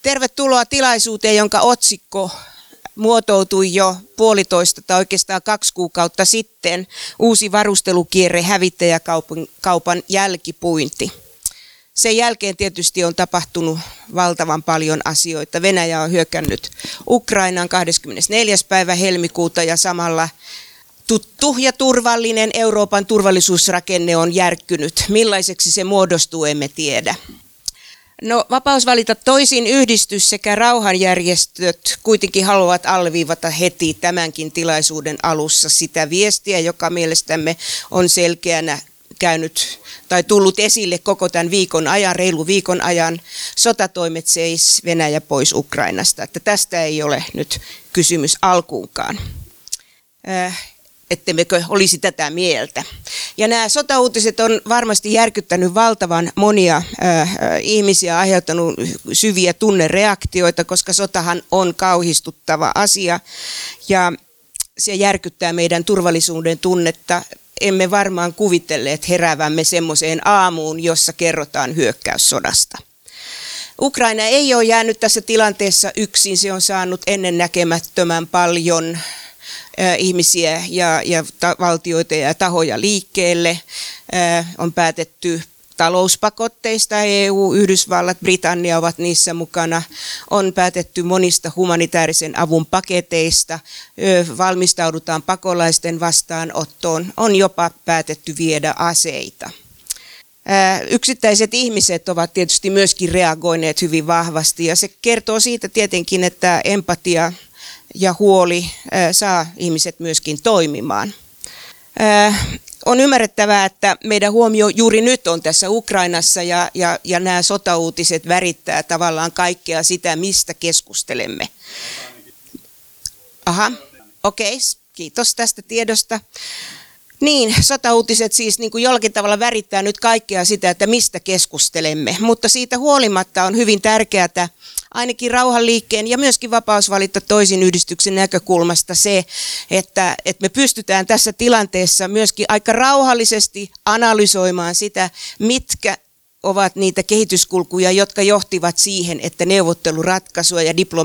Tervetuloa tilaisuuteen, jonka otsikko muotoutui jo 1,5 tai oikeastaan 2 kuukautta sitten. Uusi varustelukierre, hävittäjäkaupan jälkipuinti. Sen jälkeen tietysti on tapahtunut valtavan paljon asioita. Venäjä on hyökännyt Ukrainaan 24. päivä helmikuuta ja samalla tuttu ja turvallinen Euroopan turvallisuusrakenne on järkkynyt. Millaiseksi se muodostuu, emme tiedä. No, Vapaus valita toisin -yhdistys sekä rauhanjärjestöt kuitenkin haluavat alleviivata heti tämänkin tilaisuuden alussa sitä viestiä, joka mielestämme on selkeänä käynyt tai tullut esille koko tämän viikon ajan, reilu viikon ajan. Sotatoimet seis, Venäjä pois Ukrainasta. Että tästä ei ole nyt kysymys alkuunkaan. Ettemmekö olisi tätä mieltä. Ja nämä sotauutiset on varmasti järkyttänyt valtavan monia ihmisiä, aiheuttanut syviä tunnereaktioita, koska sotahan on kauhistuttava asia ja se järkyttää meidän turvallisuuden tunnetta. Emme varmaan kuvitelleet heräävämme semmoiseen aamuun, jossa kerrotaan hyökkäyssodasta. Ukraina ei ole jäänyt tässä tilanteessa yksin, se on saanut ennennäkemättömän paljon ihmisiä ja valtioita ja tahoja liikkeelle. On päätetty talouspakotteista, EU, Yhdysvallat, Britannia ovat niissä mukana. On päätetty monista humanitaarisen avun paketeista, valmistaudutaan pakolaisten vastaanottoon, on jopa päätetty viedä aseita. Yksittäiset ihmiset ovat tietysti myöskin reagoineet hyvin vahvasti ja se kertoo siitä tietenkin, että empatia ja huoli saa ihmiset myöskin toimimaan. On ymmärrettävää, että meidän huomio juuri nyt on tässä Ukrainassa ja nämä sotauutiset värittää tavallaan kaikkea sitä, mistä keskustelemme. Aha, okei, kiitos tästä tiedosta. Niin, sotauutiset siis niin kuin jollakin tavalla värittää nyt kaikkea sitä, että mistä keskustelemme, mutta siitä huolimatta on hyvin tärkeää, ainakin rauhanliikkeen ja myöskin Vapaus valita toisin -yhdistyksen näkökulmasta se, että me pystytään tässä tilanteessa myöskin aika rauhallisesti analysoimaan sitä, mitkä ovat niitä kehityskulkuja, jotka johtivat siihen, että neuvotteluratkaisua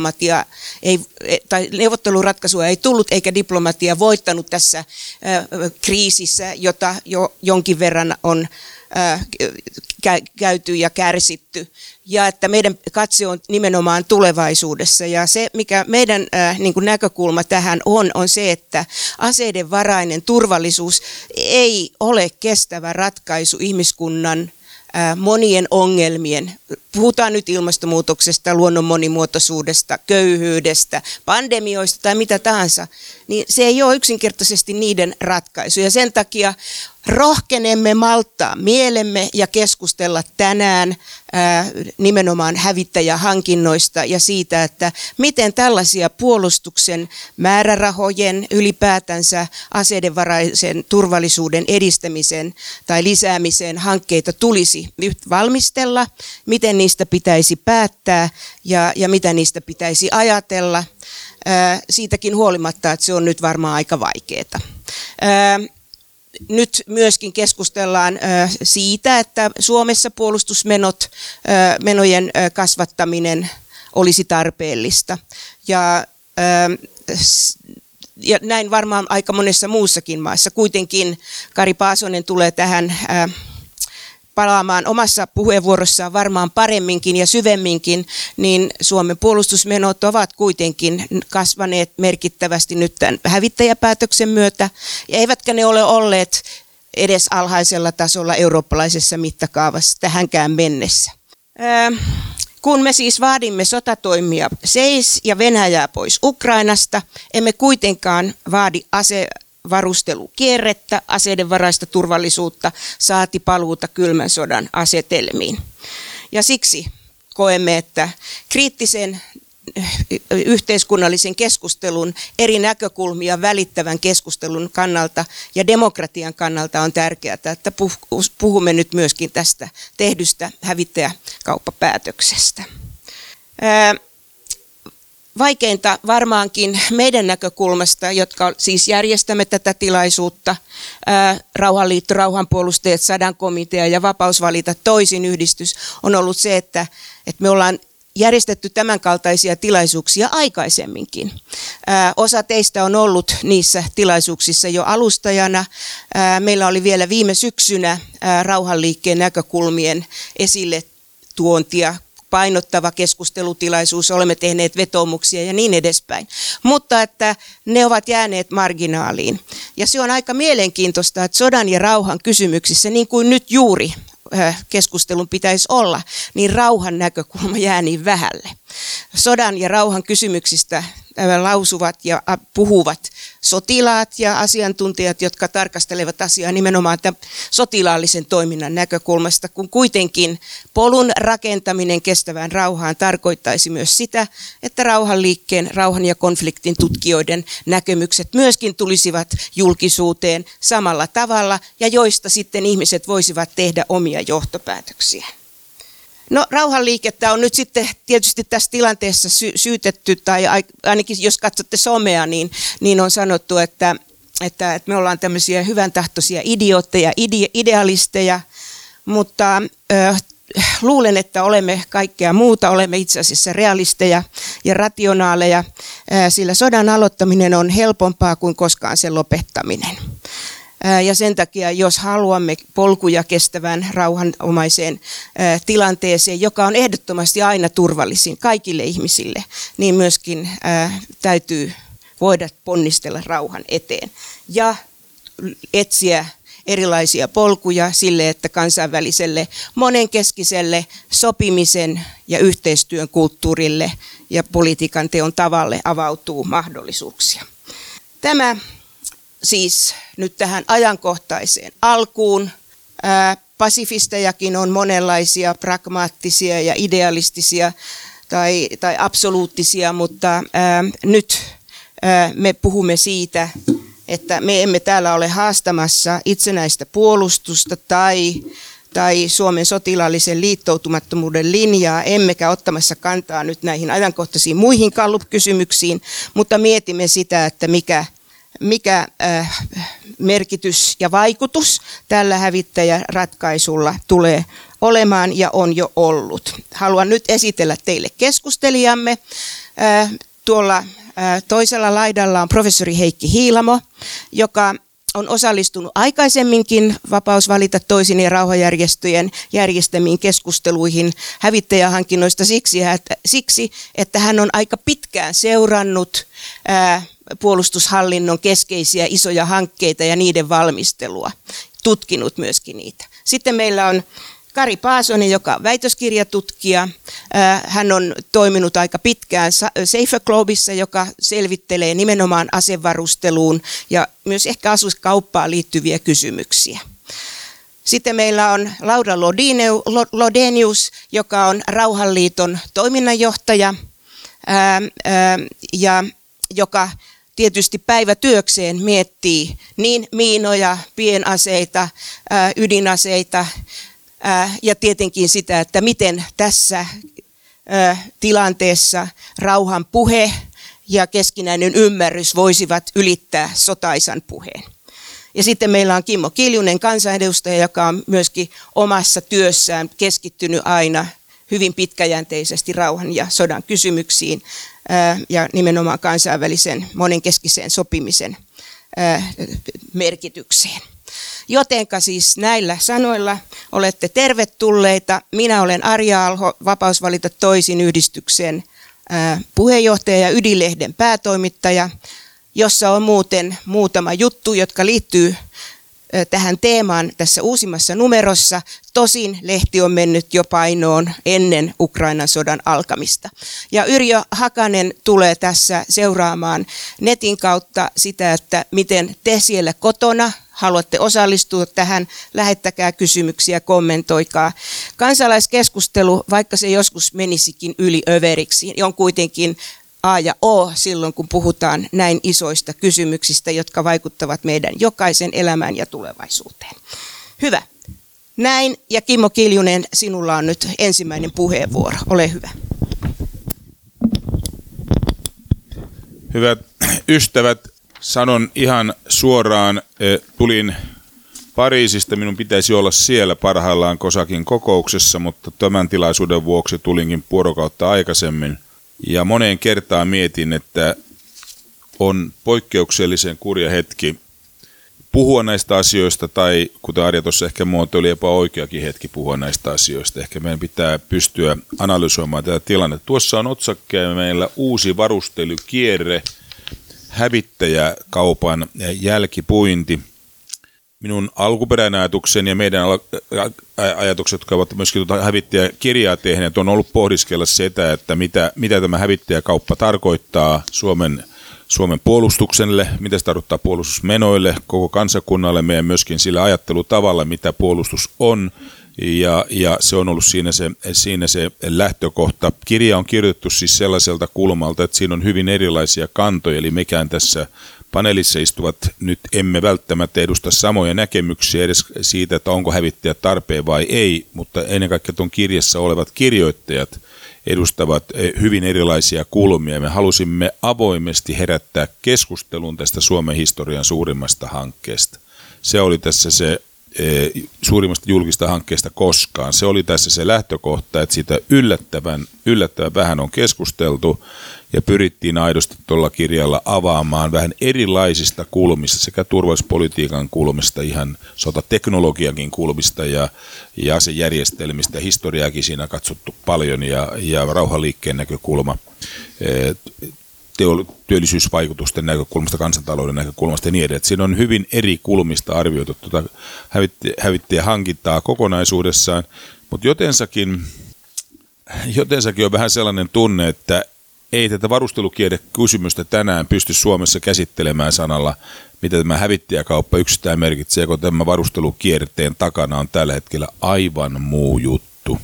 ei tullut eikä diplomatia voittanut tässä kriisissä, jota jo jonkin verran on käyty ja kärsitty. Ja että meidän katse on nimenomaan tulevaisuudessa. Ja se, mikä meidän niin kuin näkökulma tähän on se, että aseidenvarainen turvallisuus ei ole kestävä ratkaisu ihmiskunnan monien ongelmien. Puhutaan nyt ilmastonmuutoksesta, luonnon monimuotoisuudesta, köyhyydestä, pandemioista tai mitä tahansa, niin se ei ole yksinkertaisesti niiden ratkaisu. Ja sen takia rohkenemme malttaa mielemme ja keskustella tänään nimenomaan hävittäjähankinnoista ja siitä, että miten tällaisia puolustuksen määrärahojen, ylipäätänsä aseidenvaraisen turvallisuuden edistämisen tai lisäämisen hankkeita tulisi valmistella, miten niistä pitäisi päättää ja mitä niistä pitäisi ajatella, siitäkin huolimatta, että se on nyt varmaan aika vaikeaa. Nyt myöskin keskustellaan siitä, että Suomessa puolustusmenojen kasvattaminen olisi tarpeellista. Ja näin varmaan aika monessa muussakin maassa. Kuitenkin Kari Paasonen tulee tähän palaamaan omassa puheenvuorossaan varmaan paremminkin ja syvemminkin, niin Suomen puolustusmenot ovat kuitenkin kasvaneet merkittävästi nyt tämän hävittäjäpäätöksen myötä, ja eivätkä ne ole olleet edes alhaisella tasolla eurooppalaisessa mittakaavassa tähänkään mennessä. Kun me siis vaadimme sotatoimia seis ja Venäjää pois Ukrainasta, emme kuitenkaan vaadi varustelukierrettä, aseidenvaraista turvallisuutta, saati paluuta kylmän sodan asetelmiin. Ja siksi koemme, että kriittisen yhteiskunnallisen keskustelun eri näkökulmia välittävän keskustelun kannalta ja demokratian kannalta on tärkeää, että puhumme nyt myöskin tästä tehdystä hävittäjäkauppapäätöksestä. Vaikeinta varmaankin meidän näkökulmasta, jotka siis järjestämme tätä tilaisuutta, Rauhanliitto, Rauhanpuolustajat, Sadan komitea ja Vapaus valita toisin -yhdistys, on ollut se, että me ollaan järjestetty tämänkaltaisia tilaisuuksia aikaisemminkin. Osa teistä on ollut niissä tilaisuuksissa jo alustajana. Meillä oli vielä viime syksynä rauhanliikkeen näkökulmien esille tuontia painottava keskustelutilaisuus, olemme tehneet vetoomuksia ja niin edespäin. Mutta että ne ovat jääneet marginaaliin. Ja se on aika mielenkiintoista, että sodan ja rauhan kysymyksissä, niin kuin nyt juuri keskustelun pitäisi olla, niin rauhan näkökulma jää niin vähälle. Sodan ja rauhan kysymyksistä lausuvat ja puhuvat sotilaat ja asiantuntijat, jotka tarkastelevat asiaa nimenomaan tämän sotilaallisen toiminnan näkökulmasta, kun kuitenkin polun rakentaminen kestävään rauhaan tarkoittaisi myös sitä, että rauhanliikkeen, rauhan ja konfliktin tutkijoiden näkemykset myöskin tulisivat julkisuuteen samalla tavalla ja joista sitten ihmiset voisivat tehdä omia johtopäätöksiä. No, rauhanliikettä on nyt sitten tietysti tässä tilanteessa syytetty, tai ainakin jos katsotte somea, niin on sanottu, että me ollaan tämmöisiä hyvän tahtoisia idiootteja, idealisteja, mutta luulen, että olemme kaikkea muuta, olemme itse asiassa realisteja ja rationaaleja, sillä sodan aloittaminen on helpompaa kuin koskaan sen lopettaminen. Ja sen takia, jos haluamme polkuja kestävän rauhanomaiseen tilanteeseen, joka on ehdottomasti aina turvallisin kaikille ihmisille, niin myöskin täytyy voida ponnistella rauhan eteen ja etsiä erilaisia polkuja sille, että kansainväliselle monenkeskiselle sopimisen ja yhteistyön kulttuurille ja politiikan teon tavalle avautuu mahdollisuuksia. Tämä siis nyt tähän ajankohtaiseen alkuun. Pasifistejakin on monenlaisia, pragmaattisia ja idealistisia tai absoluuttisia, mutta nyt me puhumme siitä, että me emme täällä ole haastamassa itsenäistä puolustusta tai Suomen sotilaallisen liittoutumattomuuden linjaa, emmekä ottamassa kantaa nyt näihin ajankohtaisiin muihin Gallup-kysymyksiin, mutta mietimme sitä, että mikä merkitys ja vaikutus tällä hävittäjäratkaisulla tulee olemaan ja on jo ollut. Haluan nyt esitellä teille keskustelijamme. Tuolla toisella laidalla on professori Heikki Hiilamo, joka on osallistunut aikaisemminkin Vapaus valita toisin ja rauhanjärjestöjen järjestämiin keskusteluihin hävittäjähankinnoista siksi, että hän on aika pitkään seurannut puolustushallinnon keskeisiä isoja hankkeita ja niiden valmistelua, tutkinut myöskin niitä. Sitten meillä on Kari Paasonen, joka on väitöskirjatutkija. Hän on toiminut aika pitkään Safer Globissa, joka selvittelee nimenomaan asevarusteluun ja myös ehkä asuskauppaan liittyviä kysymyksiä. Sitten meillä on Laura Lodenius, joka on Rauhanliiton toiminnanjohtaja ja joka tietysti päivätyökseen miettii niin miinoja, pienaseita, ydinaseita ja tietenkin sitä, että miten tässä tilanteessa rauhan puhe ja keskinäinen ymmärrys voisivat ylittää sotaisan puheen. Ja sitten meillä on Kimmo Kiljunen, kansanedustaja, joka on myöskin omassa työssään keskittynyt aina hyvin pitkäjänteisesti rauhan ja sodan kysymyksiin ja nimenomaan kansainvälisen monenkeskisen sopimisen merkitykseen. Jotenka siis näillä sanoilla olette tervetulleita. Minä olen Arja Alho, Vapaus valita toisin -yhdistyksen puheenjohtaja ja Ydinlehden päätoimittaja, jossa on muuten muutama juttu, jotka liittyy tähän teemaan tässä uusimmassa numerossa. Tosin lehti on mennyt jo painoon ennen Ukrainan sodan alkamista. Ja Yrjö Hakanen tulee tässä seuraamaan netin kautta sitä, että miten te siellä kotona haluatte osallistua tähän, lähettäkää kysymyksiä, kommentoikaa. Kansalaiskeskustelu, vaikka se joskus menisikin yli överiksi, on kuitenkin A ja O silloin, kun puhutaan näin isoista kysymyksistä, jotka vaikuttavat meidän jokaisen elämään ja tulevaisuuteen. Hyvä. Näin, ja Kimmo Kiljunen, sinulla on nyt ensimmäinen puheenvuoro. Ole hyvä. Hyvät ystävät, sanon ihan suoraan, tulin Pariisista. Minun pitäisi olla siellä parhaillaan COSACin kokouksessa, mutta tämän tilaisuuden vuoksi tulinkin vuorokautta aikaisemmin. Ja moneen kertaan mietin, että on poikkeuksellisen kurja hetki puhua näistä asioista, tai kuten Arja tuossa ehkä muotoili, jopa oikeakin hetki puhua näistä asioista. Ehkä meidän pitää pystyä analysoimaan tätä tilannetta. Tuossa on otsakkeena meillä uusi varustelukierre, hävittäjäkaupan jälkipuinti. Minun alkuperäinen ajatukseni ja meidän ajatukset, jotka ovat myöskin hävittäjäkirjaa tehneet, on ollut pohdiskella sitä, että mitä tämä hävittäjäkauppa tarkoittaa Suomen puolustukselle, mitä se tarkoittaa puolustusmenoille, koko kansakunnalle, meidän myöskin sillä ajattelutavalla, mitä puolustus on, ja se on ollut siinä se lähtökohta. Kirja on kirjoitettu siis sellaiselta kulmalta, että siinä on hyvin erilaisia kantoja, eli mekään tässä paneelissa istuvat nyt emme välttämättä edusta samoja näkemyksiä edes siitä, että onko hävittäjä tarpeen vai ei, mutta ennen kaikkea tuon kirjassa olevat kirjoittajat edustavat hyvin erilaisia kulmia. Me halusimme avoimesti herättää keskustelun tästä Suomen historian suurimmasta hankkeesta. Se oli tässä se suurimmasta julkista hankkeesta koskaan. Se oli tässä se lähtökohta, että siitä yllättävän vähän on keskusteltu ja pyrittiin aidosti tuolla kirjalla avaamaan vähän erilaisista kulmista sekä turvallisuuspolitiikan kulmista, ihan sotateknologiakin kulmista ja asejärjestelmistä. Historiaakin siinä katsottu paljon ja rauhanliikkeen näkökulma, työllisyysvaikutusten näkökulmasta, kansantalouden näkökulmasta ja niin edelleen. Siinä on hyvin eri kulmista arvioitu tuota hävittäjähankintaa kokonaisuudessaan, mutta jotensakin on vähän sellainen tunne, että ei tätä varustelukierrekysymystä tänään pysty Suomessa käsittelemään sanalla, mitä tämä hävittäjäkauppa yksistään merkitsee, kun tämä varustelukierteen takana on tällä hetkellä aivan muu juttu.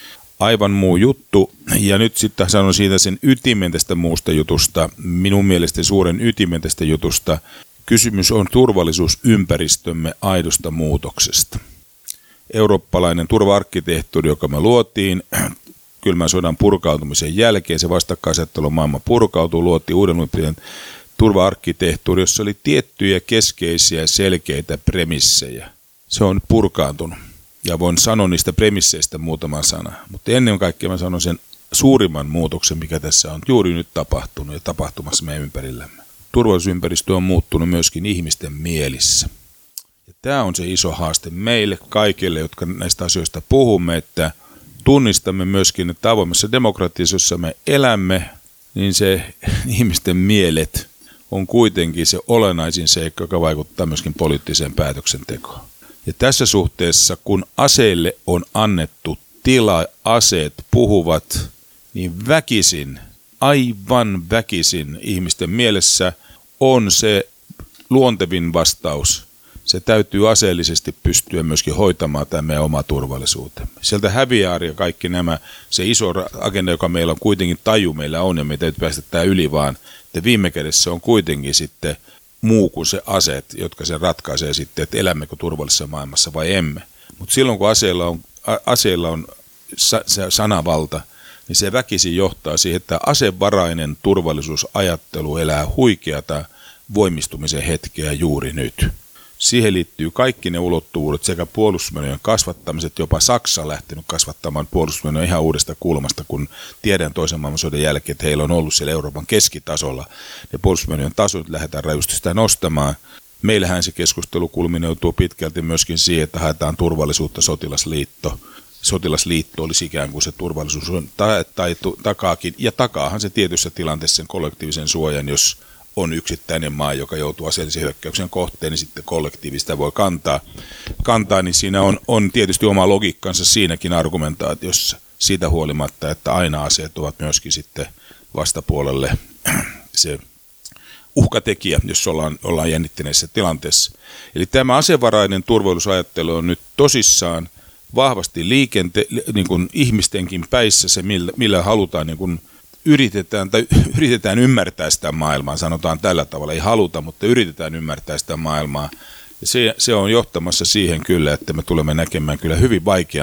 Aivan muu juttu, ja nyt sitten sanon siitä sen ytimen tästä muusta jutusta, minun mielestäni suuren ytimen tästä jutusta. Kysymys on turvallisuusympäristömme aidosta muutoksesta. Eurooppalainen turva-arkkitehtuuri, joka me luotiin kylmän sodan purkautumisen jälkeen, se vastakkainasettelu maailma purkautui, luotiin uudenlainen turva-arkkitehtuuri, jossa oli tiettyjä keskeisiä selkeitä premissejä. Se on purkaantunut. Ja voin sanoa niistä premisseistä muutaman sana. Mutta ennen kaikkea mä sanon sen suurimman muutoksen, mikä tässä on juuri nyt tapahtunut ja tapahtumassa meidän ympärillämme. Turvallisuusympäristö on muuttunut myöskin ihmisten mielissä. Ja tämä on se iso haaste meille kaikille, jotka näistä asioista puhumme, että tunnistamme myöskin, että avoimessa demokratiassa, jossa me elämme, niin se ihmisten mielet on kuitenkin se olennaisin seikka, joka vaikuttaa myöskin poliittiseen päätöksentekoon. Ja tässä suhteessa, kun aseille on annettu tila, aseet puhuvat, niin väkisin, aivan väkisin ihmisten mielessä on se luontevin vastaus. Se täytyy aseellisesti pystyä myöskin hoitamaan tämä meidän oma turvallisuutemme. Sieltä häviää ja kaikki nämä, se iso agenda, joka meillä on kuitenkin taju meillä on, ja me täytyy päästä tämä yli vaan, että viime kädessä on kuitenkin sitten muu kuin se aseet, jotka sen ratkaisee sitten, että elämmekö turvallisessa maailmassa vai emme. Mutta silloin kun aseilla on sanavalta, niin se väkisin johtaa siihen, että asevarainen turvallisuusajattelu elää huikeata voimistumisen hetkeä juuri nyt. Siihen liittyy kaikki ne ulottuvuudet sekä puolustusmenojen kasvattamiset, jopa Saksa on lähtenyt kasvattamaan puolustusmenoja ihan uudesta kulmasta, kun tiedän toisen maailmansodan jälkeen, että heillä on ollut siellä Euroopan keskitasolla. Ja puolustusmenojen tasot lähdetään rajusti sitä nostamaan. Meillähän se keskustelu kulmineutuu pitkälti myöskin siihen, että haetaan turvallisuutta sotilasliitto. Sotilasliitto olisi ikään kuin se turvallisuus on takaakin, ja takaahan se tietyssä tilanteessa sen kollektiivisen suojan, jos on yksittäinen maa, joka joutuu aseellisen hyökkäyksen kohteen, niin sitten kollektiivista voi kantaa, niin siinä on tietysti oma logiikkansa siinäkin argumentaatiossa, siitä huolimatta, että aina aseet ovat myöskin sitten vastapuolelle se uhkatekijä, jos ollaan jännittyneessä tilanteessa. Eli tämä asevarainen turvallisuusajattelu on nyt tosissaan vahvasti niin kuin ihmistenkin päissä se, millä halutaan niin kuin yritetään ymmärtää sitä maailmaa, sanotaan tällä tavalla, ei haluta, mutta yritetään ymmärtää sitä maailmaa. Ja se on johtamassa siihen kyllä, että me tulemme näkemään kyllä hyvin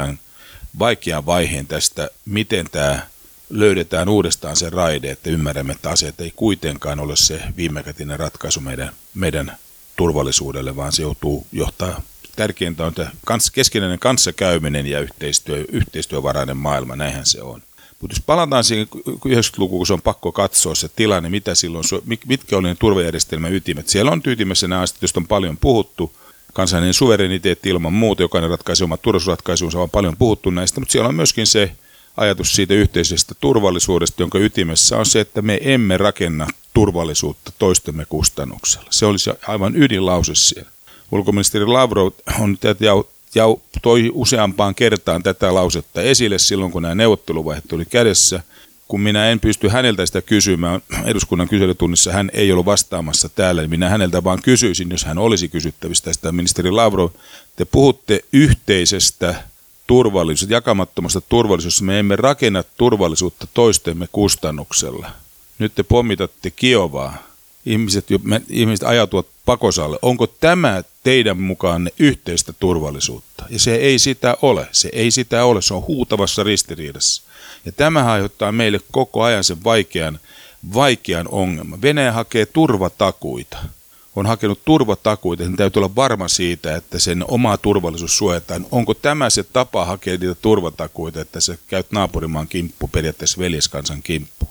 vaikean vaiheen tästä, miten tämä löydetään uudestaan se raide, että ymmärrämme, että aseet ei kuitenkaan ole se viimekätinen ratkaisu meidän turvallisuudelle, vaan se johtaa tärkeintä on tämä keskinäinen kanssakäyminen ja yhteistyövarainen maailma, näinhän se on. Mutta jos palataan siihen 90-lukuun, kun se on pakko katsoa se tilanne, mitä silloin, mitkä oli ne turvajärjestelmän ytimet. Siellä on ytimessä nämä asiat, joista on paljon puhuttu. Kansallinen suvereniteetti ilman muuta, jokainen ratkaisi omat turvallisuusratkaisunsa, on paljon puhuttu näistä, mutta siellä on myöskin se ajatus siitä yhteisestä turvallisuudesta, jonka ytimessä on se, että me emme rakenna turvallisuutta toistemme kustannuksella. Se olisi aivan ydinlause siellä. Ulkoministeri Lavrov on toi useampaan kertaan tätä lausetta esille silloin, kun nämä neuvotteluvaiheet tuli kädessä. Kun minä en pysty häneltä sitä kysymään, eduskunnan kyselytunnissa hän ei ollut vastaamassa täällä, niin minä häneltä vaan kysyisin, jos hän olisi kysyttävistä tästä. Ministeri Lavrov, te puhutte yhteisestä turvallisuudesta, jakamattomasta turvallisuudesta. Me emme rakenna turvallisuutta toistemme kustannuksella. Nyt te pommitatte Kiovaa. Ihmiset ajautuvat pakosalle. Onko tämä teidän mukaanne yhteistä turvallisuutta? Ja se ei sitä ole. Se ei sitä ole. Se on huutavassa ristiriidassa. Ja tämä aiheuttaa meille koko ajan sen vaikean ongelman. Venäjä hakee turvatakuita. On hakenut turvatakuita. Sen täytyy olla varma siitä, että sen oma turvallisuus suojataan. Onko tämä se tapa hakea niitä turvatakuita, että sä käyt naapurimaan kimppu, periaatteessa veljeskansan kimppu?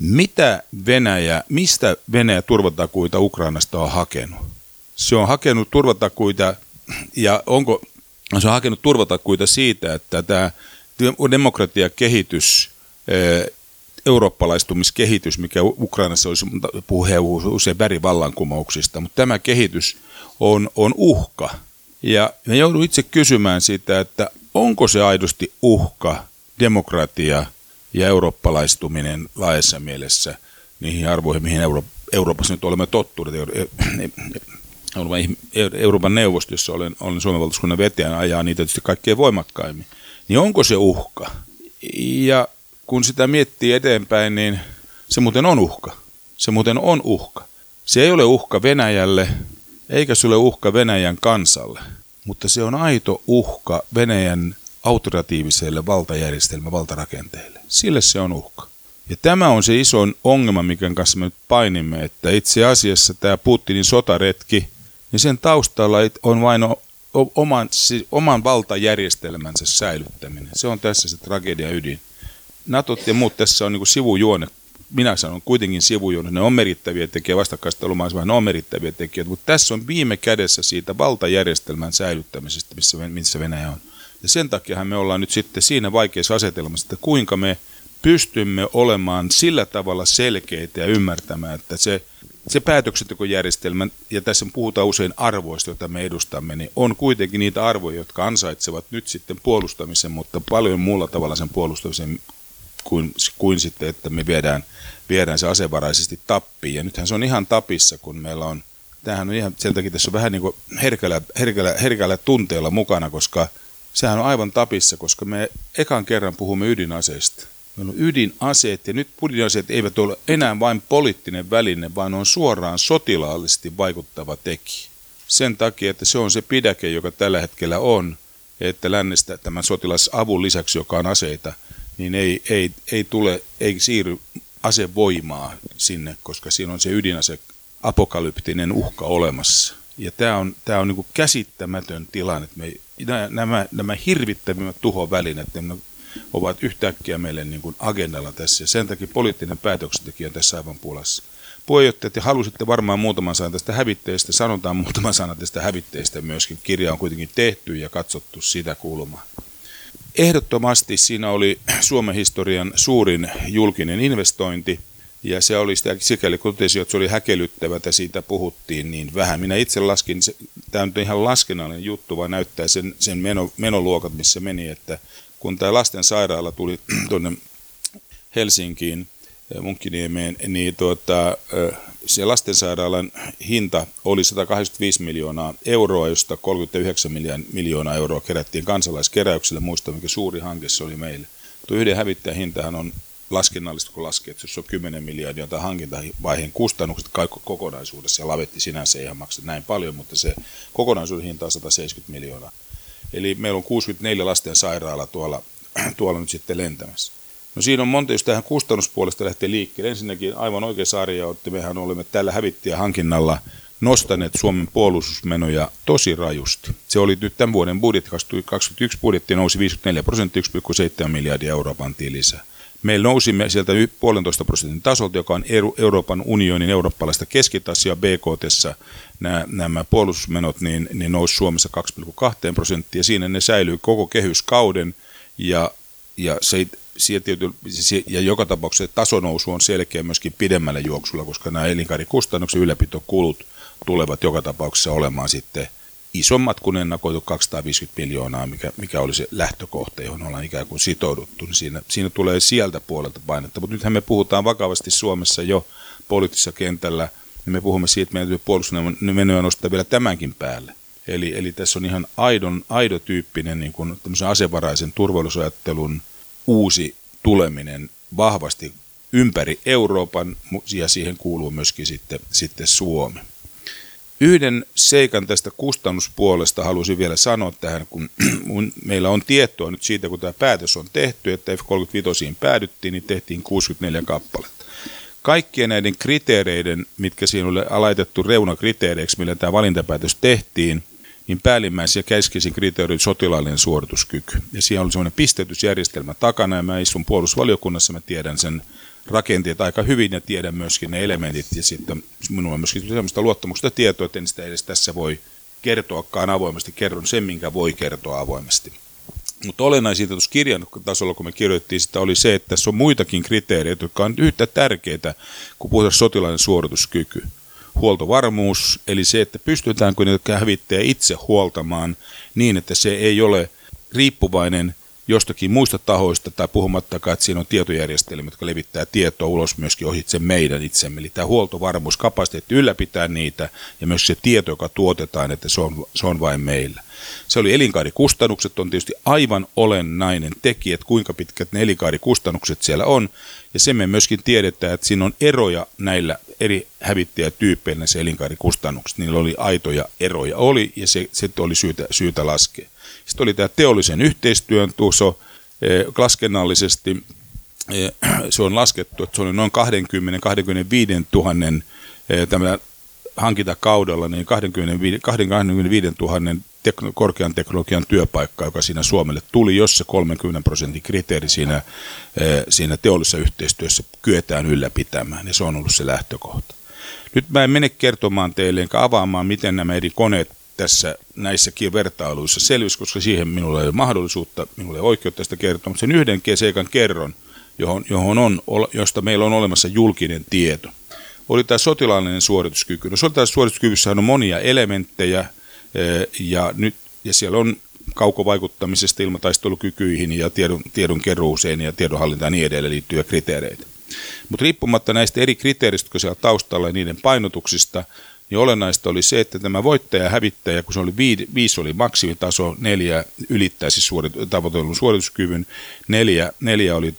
Mistä Venäjä turvatakuita Ukrainasta on hakenut? Se on hakenut turvatakuita, ja se on hakenut turvatakuita siitä, että tämä demokratiakehitys, eurooppalaistumiskehitys, mikä Ukrainassa olisi, puhuu usein värivallankumouksista, mutta tämä kehitys on uhka. Ja mä joudun itse kysymään sitä, että onko se aidosti uhka, demokratia ja eurooppalaistuminen laajassa mielessä niihin arvoihin, mihin Euroopassa nyt olemme tottuneet. Euroopan neuvosto, jossa olen Suomen valtuuskunnan vetäjänä, ajaa niitä tietysti kaikkein voimakkaimmin. Niin onko se uhka? Ja kun sitä miettii eteenpäin, niin se muuten on uhka. Se muuten on uhka. Se ei ole uhka Venäjälle, eikä se ole uhka Venäjän kansalle, mutta se on aito uhka Venäjän autoratiiviselle valtarakenteelle. Sille se on uhka. Ja tämä on se iso ongelma, mikä kanssa me nyt painimme, että itse asiassa tämä Putinin sotaretki, niin sen taustalla on vain oman valtajärjestelmänsä säilyttäminen. Se on tässä se tragedia ydin. Natot ja muut tässä on niin kuin sivujuone. Minä sanon kuitenkin sivujuone. Ne on merittäviä tekijöitä, vastakkaistelumaisemmin ne on merittäviä tekijöitä, mutta tässä on viime kädessä siitä valtajärjestelmän säilyttämisestä, missä Venäjä on. Ja sen takiahan me ollaan nyt sitten siinä vaikeassa asetelmassa, että kuinka me pystymme olemaan sillä tavalla selkeitä ja ymmärtämään, että se päätöksentekojärjestelmä, ja tässä puhutaan usein arvoista, joita me edustamme, niin on kuitenkin niitä arvoja, jotka ansaitsevat nyt sitten puolustamisen, mutta paljon muulla tavalla sen puolustamisen kuin sitten, että me viedään se asevaraisesti tappiin. Ja nythän se on ihan tapissa, kun meillä on, tämähän on ihan, sen takia tässä on vähän niin kuin herkällä tunteella mukana, koska sehän on aivan tapissa, koska me ekan kerran puhumme ydinaseista. Meillä on ydinaseet, ja nyt ydinaseet eivät ole enää vain poliittinen väline, vaan on suoraan sotilaallisesti vaikuttava tekijä. Sen takia, että se on se pidäke, joka tällä hetkellä on, että lännestä tämän sotilasavun lisäksi, joka on aseita, niin ei siirry asevoimaa sinne, koska siinä on se ydinase apokalyptinen uhka olemassa. Ja tämä on niin kuin käsittämätön tilanne. Nämä hirvittävimmät tuhovälineet ovat yhtäkkiä meille niin kuin agendalla tässä. Ja sen takia poliittinen päätöksentekijä on tässä aivan pulassa. Puheenjohtaja, te halusitte varmaan muutaman sanan tästä hävitteistä. Sanotaan muutaman sanan tästä hävitteistä myöskin. Kirja on kuitenkin tehty ja katsottu sitä kulmaa. Ehdottomasti siinä oli Suomen historian suurin julkinen investointi. Ja se oli sitä, sikäli kun totesin, että se oli häkellyttävä, että siitä puhuttiin niin vähän. Minä itse laskin, tämä on ihan laskennallinen juttu, vaan näyttää sen menoluokat, missä meni, että kun tämä lastensairaala tuli tuonne Helsinkiin, Munkkiniemeen, niin se lastensairaalan hinta oli 185 miljoonaa euroa, josta 39 miljoonaa euroa kerättiin kansalaiskeräykselle. Muista, mikä suuri hanke se oli meille. Tuo yhden hävittäjän hintahan on laskennallista, kun laskee, että jos on 10 miljardia tai hankintavaiheen kustannukset kokonaisuudessa, ja lavetti sinänsä ei ihan maksa näin paljon, mutta se kokonaisuuden hinta on 170 miljoonaa. Eli meillä on 64 lastensairaala tuolla nyt sitten lentämässä. No siinä on monta, jos tähän kustannuspuolesta lähtee liikkeelle. Ensinnäkin aivan oikeassa Arja, että mehän olemme tällä hävittäjähankinnalla nostaneet Suomen puolustusmenoja tosi rajusti. Se oli nyt tämän vuoden budjetti, 2021 budjetti nousi 54%, 1,7 miljardia euroa pantiin lisää. Meillä nousimme sieltä 1,5% tasolta, joka on Euroopan unionin eurooppalaista keskitasoa BKT:ssä. Nämä puolustusmenot niin nousi Suomessa 2,2%. Siinä ne säilyy koko kehyskauden ja joka tapauksessa tasonousu on selkeä myöskin pidemmällä juoksulla, koska nämä elinkaarikustannukset, ylläpitokulut tulevat joka tapauksessa olemaan sitten isommat kuin ennakoitu 250 miljoonaa, mikä oli se lähtökohta, johon ollaan ikään kuin sitouduttu. Niin siinä tulee sieltä puolelta painetta, mutta nythän me puhutaan vakavasti Suomessa jo poliittisessa kentällä, niin me puhumme siitä, että meidän täytyy puolustusmenoja nostaa vielä tämänkin päälle. Eli tässä on ihan aidotyyppinen niin kuin tämmöisen asevaraisen turvallisuusajattelun uusi tuleminen vahvasti ympäri Euroopan, ja siihen kuuluu myöskin sitten Suomi. Yhden seikan tästä kustannuspuolesta haluaisin vielä sanoa tähän, kun meillä on tietoa nyt siitä, kun tämä päätös on tehty, että F-35 päädyttiin, niin tehtiin 64 kappaletta. Kaikkien näiden kriteereiden, mitkä siinä oli laitettu reunakriteereiksi, millä tämä valintapäätös tehtiin, niin päällimmäisiä keskeisin kriteeri oli sotilaallinen suorituskyky. Ja siellä oli semmoinen pistetysjärjestelmä takana, ja mä istun puolustusvaliokunnassa, mä tiedän sen rakenteet aika hyvin ja tiedän myöskin ne elementit, ja sitten minulla on myöskin sellaista luottamuksesta tietoa, että en sitä edes tässä voi kertoakaan avoimesti, kerron sen, minkä voi kertoa avoimesti. Mutta olennaisinta tuossa kirjan tasolla, kun me kirjoitettiin sitä, oli se, että tässä on muitakin kriteereitä, jotka on yhtä tärkeitä, kun puhutaan sotilainen suorituskyky. Huoltovarmuus, eli se, että pystytäänkö niitä hävittäjä itse huoltamaan niin, että se ei ole riippuvainen jostakin muista tahoista, tai puhumattakaan, että siinä on tietojärjestelmät, jotka levittää tietoa ulos myöskin ohitse meidän itsemme. Eli tämä huoltovarmuuskapasiteetti ylläpitää niitä, ja myös se tieto, joka tuotetaan, että se on vain meillä. Se oli elinkaarikustannukset, on tietysti aivan olennainen tekijä, että kuinka pitkät ne elinkaarikustannukset siellä on, ja se me myöskin tiedetään, että siinä on eroja näillä eri hävittäjätyyppeillä näissä elinkaarikustannukset. Niillä oli aitoja eroja, ja se oli syytä laskea. Sitten oli tämä teollisen yhteistyön tuso laskennallisesti. Se on laskettu, että se oli noin 20-25 000 tämä hankintakaudella, niin 25 000 korkean teknologian työpaikkaa, joka siinä Suomelle tuli, jos se 30% kriteeri siinä teollisessa yhteistyössä kyetään ylläpitämään, ja se on ollut se lähtökohta. Nyt mä en mene kertomaan teille enkä avaamaan, miten nämä eri koneet näissäkin vertailuissa selvisi, koska siihen minulla ei ole mahdollisuutta, minulla ei ole oikeutta tästä kertoa, mutta sen yhden seikan kerron, josta meillä on olemassa julkinen tieto. Oli tämä sotilaallinen suorituskyky. No sotilaallisessa suorituskyvyssä on monia elementtejä, ja siellä on kaukovaikuttamisesta ilmataistelukykyihin ja tiedonkeruuseen ja tiedonhallintaan ja niin edelleen liittyviä kriteereitä. Mutta riippumatta näistä eri kriteereistä, jotka siellä taustalla ja niiden painotuksista, niin olennaista oli se, että tämä voittaja ja hävittäjä, kun se oli 5 oli maksimitaso, 4 ylittäisi tavoitellun suorituskyvyn, 4 oli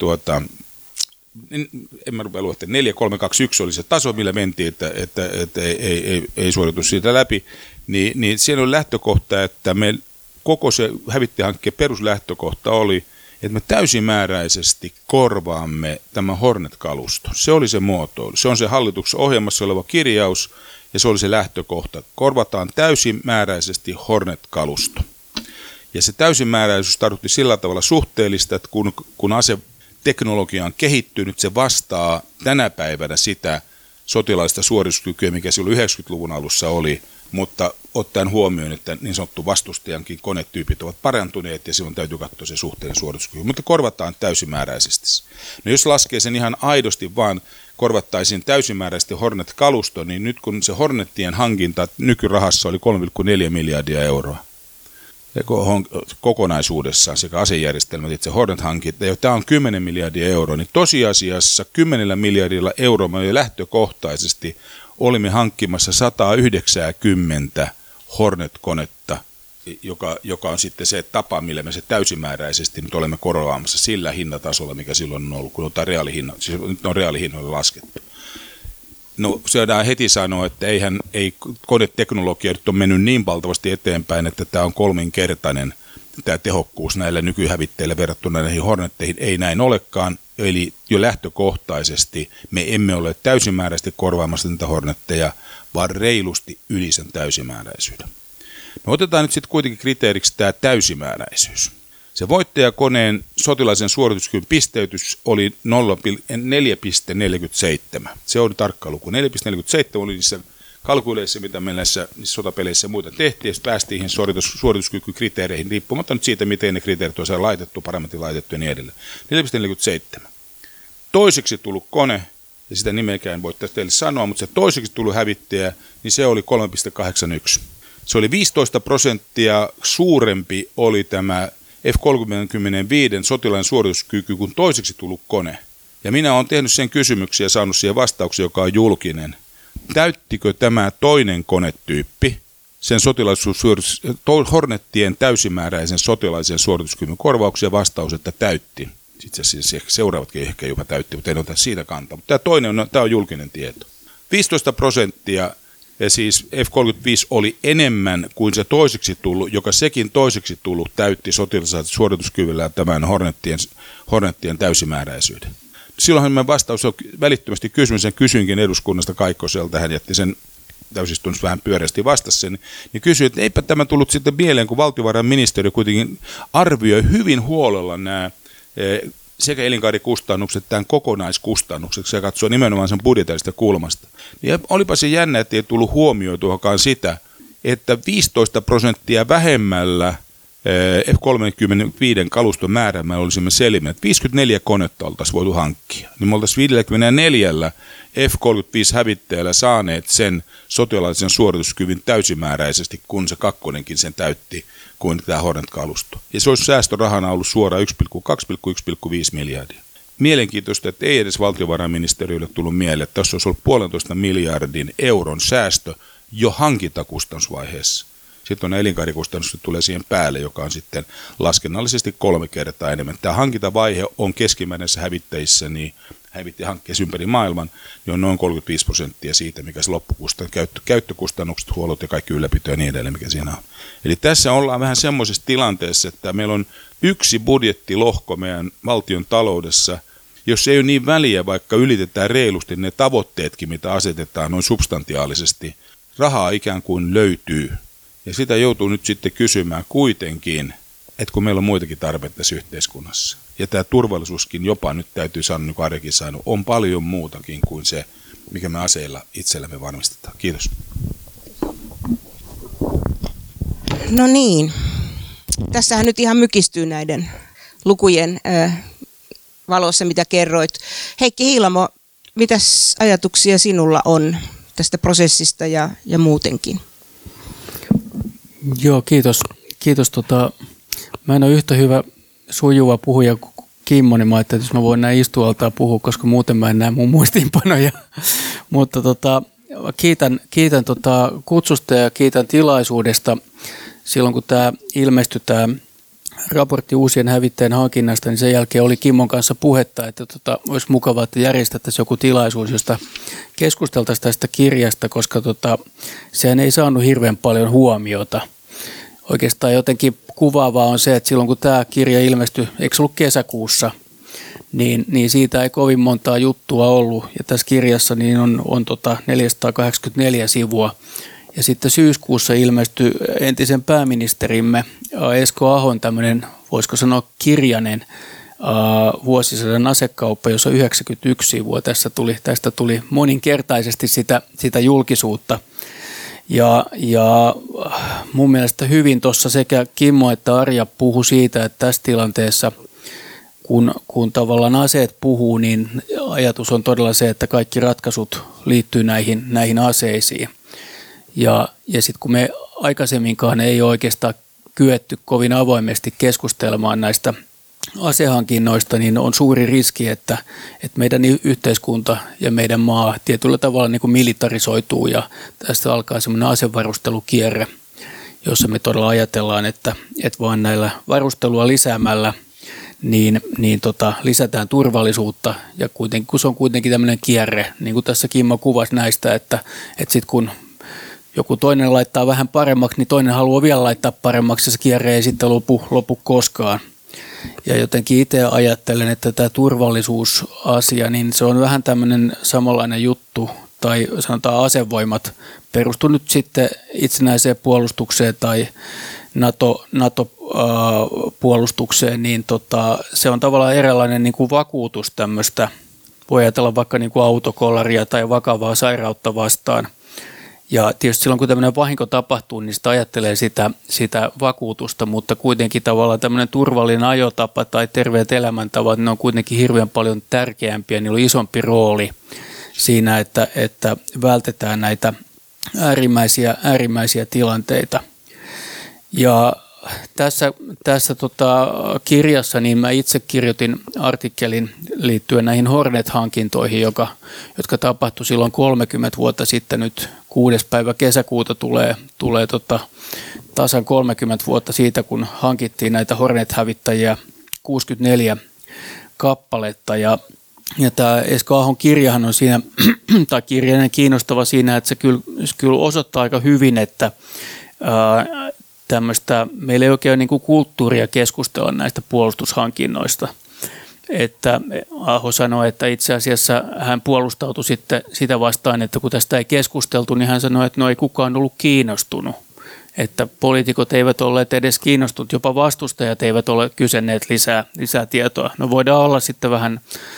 en mä rupea luettaa, 4, 3, 2, 1 oli se taso, millä mentiin, että ei suoritu siitä läpi, niin siellä on lähtökohta, että me koko se hävittäjähankkeen peruslähtökohta oli, että me täysimääräisesti korvaamme tämän Hornet-kalusto. Se oli se muotoilu. Se on se hallituksen ohjelmassa oleva kirjaus, ja se oli se lähtökohta. Korvataan täysimääräisesti Hornet-kalusto. Ja se täysimääräisyys tarkoitti sillä tavalla suhteellista, että kun aseteknologia on kehittynyt, se vastaa tänä päivänä sitä sotilaista suorituskykyä, mikä silloin 90-luvun alussa oli, mutta ottaen huomioon, että niin sanottu vastustajankin konetyypit ovat parantuneet, ja silloin täytyy katsoa se suhteellinen suorituskyky, mutta korvataan täysimääräisesti. No jos laskee sen ihan aidosti vaan korvattaisiin täysimääräisesti Hornet-kalusto, niin nyt kun se Hornettien hankinta nykyrahassa oli 3,4 miljardia euroa kokonaisuudessaan sekä asejärjestelmät että se Hornet-hankinta, ja tämä on 10 miljardia euroa, niin tosiasiassa 10 miljardilla euroa me jo lähtökohtaisesti olimme hankkimassa 190 Hornet-konetta, joka on sitten se tapa, millä me se täysimääräisesti nyt olemme korvaamassa sillä hinnatasolla, mikä silloin on ollut, kun nyt on reaalihinnoilla laskettu. No se voidaan heti sanoa, että ei koneteknologia nyt on mennyt niin valtavasti eteenpäin, että tämä on kolminkertainen tämä tehokkuus näillä nykyhävitteillä verrattuna näihin Hornetteihin. Ei näin olekaan. Eli jo lähtökohtaisesti me emme ole täysimääräisesti korvaamassa niitä Hornetteja, vaan reilusti yli sen täysimääräisyyden. Me otetaan nyt sitten kuitenkin kriteeriksi tämä täysimääräisyys. Se voittajakoneen sotilaisen suorituskyvyn pisteytys oli 4,47. Se on tarkka luku. 4,47 oli niissä kalkuleissa, mitä meillä näissä sotapeleissä ja muita tehtiin, ja päästiin suorituskykykriteereihin, riippumatta nyt siitä, miten ne kriteerit on laitettu, parametrit laitettu ja niin edelleen. 4,47. Toiseksi tullut kone, ja sitä nimeäkään voi teille sanoa, mutta se toiseksi tullut hävittäjä, niin se oli 3,81. Se oli 15% suurempi oli tämä F-35 sotilainen suorituskyky kuin toiseksi tullut kone. Ja minä olen tehnyt sen kysymyksiä ja saanut siihen vastauksia, joka on julkinen. Täyttikö tämä toinen konetyyppi sen Hornettien täysimääräisen sotilaisen suorituskyvyn korvauksia? Vastaus, että täytti. Itse asiassa seuraavatkin ehkä jopa täytti, mutta en ota siitä kantaa. Mutta tämä on julkinen tieto. 15% ja siis F-35 oli enemmän kuin se toiseksi tullut, joka sekin toiseksi tullut täytti sotilaisen suorituskyvyllä tämän Hornettien täysimääräisyyden. Silloinhan me vastaus on välittömästi kysymys, sen kysyinkin eduskunnasta Kaikkoselta, hän jätti sen täysistunnossa vähän pyöreästi vastasi sen, niin kysyin, että eipä tämä tullut sitten mieleen, kun valtiovarainministeriö kuitenkin arvioi hyvin huolella nämä sekä elinkaarikustannukset, tämän kokonaiskustannukseksi, ja katsoo nimenomaan sen budjetaalista kulmasta. Ja olipa se jännä, että ei tullut huomioituakaan sitä, että 15% vähemmällä F-35 kaluston määräämällä olisimme selvinneet, että 54 konetta oltaisiin voitu hankkia. Niin me oltaisiin 54 F-35-hävittäjällä saaneet sen sotilaallisen suorituskyvyn täysimääräisesti, kun se kakkonenkin sen täytti kuin tämä Hornet-kalusto. Ja se olisi säästörahana ollut suoraan 1,2-1,5 miljardia. Mielenkiintoista, että ei edes valtiovarainministeriölle tullut mieleen, että tässä olisi ollut 1,5 miljardin euron säästö jo hankintakustannusvaiheessa. Sitten on ne elinkaarikustannukset tulee siihen päälle, joka on sitten laskennallisesti 3 kertaa enemmän. Tämä hankintavaihe on keskimmäisessä hävittäjissä, niin hävittäjähankkeessa ympäri maailman, niin on noin 35% siitä, mikä se käyttökustannukset, huollot ja kaikki ylläpito ja niin edelleen, mikä siinä on. Eli tässä ollaan vähän semmoisessa tilanteessa, että meillä on yksi budjettilohko meidän valtion taloudessa, jos ei ole niin väliä, vaikka ylitetään reilusti ne tavoitteetkin, mitä asetetaan noin substantiaalisesti, rahaa ikään kuin löytyy. Ja sitä joutuu nyt sitten kysymään kuitenkin, että kun meillä on muitakin tarpeita tässä yhteiskunnassa, ja tämä turvallisuuskin jopa nyt täytyy sanoa, niin kuin Arjakin sanoi, on paljon muutakin kuin se, mikä me aseilla itsellämme varmistetaan. Kiitos. No niin, tässähän nyt ihan mykistyy näiden lukujen valossa, mitä kerroit. Heikki Hiilamo, mitäs ajatuksia sinulla on tästä prosessista ja muutenkin? Joo, kiitos. Mä en ole yhtä hyvä sujuva puhuja kuin Kimmo, niin mä ajattelin, että jos mä voin näin istualtaan puhua, koska muuten mä en näe mun muistiinpanoja. Mutta kiitän kutsusta ja kiitän tilaisuudesta. Silloin kun tämä ilmestyi tämä raportti uusien hävittäjien hankinnasta, niin sen jälkeen oli Kimmon kanssa puhetta, että olisi mukavaa, että järjestettäisiin joku tilaisuus, josta keskusteltaisiin tästä kirjasta, koska sehän ei saanut hirveän paljon huomiota. Oikeastaan jotenkin kuvaavaa on se, että silloin kun tämä kirja ilmestyi, eikö se ollut kesäkuussa, niin siitä ei kovin montaa juttua ollut. Ja tässä kirjassa niin on 484 sivua. Ja sitten syyskuussa ilmestyi entisen pääministerimme Esko Ahon tämmöinen, voisiko sanoa kirjainen vuosisadan asekauppa, jossa on 91 sivua. Tästä tuli moninkertaisesti sitä julkisuutta. Ja mun mielestä hyvin tuossa sekä Kimmo että Arja puhui siitä, että tässä tilanteessa, kun tavallaan aseet puhuu, niin ajatus on todella se, että kaikki ratkaisut liittyy näihin aseisiin. Ja sitten kun me aikaisemminkaan ei oikeastaan kyetty kovin avoimesti keskustelemaan näistä asehankinnoista, niin on suuri riski, että meidän yhteiskunta ja meidän maa tietyllä tavalla niin kuin militarisoituu ja tästä alkaa semmoinen asevarustelukierre, jossa me todella ajatellaan, että vaan näillä varustelua lisäämällä niin lisätään turvallisuutta ja kuitenkin, kun se on kuitenkin tämmöinen kierre, niin kuin tässä Kimmo kuvasi näistä, että sitten kun joku toinen laittaa vähän paremmaksi, niin toinen haluaa vielä laittaa paremmaksi ja se kierre ei sitten lopu koskaan. Ja jotenkin itse ajattelen, että tämä turvallisuusasia, niin se on vähän tämmöinen samanlainen juttu, tai sanotaan asevoimat perustuu nyt sitten itsenäiseen puolustukseen tai NATO-puolustukseen, niin se on tavallaan erilainen niin kuin vakuutus tämmöistä. Voi ajatella vaikka niin kuin autokollaria tai vakavaa sairautta vastaan. Ja tietysti silloin, kun tämmöinen vahinko tapahtuu, niin sitä ajattelee sitä vakuutusta, mutta kuitenkin tavallaan tämmöinen turvallinen ajotapa tai terveet elämäntavat, ne on kuitenkin hirveän paljon tärkeämpiä, niillä on isompi rooli siinä, että vältetään näitä äärimmäisiä tilanteita. Ja tässä kirjassa niin mä itse kirjoitin artikkelin liittyen näihin Hornet-hankintoihin, jotka tapahtui silloin 30 vuotta sitten. Nyt 6. päivä kesäkuuta tulee tasan 30 vuotta siitä, kun hankittiin näitä Hornet-hävittäjiä 64 kappaletta. Ja tämä Esko Ahon kirjahan on siinä, tai kirjainen kiinnostava siinä, että se kyllä osoittaa aika hyvin, että meillä ei oikein ole niin kuin kulttuuria keskustella näistä puolustushankinnoista. Että Aho sanoi, että itse asiassa hän puolustautui sitten sitä vastaan, että kun tästä ei keskusteltu, niin hän sanoi, että no ei kukaan ollut kiinnostunut. Että poliitikot eivät olleet edes kiinnostuneet, jopa vastustajat eivät ole kysyneet lisää tietoa. No voidaan olla sitten vähän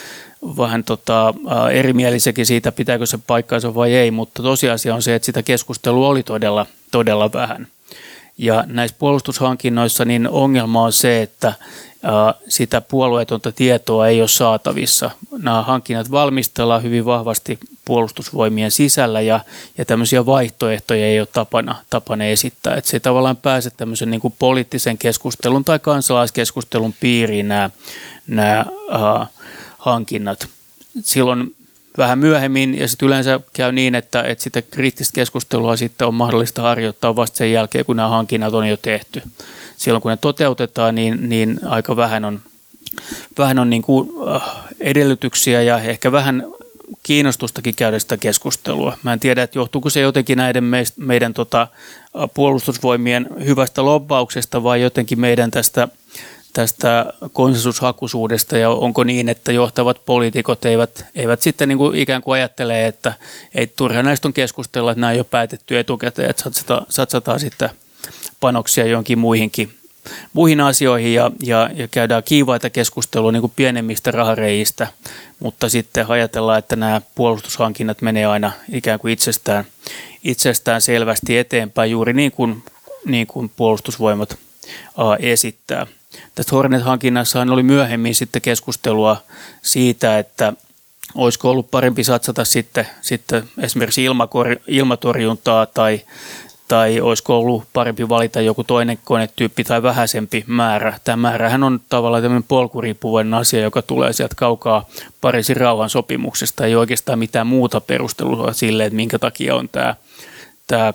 erimielisekin siitä, pitääkö se paikkaansa vai ei, mutta tosiasia on se, että sitä keskustelua oli todella vähän. Ja näissä puolustushankinnoissa niin ongelma on se, että sitä puolueetonta tietoa ei ole saatavissa. Nämä hankinnat valmistellaan hyvin vahvasti puolustusvoimien sisällä ja tämmöisiä vaihtoehtoja ei ole tapana esittää. Että se ei tavallaan pääse tämmöisen niin kuin poliittisen keskustelun tai kansalaiskeskustelun piiriin nämä hankinnat. Silloin vähän myöhemmin ja sitten yleensä käy niin, että sitä kriittistä keskustelua sitten on mahdollista harjoittaa vasta sen jälkeen, kun nämä hankinnat on jo tehty. Silloin kun ne toteutetaan, niin aika vähän on niin kuin edellytyksiä ja ehkä vähän kiinnostustakin käydä sitä keskustelua. Mä en tiedä, että johtuuko se jotenkin näiden meidän puolustusvoimien hyvästä lobbauksesta vai jotenkin meidän tästä konsensushakuisuudesta ja onko niin, että johtavat poliitikot eivät sitten niin kuin ikään kuin ajattele, että ei turha näistä on keskustella, että nämä on jo päätetty etukäteen, että satsataan sitten panoksia johonkin muihin asioihin ja käydään kiivaita keskustelua niin kuin pienemmistä rahareijistä, mutta sitten ajatellaan, että nämä puolustushankinnat menee aina ikään kuin itsestään selvästi eteenpäin juuri niin kuin puolustusvoimat esittää. Tästä Hornet-hankinnassahan oli myöhemmin sitten keskustelua siitä, että olisiko ollut parempi satsata sitten esimerkiksi ilmatorjuntaa tai olisiko ollut parempi valita joku toinen konetyyppi tai vähäisempi määrä. Tämä määrähän on tavallaan tämmöinen polkuriippuvainen asia, joka tulee sieltä kaukaa Pariisin rauhansopimuksesta. Ei oikeastaan mitään muuta perustelua sille, että minkä takia on tämä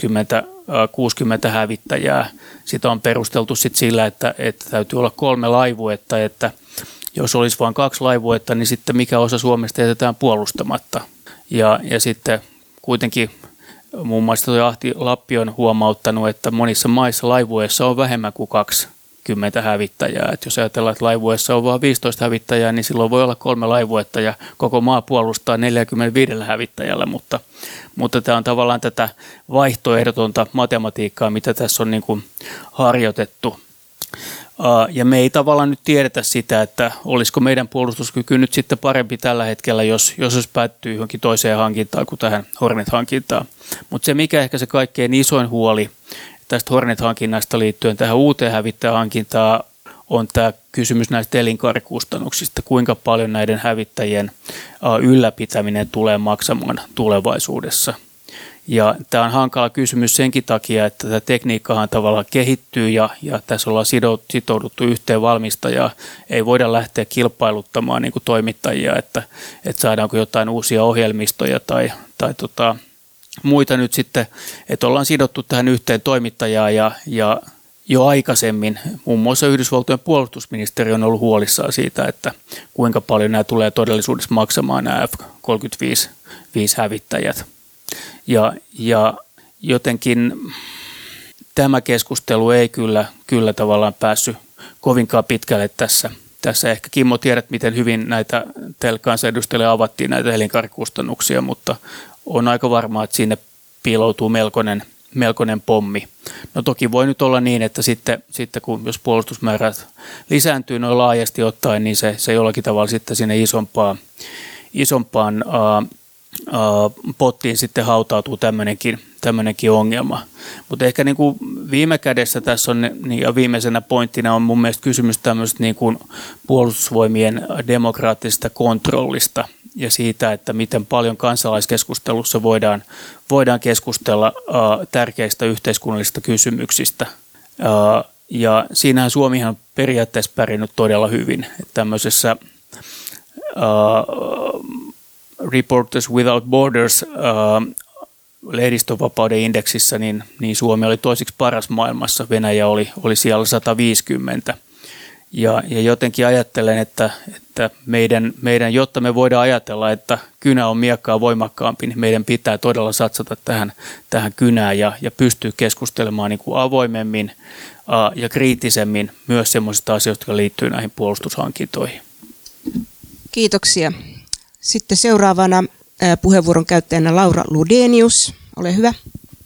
60 hävittäjää. Sitä on perusteltu sitten sillä, että täytyy olla 3 laivuetta, että jos olisi vain 2 laivuetta, niin sitten mikä osa Suomesta jätetään puolustamatta. Ja sitten kuitenkin muun muassa Ahti Lappi on huomauttanut, että monissa maissa laivueessa on vähemmän kuin 20 hävittäjää. Et jos ajatellaan, että laivueessa on vain 15 hävittäjää, niin silloin voi olla 3 laivuetta ja koko maa puolustaa 45 hävittäjällä, mutta tämä on tavallaan tätä vaihtoehdotonta matematiikkaa, mitä tässä on niin kuin harjoitettu. Ja me ei tavallaan nyt tiedetä sitä, että olisiko meidän puolustuskyky nyt sitten parempi tällä hetkellä, jos päättyy johonkin toiseen hankintaan kuin tähän Hornet-hankintaan. Mutta se, mikä ehkä se kaikkein isoin huoli tästä Hornet-hankinnasta liittyen tähän uuteen hävittäjähankintaan, on tämä kysymys näistä elinkaarikustannuksista, kuinka paljon näiden hävittäjien ylläpitäminen tulee maksamaan tulevaisuudessa. Ja tämä on hankala kysymys senkin takia, että tämä tekniikkahan tavallaan kehittyy ja tässä ollaan sitouduttu yhteen valmistajaa. Ei voida lähteä kilpailuttamaan niin kuin toimittajia, että saadaanko jotain uusia ohjelmistoja tai muita nyt sitten, että ollaan sidottu tähän yhteen toimittajaan ja jo aikaisemmin muun muassa Yhdysvaltojen puolustusministeri on ollut huolissaan siitä, että kuinka paljon nämä tulee todellisuudessa maksamaan nämä F-35 hävittäjät. Ja jotenkin tämä keskustelu ei kyllä tavallaan kovinkaan pitkälle tässä. Ehkä Kimmo tiedät, miten hyvin näitä teille kansanedustajille avattiin näitä elinkaarikustannuksia, mutta on aika varmaa, että sinne piiloutuu melkoinen pommi. No toki voi nyt olla niin, että sitten kun jos puolustusmäärät lisääntyy noin laajasti ottaen, niin se jollakin tavalla sitten sinne isompaan pottiin sitten hautautuu tämmöinenkin ongelma. Mutta ehkä niin kuin viime kädessä tässä on, ja viimeisenä pointtina on mun mielestä kysymys tämmöistä niin kuin puolustusvoimien demokraattisesta kontrollista ja siitä, että miten paljon kansalaiskeskustelussa voidaan keskustella tärkeistä yhteiskunnallisista kysymyksistä. Ja siinähän Suomihan on periaatteessa pärjännyt todella hyvin. Että tämmöisessä Reporters Without Borders lehdistönvapauden indeksissä, niin Suomi oli toiseksi paras maailmassa. Venäjä oli siellä 150. Ja jotenkin ajattelen, että meidän, jotta me voidaan ajatella, että kynä on miekkaa voimakkaampi, niin meidän pitää todella satsata tähän kynään ja pystyä keskustelemaan niin kuin avoimemmin ja kriittisemmin myös sellaisista asioista, jotka liittyy näihin puolustushankintoihin. Kiitoksia. Sitten seuraavana puheenvuoron käyttäjänä Laura Ludenius. Ole hyvä.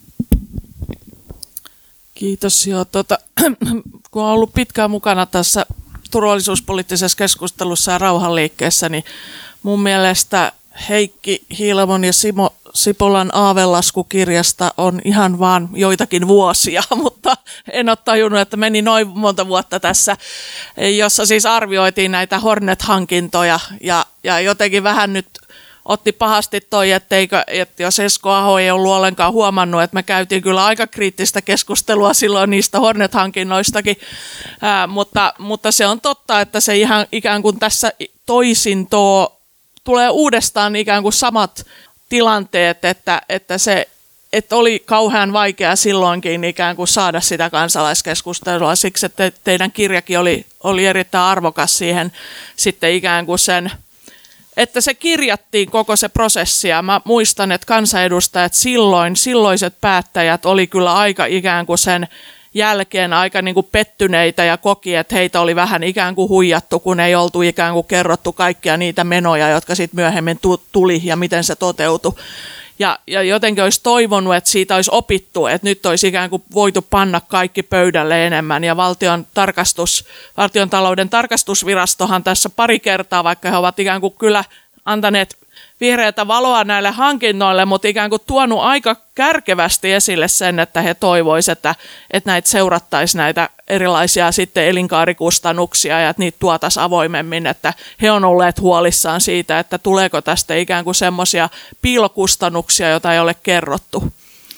Kiitos. Joo, kun olen ollut pitkään mukana tässä turvallisuuspoliittisessa keskustelussa ja rauhanliikkeessä, niin mun mielestä Heikki Hiilamon ja Simo Sipolan aavelaskukirjasta on ihan vaan joitakin vuosia, mutta en ole tajunnut, että meni noin monta vuotta tässä, jossa siis arvioitiin näitä Hornet-hankintoja ja jotenkin vähän nyt otti pahasti toi, että jos Esko Aho ei ollut ollenkaan huomannut, että me käytiin kyllä aika kriittistä keskustelua silloin niistä Hornet-hankinnoistakin, mutta se on totta, että se ihan ikään kuin tässä tulee uudestaan ikään kuin samat tilanteet, että oli kauhean vaikea silloinkin ikään kuin saada sitä kansalaiskeskustelua, siksi että teidän kirjakin oli erittäin arvokas siihen sitten ikään kuin sen, että se kirjattiin koko se prosessi, ja mä muistan, että kansanedustajat silloiset päättäjät oli kyllä aika ikään kuin sen jälkeen aika niin kuin pettyneitä ja koki, että heitä oli vähän ikään kuin huijattu, kun ei oltu ikään kuin kerrottu kaikkia niitä menoja, jotka sitten myöhemmin tuli ja miten se toteutui. Ja jotenkin olisi toivonut, että siitä olisi opittu, että nyt olisi ikään kuin voitu panna kaikki pöydälle enemmän. Ja Valtiontalouden tarkastusvirastohan tässä pari kertaa, vaikka he ovat ikään kuin kyllä antaneet vihreätä valoa näille hankinnoille, mutta ikään kuin tuonut aika kärkevästi esille sen, että he toivoisivat, että näitä seurattaisiin näitä erilaisia sitten elinkaarikustannuksia ja että niitä tuotaisiin avoimemmin, että he on olleet huolissaan siitä, että tuleeko tästä ikään kuin semmoisia piilokustannuksia, joita ei ole kerrottu.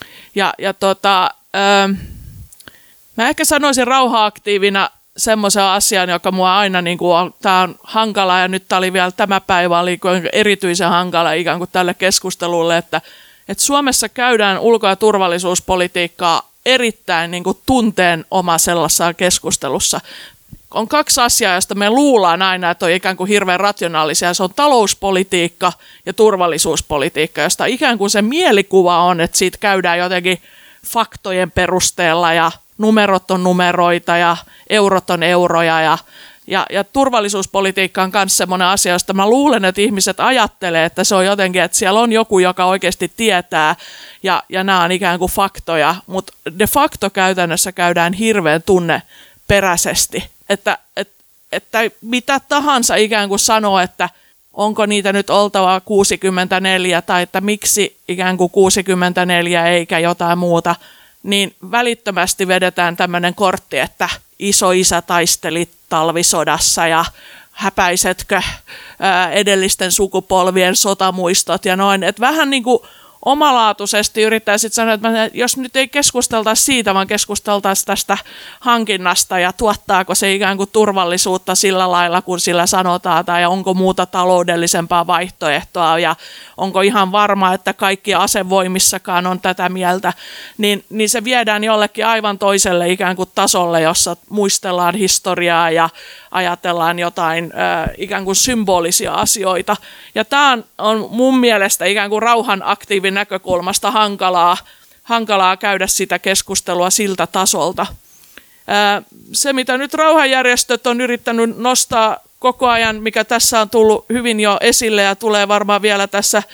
Mä ehkä sanoisin rauha-aktiivina semmoisen asian, joka mua aina niin kuin on, tämä on hankala ja nyt tämä päivä oli erityisen hankala ikään kuin tälle keskustelulle, että Suomessa käydään ulko- ja turvallisuuspolitiikkaa erittäin niin kuin tunteenomaisessa keskustelussa. On kaksi asiaa, joista me luullaan aina, että on ikään kuin hirveän rationaalisia. Se on talouspolitiikka ja turvallisuuspolitiikka, josta ikään kuin se mielikuva on, että siitä käydään jotenkin faktojen perusteella ja numerot on numeroita ja eurot on euroja ja turvallisuuspolitiikka on myös semmoinen asia, josta mä luulen, että ihmiset ajattelee, että se on jotenkin, että siellä on joku, joka oikeasti tietää ja nämä on ikään kuin faktoja, mutta de facto käytännössä käydään hirveän tunneperäisesti, että mitä tahansa ikään kuin sanoo, että onko niitä nyt oltava 64 tai että miksi ikään kuin 64 eikä jotain muuta, niin välittömästi vedetään tämmöinen kortti, että isoisä taisteli talvisodassa ja häpäisetkö edellisten sukupolvien sotamuistot ja noin. Että vähän niin kuin omalaatuisesti yrittää sitten sanoa, että jos nyt ei keskusteltaisi siitä, vaan keskusteltaisiin tästä hankinnasta ja tuottaako se ikään kuin turvallisuutta sillä lailla, kun sillä sanotaan, tai onko muuta taloudellisempaa vaihtoehtoa ja onko ihan varma, että kaikki asevoimissakaan on tätä mieltä, niin se viedään jollekin aivan toiselle ikään kuin tasolle, jossa muistellaan historiaa ja ajatellaan jotain ikään kuin symbolisia asioita. Ja tämä on mun mielestä ikään kuin rauhan aktiivin näkökulmasta hankalaa käydä sitä keskustelua siltä tasolta. Se, mitä nyt rauhanjärjestöt on yrittänyt nostaa koko ajan, mikä tässä on tullut hyvin jo esille ja tulee varmaan vielä tässä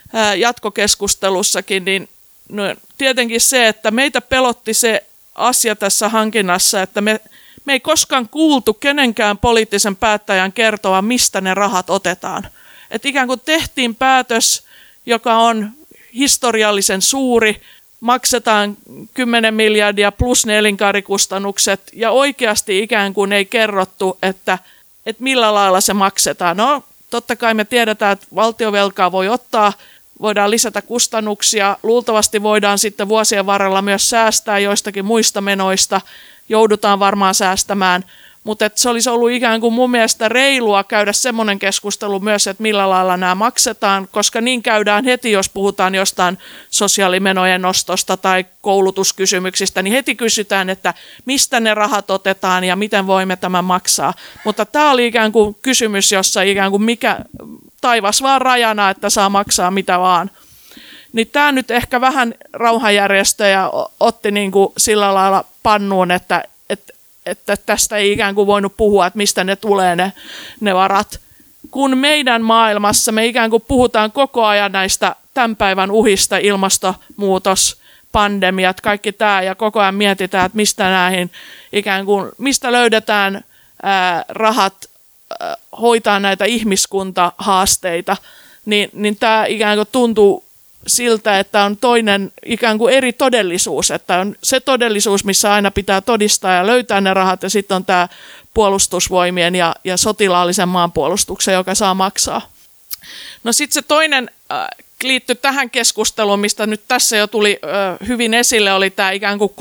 jatkokeskustelussakin, niin no, tietenkin se, että meitä pelotti se asia tässä hankinnassa, että me ei koskaan kuultu kenenkään poliittisen päättäjän kertoa, mistä ne rahat otetaan. Että ikään kuin tehtiin päätös, joka on historiallisen suuri, maksetaan 10 miljardia plus ne elinkaarikustannukset ja oikeasti ikään kuin ei kerrottu, että millä lailla se maksetaan. No, totta kai me tiedetään, että valtiovelkaa voi ottaa, voidaan lisätä kustannuksia, luultavasti voidaan sitten vuosien varrella myös säästää joistakin muista menoista, joudutaan varmaan säästämään, mutta se olisi ollut ikään kuin mun mielestä reilua käydä semmoinen keskustelu myös, että millä lailla nämä maksetaan, koska niin käydään heti, jos puhutaan jostain sosiaalimenojen nostosta tai koulutuskysymyksistä, niin heti kysytään, että mistä ne rahat otetaan ja miten voimme tämän maksaa. Mutta tämä oli ikään kuin kysymys, jossa ikään kuin mikä taivas vaan rajana, että saa maksaa mitä vaan. Niin tämä nyt ehkä vähän rauhanjärjestöjä otti niin kuin sillä lailla pannuun, että tästä ei ikään kuin voinut puhua, että mistä ne tulee ne varat. Kun meidän maailmassa me ikään kuin puhutaan koko ajan näistä tämän päivän uhista, ilmastonmuutos, pandemiat, kaikki tämä, ja koko ajan mietitään, että mistä näihin ikään kuin, mistä löydetään rahat hoitaa näitä ihmiskuntahaasteita, niin tämä ikään kuin tuntuu siltä, että on toinen ikään kuin eri todellisuus, että on se todellisuus, missä aina pitää todistaa ja löytää ne rahat, ja sitten on tämä puolustusvoimien ja sotilaallisen maanpuolustuksen, joka saa maksaa. No sitten se toinen liittyy tähän keskusteluun, mistä nyt tässä jo tuli hyvin esille, oli tämä ikään kuin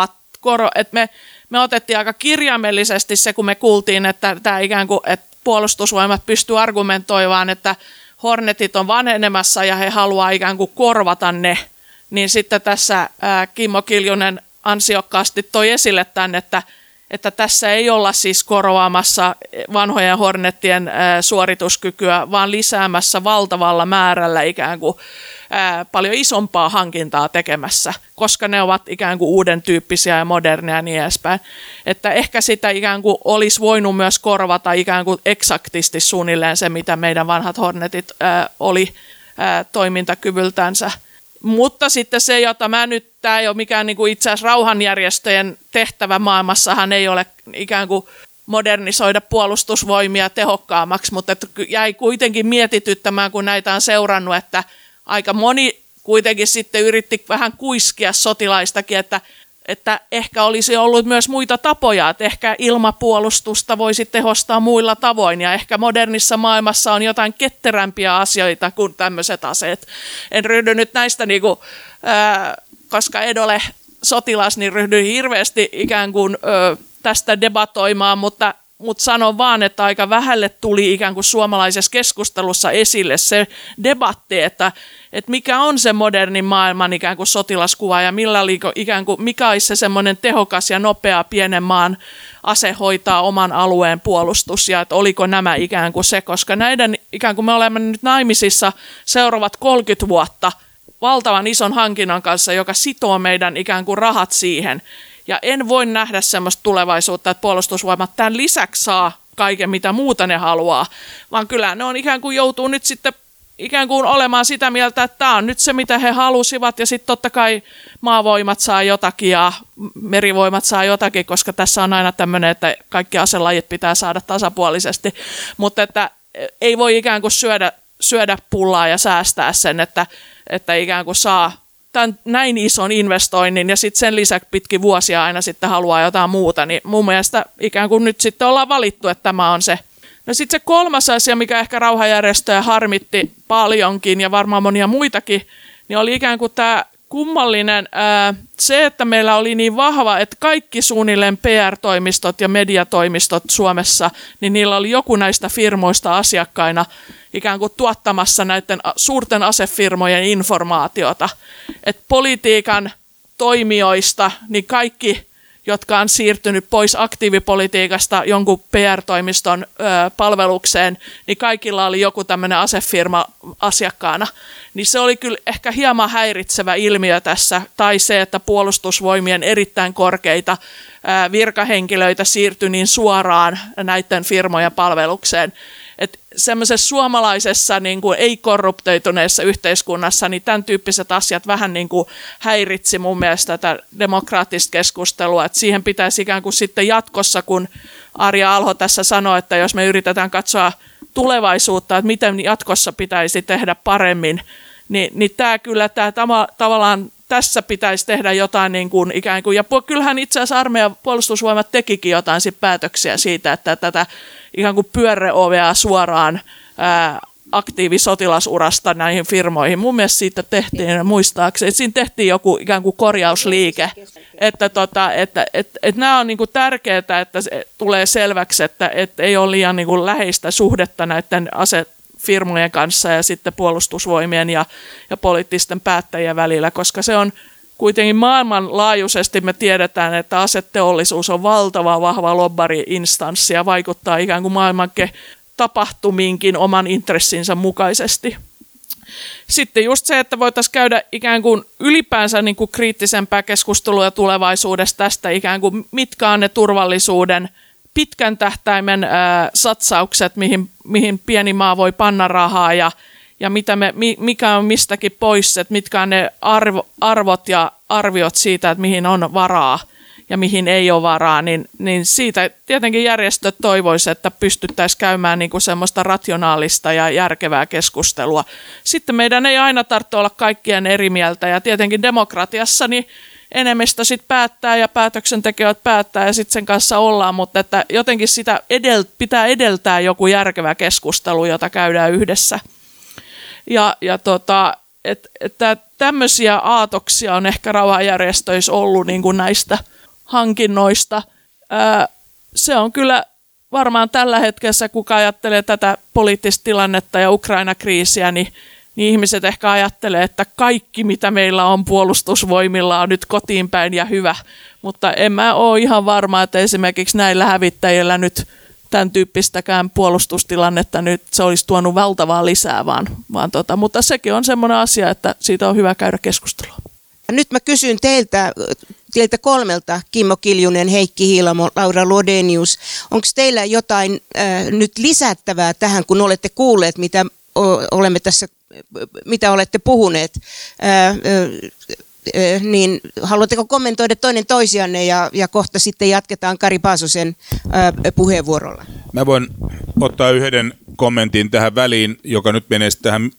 että me otettiin aika kirjaimellisesti se, kun me kuultiin, että tämä ikään kuin, että puolustusvoimat pystyy argumentoimaan, että Hornetit on vanhenemassa ja he haluaa ikään kuin korvata ne, niin sitten tässä Kimmo Kiljunen ansiokkaasti toi esille tämän, että tässä ei olla siis korvaamassa vanhojen Hornettien suorituskykyä, vaan lisäämässä valtavalla määrällä ikään kuin paljon isompaa hankintaa tekemässä, koska ne ovat ikään kuin uuden tyyppisiä ja moderneja ja niin edespäin. Että ehkä sitä ikään kuin olisi voinut myös korvata ikään kuin eksaktisti suunnilleen se, mitä meidän vanhat Hornetit oli toimintakyvyltänsä. Mutta sitten se, jota tämä ei ole mikään niin kuin itse asiassa rauhanjärjestöjen tehtävä maailmassahan ei ole ikään kuin modernisoida puolustusvoimia tehokkaammaksi, mutta jäi kuitenkin mietityttämään, kun näitä on seurannut, että aika moni kuitenkin sitten yritti vähän kuiskia sotilaistakin, että ehkä olisi ollut myös muita tapoja, että ehkä ilmapuolustusta voisi tehostaa muilla tavoin, ja ehkä modernissa maailmassa on jotain ketterämpiä asioita kuin tämmöiset aseet. En ryhdy nyt näistä, koska en ole sotilas, niin ryhdyin hirveästi ikään kuin tästä debatoimaan, mutta sanon vaan, että aika vähälle tuli ikään kuin suomalaisessa keskustelussa esille se debatti, että mikä on se modernin maailman ikään kuin sotilaskuva ja mikä olisi se semmoinen tehokas ja nopea pienen maan ase hoitaa oman alueen puolustus ja että oliko nämä ikään kuin se, koska näiden ikään kuin me olemme nyt naimisissa seuraavat 30 vuotta valtavan ison hankinnan kanssa, joka sitoo meidän ikään kuin rahat siihen. Ja en voi nähdä semmoista tulevaisuutta, että puolustusvoimat tämän lisäksi saa kaiken, mitä muuta ne haluaa, vaan kyllä ne on ikään kuin joutuu nyt sitten ikään kuin olemaan sitä mieltä, että tämä on nyt se, mitä he halusivat, ja sitten totta kai maavoimat saa jotakin ja merivoimat saa jotakin, koska tässä on aina tämmöinen, että kaikki aselajit pitää saada tasapuolisesti, mutta että ei voi ikään kuin syödä pullaa ja säästää sen, että ikään kuin saa tämän näin ison investoinnin ja sitten sen lisäksi pitkin vuosia aina sitten haluaa jotain muuta, niin mun mielestä ikään kuin nyt sitten ollaan valittu, että tämä on se. No sitten se kolmas asia, mikä ehkä rauhanjärjestöjä harmitti paljonkin ja varmaan monia muitakin, niin oli ikään kuin tämä kummallinen se, että meillä oli niin vahva, että kaikki suunnilleen PR-toimistot ja mediatoimistot Suomessa, niin niillä oli joku näistä firmoista asiakkaina ikään kuin tuottamassa näiden suurten asefirmojen informaatiota. Että politiikan toimijoista, niin kaikki, jotka on siirtynyt pois aktiivipolitiikasta jonkun PR-toimiston palvelukseen, niin kaikilla oli joku tämmöinen asefirma asiakkaana. Niin se oli kyllä ehkä hieman häiritsevä ilmiö tässä, tai se, että puolustusvoimien erittäin korkeita virkahenkilöitä siirtyi niin suoraan näiden firmojen palvelukseen. Että semmoisessa suomalaisessa niin kuin ei-korruptoituneessa yhteiskunnassa niin tämän tyyppiset asiat vähän niin kuin häiritsi mun mielestä tätä demokraattista keskustelua. Että siihen pitäisi ikään kuin sitten jatkossa, kun Arja Alho tässä sanoi, että jos me yritetään katsoa tulevaisuutta, että miten jatkossa pitäisi tehdä paremmin, niin tämä kyllä tavallaan tässä pitäisi tehdä jotain niin kuin ikään kuin, ja kyllähän itse asiassa armeijan puolustusvoimat tekikin jotain päätöksiä siitä, että tätä ikään kuin pyörreovea suoraan aktiivisotilasurasta näihin firmoihin. Mun mielestä siitä tehtiin, muistaakseni, että siinä tehtiin joku ikään kuin korjausliike, että nämä on niin kuin tärkeää, että se tulee selväksi, että ei ole liian niin kuin läheistä suhdetta näiden firmojen kanssa ja sitten puolustusvoimien ja poliittisten päättäjien välillä, koska se on kuitenkin maailmanlaajuisesti me tiedetään, että aseteollisuus on valtava vahva lobbari-instanssi ja vaikuttaa ikään kuin maailman tapahtumiinkin oman intressinsä mukaisesti. Sitten just se, että voitaisiin käydä ikään kuin ylipäänsä niin kuin kriittisempää keskustelua tulevaisuudesta tästä, ikään kuin mitkä on ne turvallisuuden pitkän tähtäimen satsaukset, mihin pieni maa voi panna rahaa ja mikä on mistäkin pois, että mitkä on ne arvot ja arviot siitä, että mihin on varaa ja mihin ei ole varaa, niin siitä tietenkin järjestöt toivoisivat, että pystyttäisiin käymään niin kuin semmoista rationaalista ja järkevää keskustelua. Sitten meidän ei aina tarvitse olla kaikkien eri mieltä ja tietenkin demokratiassa niin enemmistö sitten päättää ja päätöksentekijät päättää ja sitten sen kanssa ollaan, mutta että jotenkin sitä pitää edeltää joku järkevä keskustelu, jota käydään yhdessä. Että tämmöisiä aatoksia on ehkä rauhanjärjestöissä ollut niin kuin näistä hankinnoista. Se on kyllä varmaan tällä hetkessä, kuka ajattelee tätä poliittista tilannetta ja Ukraina-kriisiä, niin ihmiset ehkä ajattelee, että kaikki mitä meillä on puolustusvoimilla on nyt kotiin päin ja hyvä, mutta en mä ole ihan varma, että esimerkiksi näillä hävittäjillä nyt tämän tyyppistäkään puolustustilannetta nyt se olisi tuonut valtavaa lisää, mutta sekin on semmoinen asia, että siitä on hyvä käydä keskustelua. Nyt mä kysyn teiltä kolmelta, Kimmo Kiljunen, Heikki Hiilamo, Laura Lodenius, onko teillä jotain nyt lisättävää tähän, kun olette kuulleet, mitä olette puhuneet, niin haluatteko kommentoida toinen toisianne ja kohta sitten jatketaan Kari Paasosen puheenvuorolla? Mä voin ottaa yhden kommentin tähän väliin, joka nyt menee tähän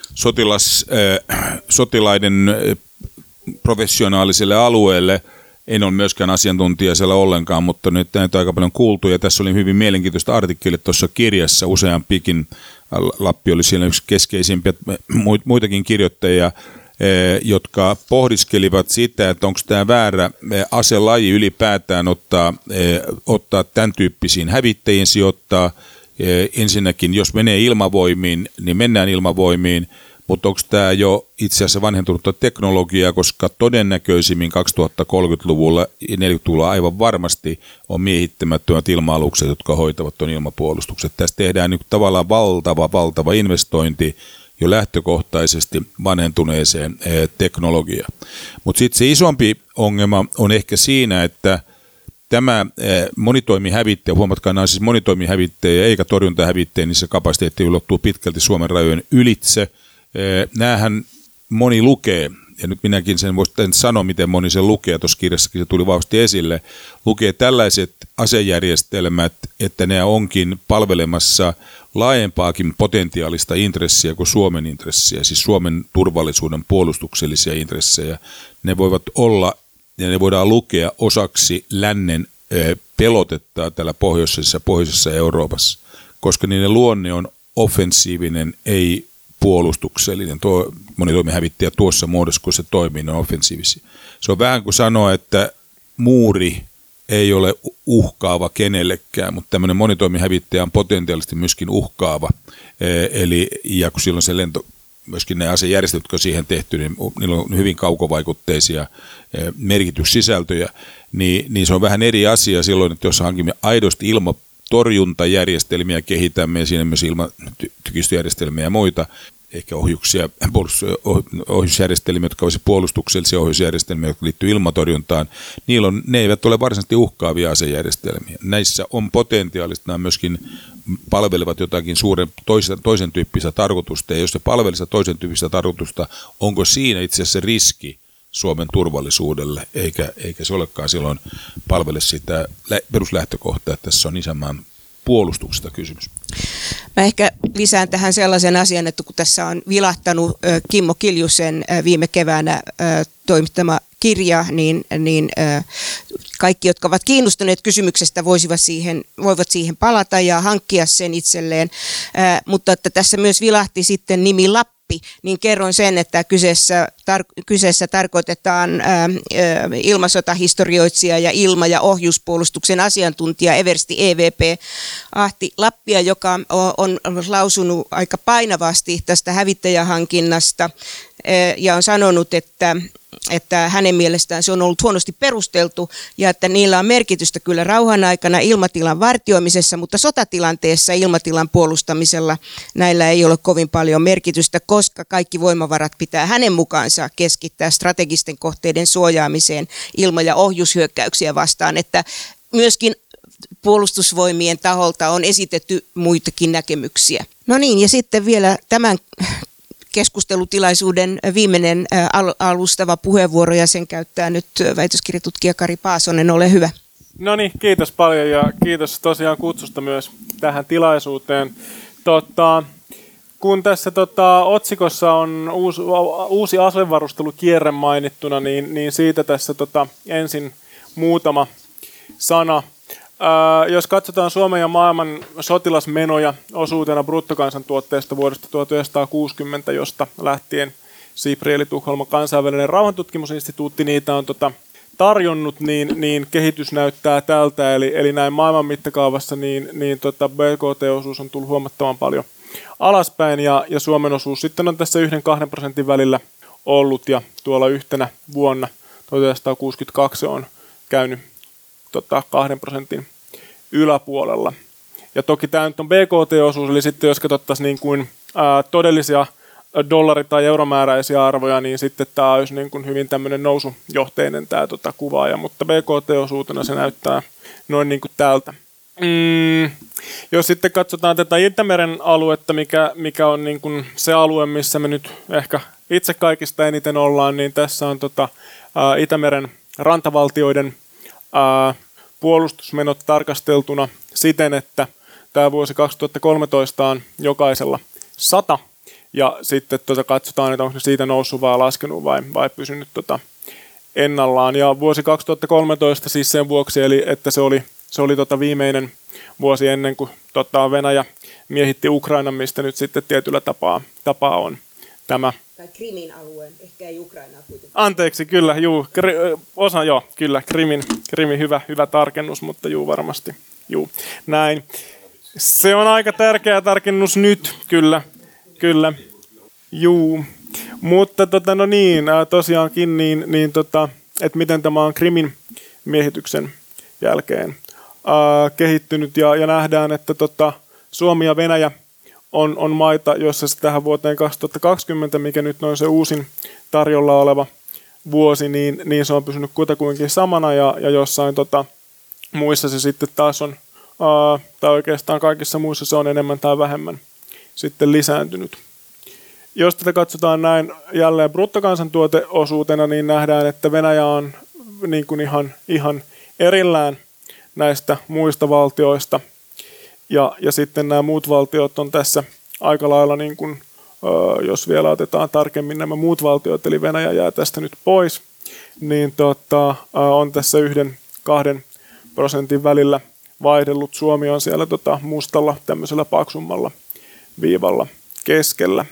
sotilaiden professionaaliselle alueelle. En ole myöskään asiantuntija siellä ollenkaan, mutta nyt näitä on aika paljon kuultu ja tässä oli hyvin mielenkiintoista artikkelit tuossa kirjassa, useampikin. Lappi oli siellä yksi keskeisimpiä muitakin kirjoittajia, jotka pohdiskelivat sitä, että onko tämä väärä aselaji ylipäätään ottaa tämän tyyppisiin hävittäjiin sijoittaa. Ensinnäkin, jos menee ilmavoimiin, niin mennään ilmavoimiin, mutta onko tämä jo itse asiassa vanhentunutta teknologiaa, koska todennäköisimmin 2030-luvulla ja 40-luvulla aivan varmasti on miehittämättömät ilma-alukset, jotka hoitavat tuon ilmapuolustukset. Tässä tehdään nyt tavallaan valtava investointi jo lähtökohtaisesti vanhentuneeseen teknologiaan. Mutta sitten se isompi ongelma on ehkä siinä, että tämä monitoimihävittäjä, huomatkaa nämä on siis monitoimihävittäjä eikä torjuntahävittäjä, niin se kapasiteetti ulottuu pitkälti Suomen rajojen ylitse. Näähän moni lukee, ja nyt minäkin sen voisin sanoa, miten moni sen lukee, tuossa kirjassakin se tuli vahvasti esille, lukee tällaiset asejärjestelmät, että ne onkin palvelemassa laajempaakin potentiaalista intressiä kuin Suomen intressiä, siis Suomen turvallisuuden puolustuksellisia intressejä. Ne voivat olla, ja ne voidaan lukea osaksi lännen pelotetta täällä pohjoisessa Euroopassa, koska niiden luonne on offensiivinen, ei puolustuksellinen. Monitoimihävittäjä tuossa muodossa, kun se toimii, ne on offensiivisia. Se on vähän kuin sanoa, että muuri ei ole uhkaava kenellekään, mutta tämmöinen monitoimihävittäjä on potentiaalisesti myöskin uhkaava. Ja kun silloin se myöskin ne asejärjestelyt, jotka on siihen tehty, niin niillä on hyvin kaukovaikutteisia merkityssisältöjä, niin se on vähän eri asia silloin, että jos hankimme aidosti ilmatorjuntajärjestelmiä, kehitämme ja siinä myös ilmatykistöjärjestelmiä ja muita, ehkä ohjusjärjestelmiä, jotka olisivat puolustuksellisia ohjusjärjestelmiä, jotka liittyy ilmatorjuntaan, ne eivät ole varsinaisesti uhkaavia asejärjestelmiä. Näissä on potentiaalista, nämä myöskin palvelevat jotakin toisen tyyppistä tarkoitusta, ja jos se palvelisi toisen tyyppistä tarkoitusta, onko siinä itse asiassa riski Suomen turvallisuudelle, eikä se olekaan silloin palvele sitä peruslähtökohtaa, että tässä on isänmaan puolustuksesta kysymys. Mä ehkä lisään tähän sellaisen asian, että kun tässä on vilahtanut Kimmo Kiljusen viime keväänä toimittama kirja, niin kaikki, jotka ovat kiinnostuneet kysymyksestä, voivat siihen palata ja hankkia sen itselleen. Mutta että tässä myös vilahti sitten nimi Lappi, niin kerron sen, että kyseessä tarkoitetaan ilmasotahistorioitsija ja ilma- ja ohjuspuolustuksen asiantuntija eversti EVP Ahti Lappia, joka on lausunut aika painavasti tästä hävittäjähankinnasta ja on sanonut, että hänen mielestään se on ollut huonosti perusteltu ja että niillä on merkitystä kyllä rauhan aikana ilmatilan vartioimisessa, mutta sotatilanteessa ilmatilan puolustamisella näillä ei ole kovin paljon merkitystä, koska kaikki voimavarat pitää hänen mukaansa keskittää strategisten kohteiden suojaamiseen ilma- ja ohjushyökkäyksiä vastaan, että myöskin puolustusvoimien taholta on esitetty muitakin näkemyksiä. No niin, ja sitten vielä tämän keskustelutilaisuuden viimeinen alustava puheenvuoro ja sen käyttää nyt väitöskirjatutkija Kari Paasonen, ole hyvä. No niin, kiitos paljon ja kiitos tosiaan kutsusta myös tähän tilaisuuteen. Kun tässä otsikossa on uusi asevarustelukierre mainittuna, niin siitä tässä ensin muutama sana. Jos katsotaan Suomen ja maailman sotilasmenoja osuutena bruttokansantuotteesta vuodesta 1960, josta lähtien SIPRI eli Tukholman kansainvälinen rauhantutkimusinstituutti niitä on tarjonnut, niin kehitys näyttää tältä. Eli näin maailman mittakaavassa BKT-osuus on tullut huomattavan paljon alaspäin ja Suomen osuus sitten on tässä 1-2% välillä ollut ja tuolla yhtenä vuonna 1962 on käynyt 2% yläpuolella. Ja toki tämä nyt on BKT-osuus, eli sitten jos katsottaisiin niin kuin, todellisia dollari- tai euromääräisiä arvoja, niin sitten tämä olisi niin kuin hyvin tämmöinen nousujohteinen tämä kuvaaja, mutta BKT-osuutena se näyttää noin niin kuin tältä. Jos sitten katsotaan tätä Itämeren aluetta, mikä on niin kuin se alue, missä me nyt ehkä itse kaikista eniten ollaan, niin tässä on Itämeren rantavaltioiden puolustusmenot tarkasteltuna siten, että tämä vuosi 2013 on jokaisella 100, ja sitten katsotaan, että onko se siitä noussut vai laskenut vai pysynyt ennallaan. Ja vuosi 2013 siis sen vuoksi, eli että se oli viimeinen vuosi ennen kuin Venäjä miehitti Ukrainan, mistä nyt sitten tietyllä tapaa on tämä. Tai Krimin alueen, ehkä ei Ukrainaa kuitenkaan. Anteeksi, kyllä, kyllä, Krimin hyvä tarkennus, mutta varmasti, näin. Se on aika tärkeä tarkennus nyt, kyllä, mutta tosiaankin, että miten tämä on Krimin miehityksen jälkeen kehittynyt ja nähdään, että Suomi ja Venäjä on maita, joissa se tähän vuoteen 2020, mikä nyt on se uusin tarjolla oleva vuosi, niin se on pysynyt kutakuinkin samana ja jossain muissa se sitten taas on, tai oikeastaan kaikissa muissa se on enemmän tai vähemmän sitten lisääntynyt. Jos tätä katsotaan näin jälleen bruttokansantuoteosuutena, niin nähdään, että Venäjä on niin kuin ihan erillään näistä muista valtioista. Ja sitten nämä muut valtiot on tässä aika lailla, niin kuin, jos vielä otetaan tarkemmin nämä muut valtiot, eli Venäjä jää tästä nyt pois, niin on tässä 1-2% välillä vaihdellut. Suomi on siellä mustalla tämmöisellä paksummalla viivalla keskellä.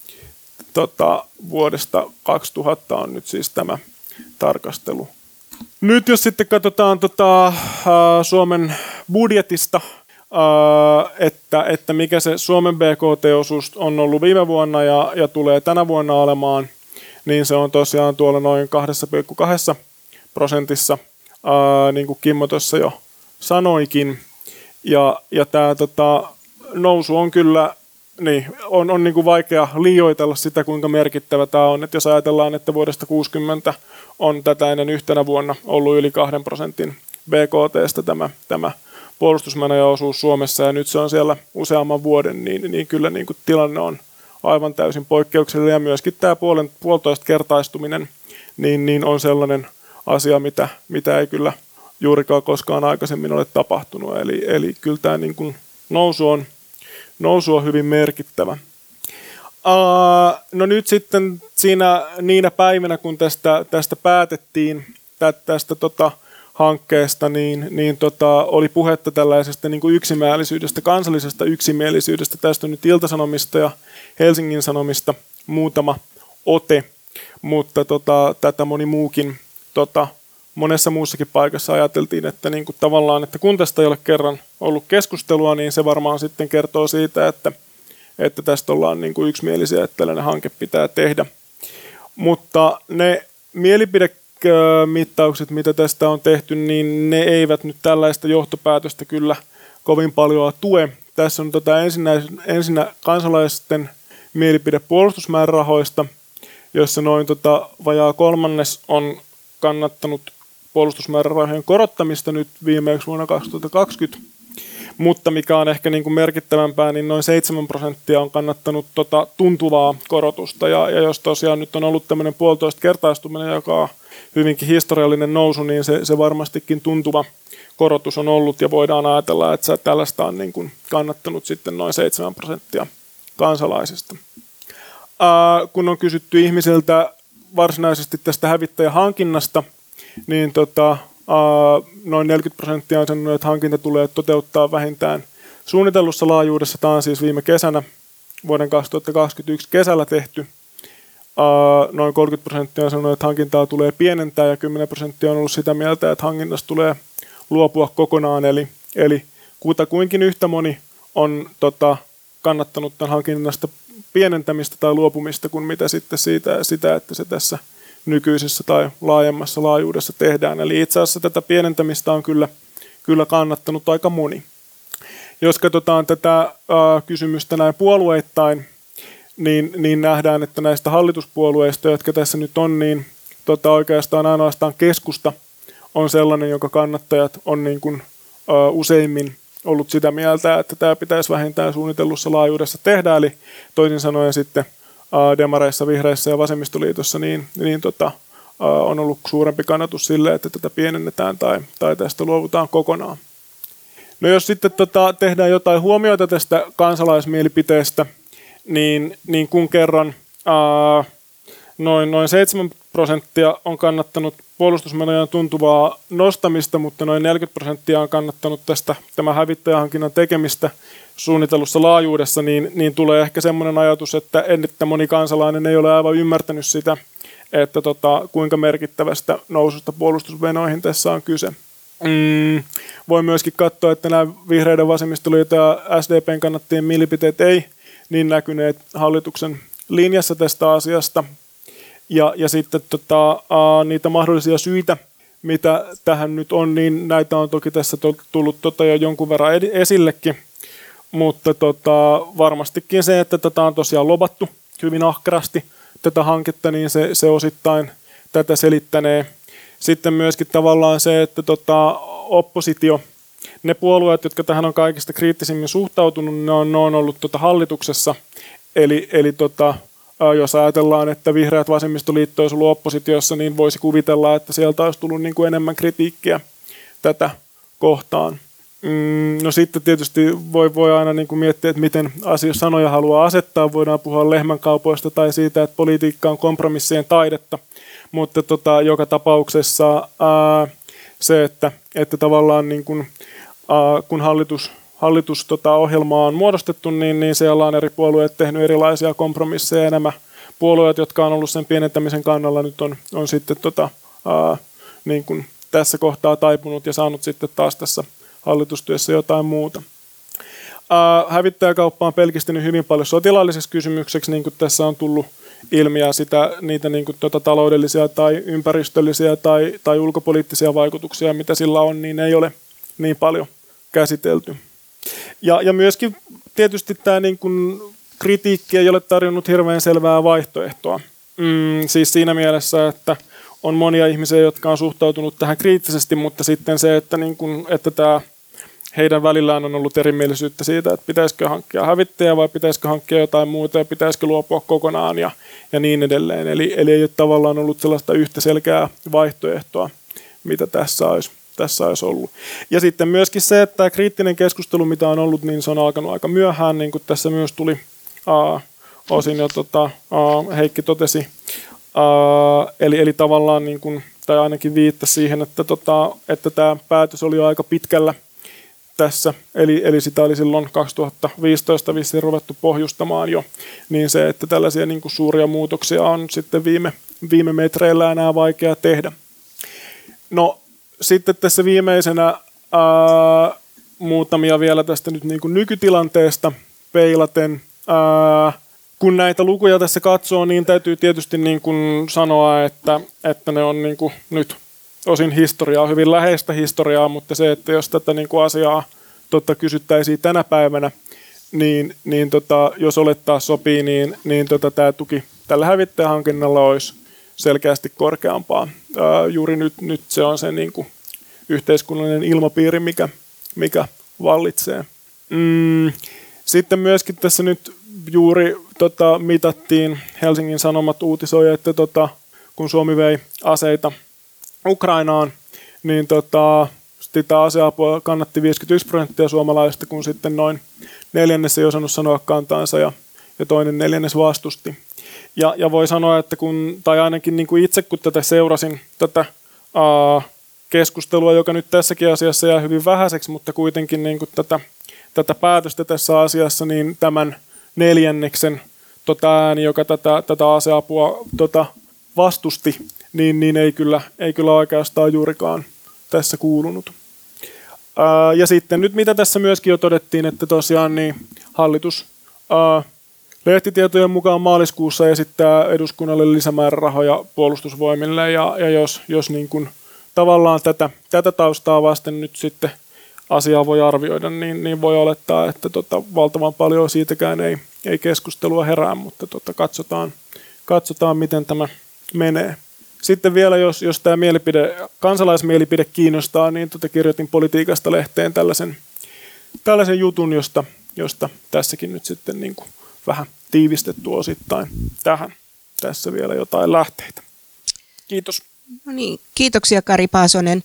Vuodesta 2000 on nyt siis tämä tarkastelu. Nyt jos sitten katsotaan Suomen budjetista että mikä se Suomen BKT-osuus on ollut viime vuonna ja tulee tänä vuonna olemaan, niin se on tosiaan tuolla noin 2,2%, niin kuin Kimmo tuossa jo sanoikin. Ja tämä nousu on kyllä, niin, on niin kuin vaikea liioitella sitä, kuinka merkittävä tämä on. Et jos ajatellaan, että vuodesta 60 on tätä ennen yhtenä vuonna ollut yli 2% BKT:stä tämä puolustusmenojen osuus Suomessa, ja nyt se on siellä useamman vuoden, niin kyllä niin kuin tilanne on aivan täysin poikkeuksellinen, ja myöskin tämä puolitoista kertaistuminen niin on sellainen asia, mitä ei kyllä juurikaan koskaan aikaisemmin ole tapahtunut, eli kyllä tämä niin kuin nousu on hyvin merkittävä. No nyt sitten niinä päivinä, kun tästä päätettiin, tästä hankkeesta, niin oli puhetta tällaisesta niin kuin yksimielisyydestä, kansallisesta yksimielisyydestä. Tästä on nyt Ilta-Sanomista ja Helsingin Sanomista muutama ote, mutta tätä moni muukin, monessa muussakin paikassa ajateltiin, että niin kuin tavallaan, että kun tästä ei ole kerran ollut keskustelua, niin se varmaan sitten kertoo siitä, että tästä ollaan niin kuin yksimielisiä, että tällainen hanke pitää tehdä. Mutta ne mielipidemittaukset, mitä tästä on tehty, niin ne eivät nyt tällaista johtopäätöstä kyllä kovin paljon tue. Tässä on ensinnä kansalaisten mielipide puolustusmäärärahoista, jossa noin vajaa kolmannes on kannattanut puolustusmäärärahojen korottamista nyt viimeksi vuonna 2020, mutta mikä on ehkä niin kuin merkittävämpää, niin noin 7% on kannattanut tuntuvaa korotusta, ja jos tosiaan nyt on ollut tämmöinen puolitoista kertaistuminen, joka on hyvinkin historiallinen nousu, niin se varmastikin tuntuva korotus on ollut, ja voidaan ajatella, että tällaista on niin kuin kannattanut sitten noin 7% kansalaisista. Kun on kysytty ihmisiltä varsinaisesti tästä hävittäjähankinnasta, niin noin 40% on sanonut, että hankinta tulee toteuttaa vähintään suunnitellussa laajuudessa. Tämä on siis viime kesänä, vuoden 2021 kesällä tehty. Noin 30% on sanonut, että hankintaa tulee pienentää, ja 10% on ollut sitä mieltä, että hankinnasta tulee luopua kokonaan. Eli kutakuinkin yhtä moni on kannattanut tämän hankinnasta pienentämistä tai luopumista kuin mitä sitten sitä, että se tässä nykyisessä tai laajemmassa laajuudessa tehdään. Eli itse asiassa tätä pienentämistä on kyllä kannattanut aika moni. Jos katsotaan tätä kysymystä näin puolueittain, niin nähdään, että näistä hallituspuolueista, jotka tässä nyt on, niin oikeastaan ainoastaan keskusta on sellainen, jonka kannattajat on niin kuin, useimmin ollut sitä mieltä, että tämä pitäisi vähintään suunnitellussa laajuudessa tehdä, eli toisin sanoen sitten demareissa, vihreissä ja vasemmistoliitossa on ollut suurempi kannatus sille, että tätä pienennetään tai tästä luovutaan kokonaan. No jos sitten tehdään jotain huomioita tästä kansalaismielipiteestä, niin kun kerran noin 7% on kannattanut puolustusmenojen tuntuvaa nostamista, mutta noin 40% on kannattanut tämän hävittäjähankinnan tekemistä suunnitellussa laajuudessa, niin tulee ehkä semmoinen ajatus, että moni kansalainen ei ole aivan ymmärtänyt sitä, että kuinka merkittävästä noususta puolustusmenoihin tässä on kyse. Voi myöskin katsoa, että nämä vihreiden, vasemmistoliiton ja SDPn kannattajien mielipiteet ei niin näkyneet hallituksen linjassa tästä asiasta. Ja sitten niitä mahdollisia syitä, mitä tähän nyt on, niin näitä on toki tässä tullut jo jonkun verran esillekin. Mutta varmastikin se, että tätä on tosiaan lobattu hyvin ahkerasti, tätä hanketta, niin se osittain tätä selittänee. Sitten myöskin tavallaan se, että oppositio, ne puolueet, jotka tähän on kaikista kriittisimmin suhtautunut, ne on ollut hallituksessa. Eli jos ajatellaan, että vihreät vasemmistoliitto olisi ollut oppositiossa, niin voisi kuvitella, että sieltä olisi tullut niin kuin enemmän kritiikkiä tätä kohtaan. No sitten tietysti voi aina niin kuin miettiä, että miten sanoja haluaa asettaa. Voidaan puhua lehmänkaupoista tai siitä, että politiikka on kompromissien taidetta. Mutta joka tapauksessa se, että tavallaan niin kuin, kun hallitusohjelmaa on muodostettu, niin siellä on eri puolueet tehnyt erilaisia kompromisseja. Ja nämä puolueet, jotka on ollut sen pienentämisen kannalla, nyt on sitten niin kuin tässä kohtaa taipunut ja saanut sitten taas tässä hallitustyössä jotain muuta. hävittäjäkauppa on pelkistynyt hyvin paljon sotilaalliseksi kysymykseksi, niin kuin tässä on tullut ilmi, ja niitä niin kuin taloudellisia tai ympäristöllisiä tai ulkopoliittisia vaikutuksia, mitä sillä on, niin ei ole niin paljon käsitelty. Ja myöskin tietysti tämä niin kuin kritiikki ei ole tarjonnut hirveän selvää vaihtoehtoa. Siis siinä mielessä, että on monia ihmisiä, jotka on suhtautunut tähän kriittisesti, mutta sitten se, että tämä heidän välillään on ollut erimielisyyttä siitä, että pitäisikö hankkia hävittäjä vai pitäisikö hankkia jotain muuta ja pitäisikö luopua kokonaan ja niin edelleen. Eli ei ole tavallaan ollut sellaista yhtä selkeää vaihtoehtoa, mitä tässä olisi ollut. Ja sitten myöskin se, että tämä kriittinen keskustelu, mitä on ollut, niin se on alkanut aika myöhään, niin kuin tässä myös tuli osin jo Heikki totesi. Eli tavallaan, niin kuin, tai ainakin viittasi siihen, että tämä päätös oli jo aika pitkällä tässä, eli sitä oli silloin 2015 vissiin ruvettu pohjustamaan jo, niin se, että tällaisia niin kuin suuria muutoksia on sitten viime metreillä enää vaikea tehdä. No sitten tässä viimeisenä muutamia vielä tästä nyt niin kuin nykytilanteesta peilaten. Kun näitä lukuja tässä katsoo, niin täytyy tietysti niin kuin sanoa, että ne on niin kuin nyt osin historiaa, hyvin läheistä historiaa, mutta se, että jos tätä niin kuin asiaa kysyttäisiin tänä päivänä, niin jos olettaa sopii, niin tämä tuki tällä hävittäjähankinnalla olisi selkeästi korkeampaa. Juuri nyt se on se niin kuin yhteiskunnallinen ilmapiiri, mikä vallitsee. Sitten myöskin tässä nyt juuri mitattiin, Helsingin Sanomat uutisoi, että kun Suomi vei aseita Ukrainaan, niin sitä aseapua kannatti 51% suomalaisista, kun sitten noin neljännes ei osannut sanoa kantaansa ja toinen neljännes vastusti. Ja voi sanoa, että tai ainakin niin kuin itse kun tätä seurasin, tätä keskustelua, joka nyt tässäkin asiassa jää hyvin vähäiseksi, mutta kuitenkin niin kuin tätä päätöstä tässä asiassa, niin tämän neljänneksen ääni, joka tätä aseapua vastusti, niin ei kyllä oikeastaan juurikaan tässä kuulunut. Ja sitten nyt mitä tässä myöskin jo todettiin, että tosiaan niin hallitus lehtitietojen mukaan maaliskuussa esittää eduskunnalle lisämäärärahoja puolustusvoimille, ja jos niin kuin tavallaan tätä taustaa vasten nyt sitten asiaa voi arvioida, niin voi olettaa, että valtavan paljon siitäkään ei keskustelua herää, mutta katsotaan, miten tämä menee. Sitten vielä, jos tämä kansalaismielipide kiinnostaa, niin kirjoitin Politiikasta-lehteen tällaisen jutun, josta tässäkin nyt sitten niin kuin vähän tiivistetty osittain tähän. Tässä vielä jotain lähteitä. Kiitos. No niin, kiitoksia Kari Paasonen.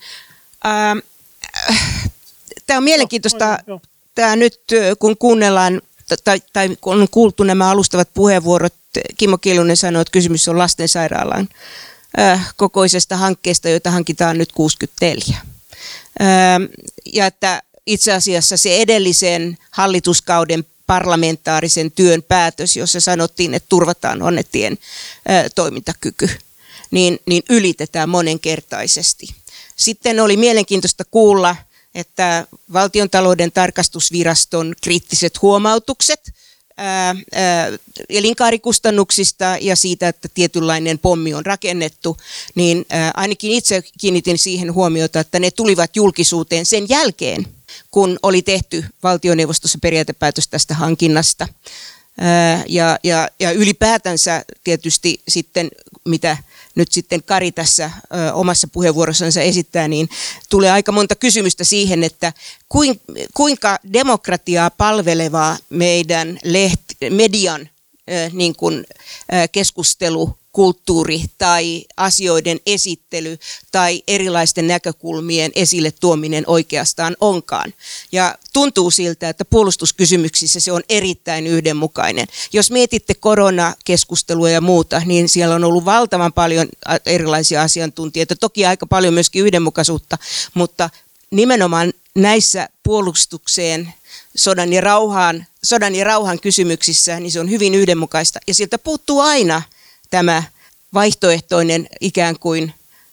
Tämä on mielenkiintoista, tämä nyt kun kuunnellaan tai kun on kuultu nämä alustavat puheenvuorot, Kimmo Kiljunen sanoi, että kysymys on lastensairaalan kokoisesta hankkeesta, jota hankitaan nyt 64. Ja että itse asiassa se edellisen hallituskauden parlamentaarisen työn päätös, jossa sanottiin, että turvataan Onnetien toimintakyky, niin ylitetään monenkertaisesti. Sitten oli mielenkiintoista kuulla, että Valtiontalouden tarkastusviraston kriittiset huomautukset elinkaarikustannuksista ja siitä, että tietynlainen pommi on rakennettu, niin ainakin itse kiinnitin siihen huomiota, että ne tulivat julkisuuteen sen jälkeen, kun oli tehty valtioneuvostossa periaatepäätös tästä hankinnasta. Ja ylipäätänsä tietysti sitten, mitä nyt sitten Kari tässä omassa puheenvuorossansa esittää, niin tulee aika monta kysymystä siihen, että kuinka demokratiaa palvelevaa meidän median niin kuin, keskustelukulttuuri tai asioiden esittely tai erilaisten näkökulmien esille tuominen oikeastaan onkaan. Ja tuntuu siltä, että puolustuskysymyksissä se on erittäin yhdenmukainen. Jos mietitte koronakeskustelua ja muuta, niin siellä on ollut valtavan paljon erilaisia asiantuntijoita, toki aika paljon myöskin yhdenmukaisuutta, mutta nimenomaan näissä puolustukseen, sodan ja rauhan kysymyksissä, niin se on hyvin yhdenmukaista. Ja sieltä puuttuu aina tämä vaihtoehtoinen ikään kuin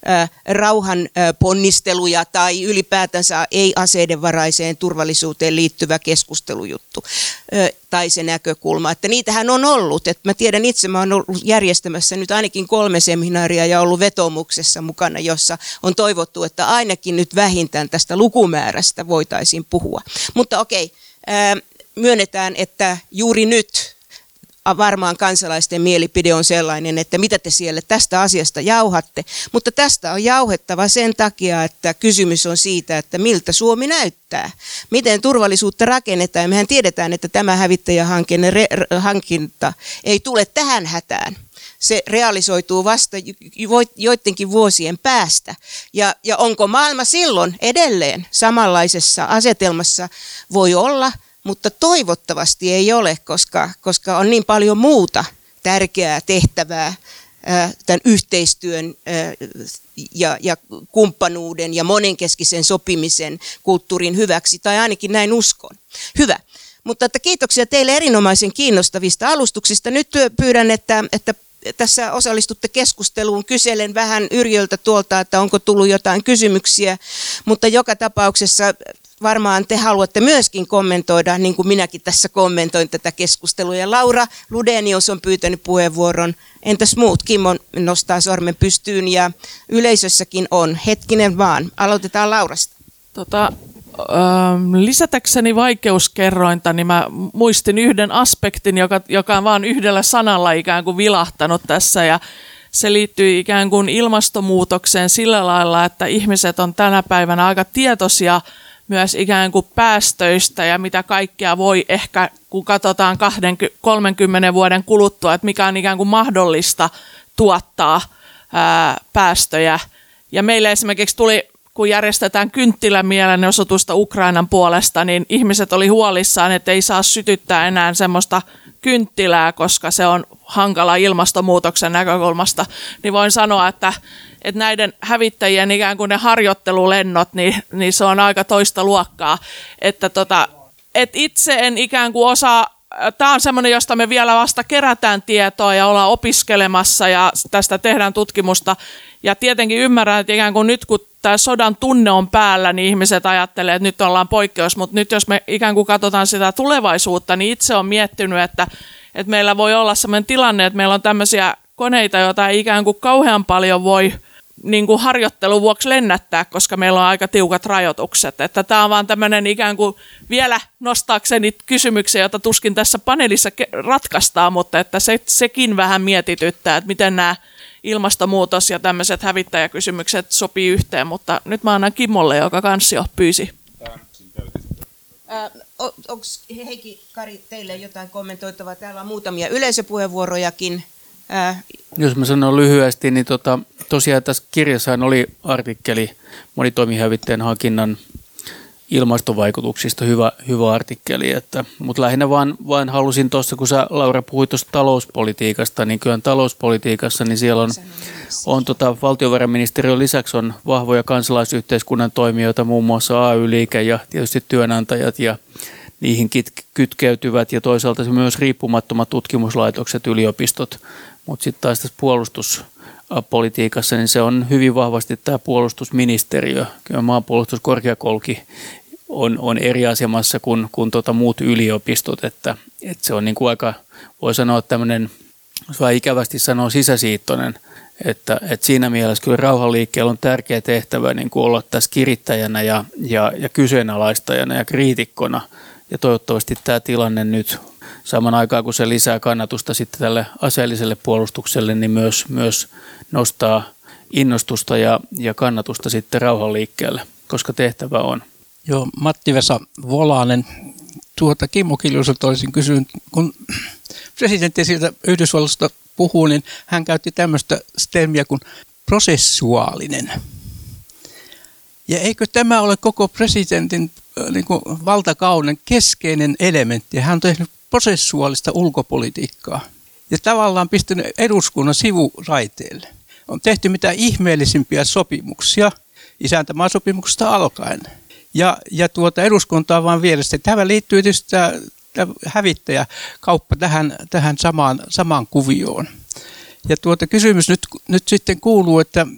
rauhan ponnisteluja tai ylipäätänsä ei-aseidenvaraiseen turvallisuuteen liittyvä keskustelujuttu tai se näkökulma, että niitähän on ollut. Että mä tiedän itse, mä oon ollut järjestämässä nyt ainakin 3 seminaaria ja ollut vetoomuksessa mukana, jossa on toivottu, että ainakin nyt vähintään tästä lukumäärästä voitaisiin puhua. Mutta okei, myönnetään, että juuri nyt varmaan kansalaisten mielipide on sellainen, että mitä te siellä tästä asiasta jauhatte, mutta tästä on jauhettava sen takia, että kysymys on siitä, että miltä Suomi näyttää, miten turvallisuutta rakennetaan. Mehän tiedetään, että tämä hävittäjähankinta ei tule tähän hätään. Se realisoituu vasta joidenkin vuosien päästä. Ja onko maailma silloin edelleen samanlaisessa asetelmassa? Voi olla, mutta toivottavasti ei ole, koska on niin paljon muuta tärkeää tehtävää tämän yhteistyön ja kumppanuuden ja monenkeskisen sopimisen kulttuurin hyväksi, tai ainakin näin uskon. Hyvä. Mutta että kiitoksia teille erinomaisen kiinnostavista alustuksista. Nyt pyydän, että tässä osallistutte keskusteluun. Kyselen vähän Yrjöltä tuolta, että onko tullut jotain kysymyksiä, mutta joka tapauksessa varmaan te haluatte myöskin kommentoida, niin kuin minäkin tässä kommentoin tätä keskustelua. Ja Laura Ludenius on pyytänyt puheenvuoron. Entäs muut? Kimmo nostaa sormen pystyyn ja yleisössäkin on. Hetkinen vaan. Aloitetaan Laurasta. Lisätäkseni vaikeuskerrointa, niin mä muistin yhden aspektin, joka on vaan yhdellä sanalla ikään kuin vilahtanut tässä, ja se liittyy ikään kuin ilmastonmuutokseen sillä lailla, että ihmiset on tänä päivänä aika tietoisia myös ikään kuin päästöistä ja mitä kaikkea voi ehkä, kun katsotaan 20-30 vuoden kuluttua, että mikä on ikään kuin mahdollista tuottaa päästöjä. Ja meille esimerkiksi tuli, kun järjestetään kynttilän mielenosoitusta Ukrainan puolesta, niin ihmiset oli huolissaan, että ei saa sytyttää enää semmoista kynttilää, koska se on hankala ilmastonmuutoksen näkökulmasta. Niin voin sanoa, että näiden hävittäjien ikään kuin ne harjoittelulennot, niin se on aika toista luokkaa. Että itse en ikään kuin osaa, tämä on semmoinen, josta me vielä vasta kerätään tietoa ja ollaan opiskelemassa ja tästä tehdään tutkimusta. Ja tietenkin ymmärrän, että ikään kuin nyt kun tämä sodan tunne on päällä, niin ihmiset ajattelee, että nyt ollaan poikkeus. Mutta nyt jos me ikään kuin katsotaan sitä tulevaisuutta, niin itse olen miettinyt, että meillä voi olla sellainen tilanne, että meillä on tämmöisiä koneita, joita ei ikään kuin kauhean paljon voi niin kuin harjoittelun vuoksi lennättää, koska meillä on aika tiukat rajoitukset. Että tämä on vaan tämmöinen ikään kuin vielä nostaakseni kysymyksiä, joita tuskin tässä paneelissa ratkaistaan, mutta että sekin vähän mietityttää, että miten nämä ilmastonmuutos ja tämmöiset hävittäjäkysymykset sopii yhteen, mutta nyt mä annan Kimmolle, joka kanssa jo pyysi. Onko Heikki, Kari, teille jotain kommentoitavaa? Täällä on muutamia yleisöpuheenvuorojakin. Jos mä sanon lyhyesti, niin tosiaan tässä kirjassahan oli artikkeli monitoimihävittäjän hankinnan ilmastovaikutuksista, hyvä artikkeli, mutta lähinnä vaan halusin tuossa, kun sä Laura puhuit tuosta talouspolitiikasta, niin kyllä talouspolitiikassa, niin siellä on valtiovarainministeriön lisäksi on vahvoja kansalaisyhteiskunnan toimijoita, muun muassa AY-liike ja tietysti työnantajat ja niihin kytkeytyvät ja toisaalta myös riippumattomat tutkimuslaitokset, yliopistot, mutta sitten taas tässä puolustuspolitiikassa, niin se on hyvin vahvasti tämä puolustusministeriö. Kyllä maanpuolustuskorkeakoulukin on eri asemassa kuin muut yliopistot, että se on niin kuin aika, voi sanoa tämmöinen, jos vähän ikävästi sanoo, sisäsiittoinen, että siinä mielessä kyllä rauhanliikkeellä on tärkeä tehtävä niin kuin olla tässä kirittäjänä ja kyseenalaistajana ja kriitikkona. Ja toivottavasti tämä tilanne nyt saman aikaan, kun se lisää kannatusta sitten tälle aseelliselle puolustukselle, niin myös nostaa innostusta ja kannatusta sitten rauhanliikkeelle, koska tehtävä on. Joo, Matti-Vesa Volanen. Kimmo Kiljuselta olisin kysynyt, kun presidentti sieltä Yhdysvalloista puhuu, niin hän käytti tämmöistä termiä kuin prosessuaalinen. Ja eikö tämä ole koko presidentin niin kuin valtakauden keskeinen elementti? Hän on tehnyt prosessuaalista ulkopolitiikkaa ja tavallaan pistänyt eduskunnan sivuraiteelle. On tehty mitä ihmeellisimpiä sopimuksia, isäntämaasopimuksesta alkaen. Ja eduskunta on vaan vierestä. Tämä liittyy tietysti tämä hävittäjäkauppa tähän samaan kuvioon. Ja kysymys nyt sitten kuuluu, että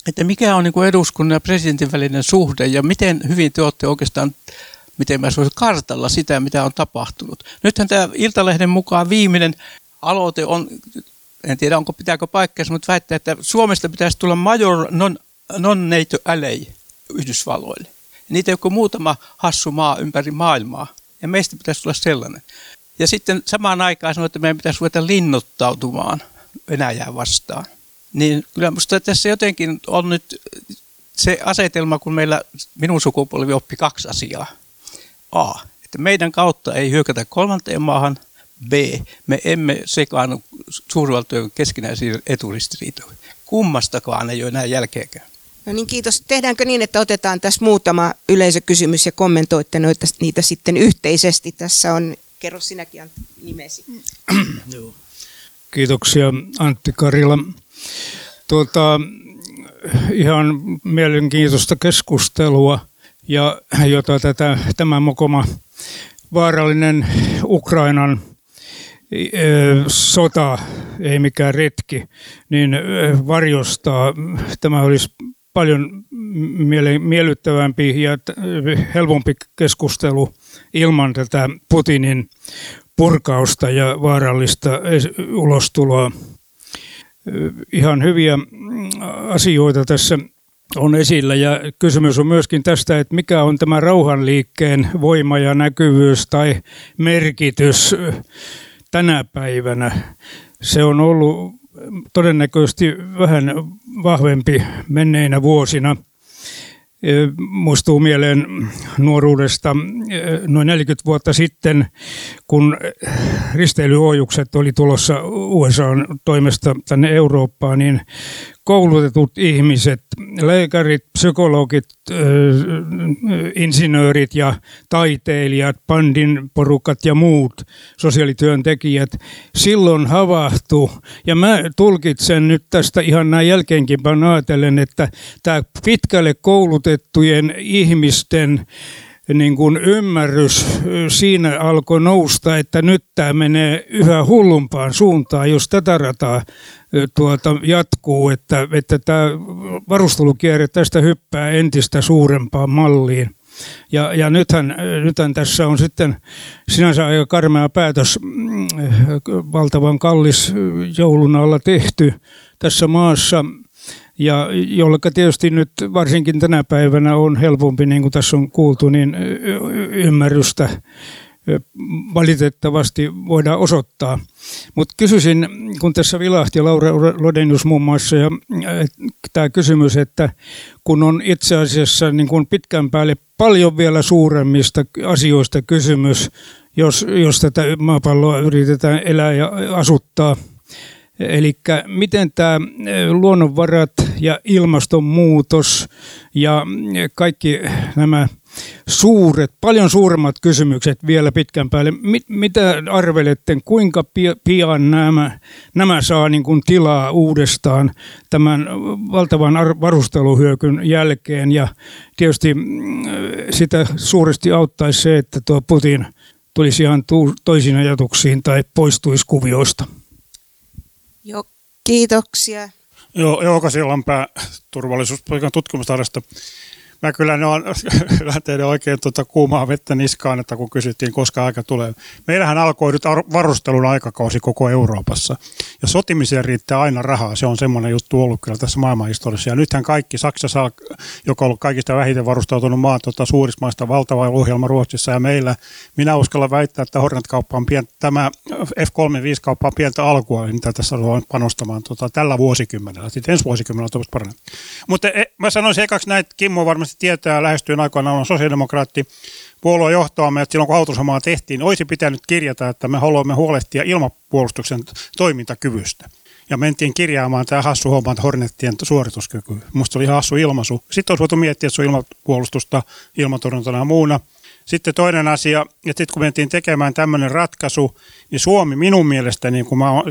että mikä on niin kuin eduskunnan ja presidentin välinen suhde ja miten hyvin te olette oikeastaan, miten mä sanoisin, kartalla sitä, mitä on tapahtunut. Nythän tämä Iltalehden mukaan viimeinen aloite on, en tiedä pitääkö paikkansa, mutta väittää, että Suomesta pitäisi tulla major non-NATO ally Yhdysvalloille. Niitä ei ole kuin muutama hassu maa ympäri maailmaa ja meistä pitäisi tulla sellainen. Ja sitten samaan aikaan sanoo, että meidän pitäisi ruveta linnoittautumaan Venäjää vastaan. Niin kyllä minusta tässä jotenkin on nyt se asetelma, kun minun sukupolvi oppi 2 asiaa. A, että meidän kautta ei hyökätä kolmanteen maahan. B, me emme sekaannu suurvaltojen keskinäisiin eturistiriitoihin. Kummastakaan ei ole enää jälkeenkään. No niin, kiitos. Tehdäänkö niin, että otetaan tässä muutama yleisökysymys ja kommentoitte niitä sitten yhteisesti? Tässä on, kerro sinäkin nimesi. Kiitoksia Antti Karila. Ihan mielenkiintoista keskustelua, ja jota tämä mokoma vaarallinen Ukrainan sota, ei mikään retki, niin varjostaa. Tämä olisi paljon miellyttävämpi ja helpompi keskustelu ilman tätä Putinin purkausta ja vaarallista ulostuloa. Ihan hyviä asioita tässä on esillä, ja kysymys on myöskin tästä, että mikä on tämä rauhanliikkeen voima ja näkyvyys tai merkitys tänä päivänä. Se on ollut todennäköisesti vähän vahvempi menneinä vuosina. Muistuu mieleen nuoruudesta noin 40 vuotta sitten, kun risteilyohjukset oli tulossa USA:n toimesta tänne Eurooppaan, niin koulutetut ihmiset, lääkärit, psykologit, insinöörit ja taiteilijat, bandin porukat ja muut sosiaalityöntekijät silloin havahtu. Ja mä tulkitsen nyt tästä ihan näin jälkeenkin ajatellen, että tämä pitkälle koulutettujen ihmisten niin kuin ymmärrys siinä alkoi nousta, että nyt tämä menee yhä hullumpaan suuntaan, jos tätä rataa jatkuu, että tämä varustelukierre tästä hyppää entistä suurempaan malliin. Ja nythän tässä on sitten sinänsä aika karmea päätös, valtavan kallis joulun alla tehty tässä maassa, ja jolleka tietysti nyt varsinkin tänä päivänä on helpompi, niin kuin tässä on kuultu, niin ymmärrystä valitettavasti voidaan osoittaa. Mutta kysyisin, kun tässä vilahti Laura Lodenius muun muassa, ja tämä kysymys, että kun on itse asiassa niin kuin pitkän päälle paljon vielä suuremmista asioista kysymys, jos tätä maapalloa yritetään elää ja asuttaa. Eli miten tämä luonnonvarat ja ilmastonmuutos ja kaikki nämä paljon suuremmat kysymykset vielä pitkän päälle, mitä arvelette, kuinka pian nämä saa niin kuin tilaa uudestaan tämän valtavan varusteluhyökyn jälkeen, ja tietysti sitä suuresti auttaisi se, että tuo Putin tulisi ihan toisiin ajatuksiin tai poistuisi kuvioista. Joo, kiitoksia. Joo, Jouko Sillanpää turvallisuuspolitiikan tutkimustarjasta. Mä kyllä ne on teidän oikein kuumaa vettä niskaan, että kun kysyttiin, koska aika tulee. Meillähän alkoi nyt varustelun aikakausi koko Euroopassa. Ja sotimiseen riittää aina rahaa. Se on semmoinen juttu ollut kyllä tässä maailmanhistoriassa. Ja nythän kaikki, Saksa saa, joka on ollut kaikista vähiten varustautunut maa suurista maista, valtava ohjelma Ruotsissa ja meillä. Minä uskallan väittää, että Hornet-kauppa on tämä F-35-kauppa on pientä alkua, mitä tässä on panostamaan tällä vuosikymmenellä. Sitten ensi vuosikymmenellä on paremmin. Mutta mä sanoisin ekaksi näin, että Kimmo varmasti tietää, lähestyen aikoinaan on sosiaalidemokraatti puolueen johtoamme, että silloin kun autosamaa tehtiin, olisi pitänyt kirjata, että me haluamme huolehtia ilmapuolustuksen toimintakyvystä. Ja mentiin kirjaamaan tämä hassu homma, Hornettien suorituskyky. Musta oli ihan hassu ilmaisu. Sitten olisi voitu miettiä, että se on ilmapuolustusta, ilmatorjuntana ja muuna. Sitten toinen asia, että sitten kun mentiin tekemään tämmöinen ratkaisu, niin Suomi minun mielestäni,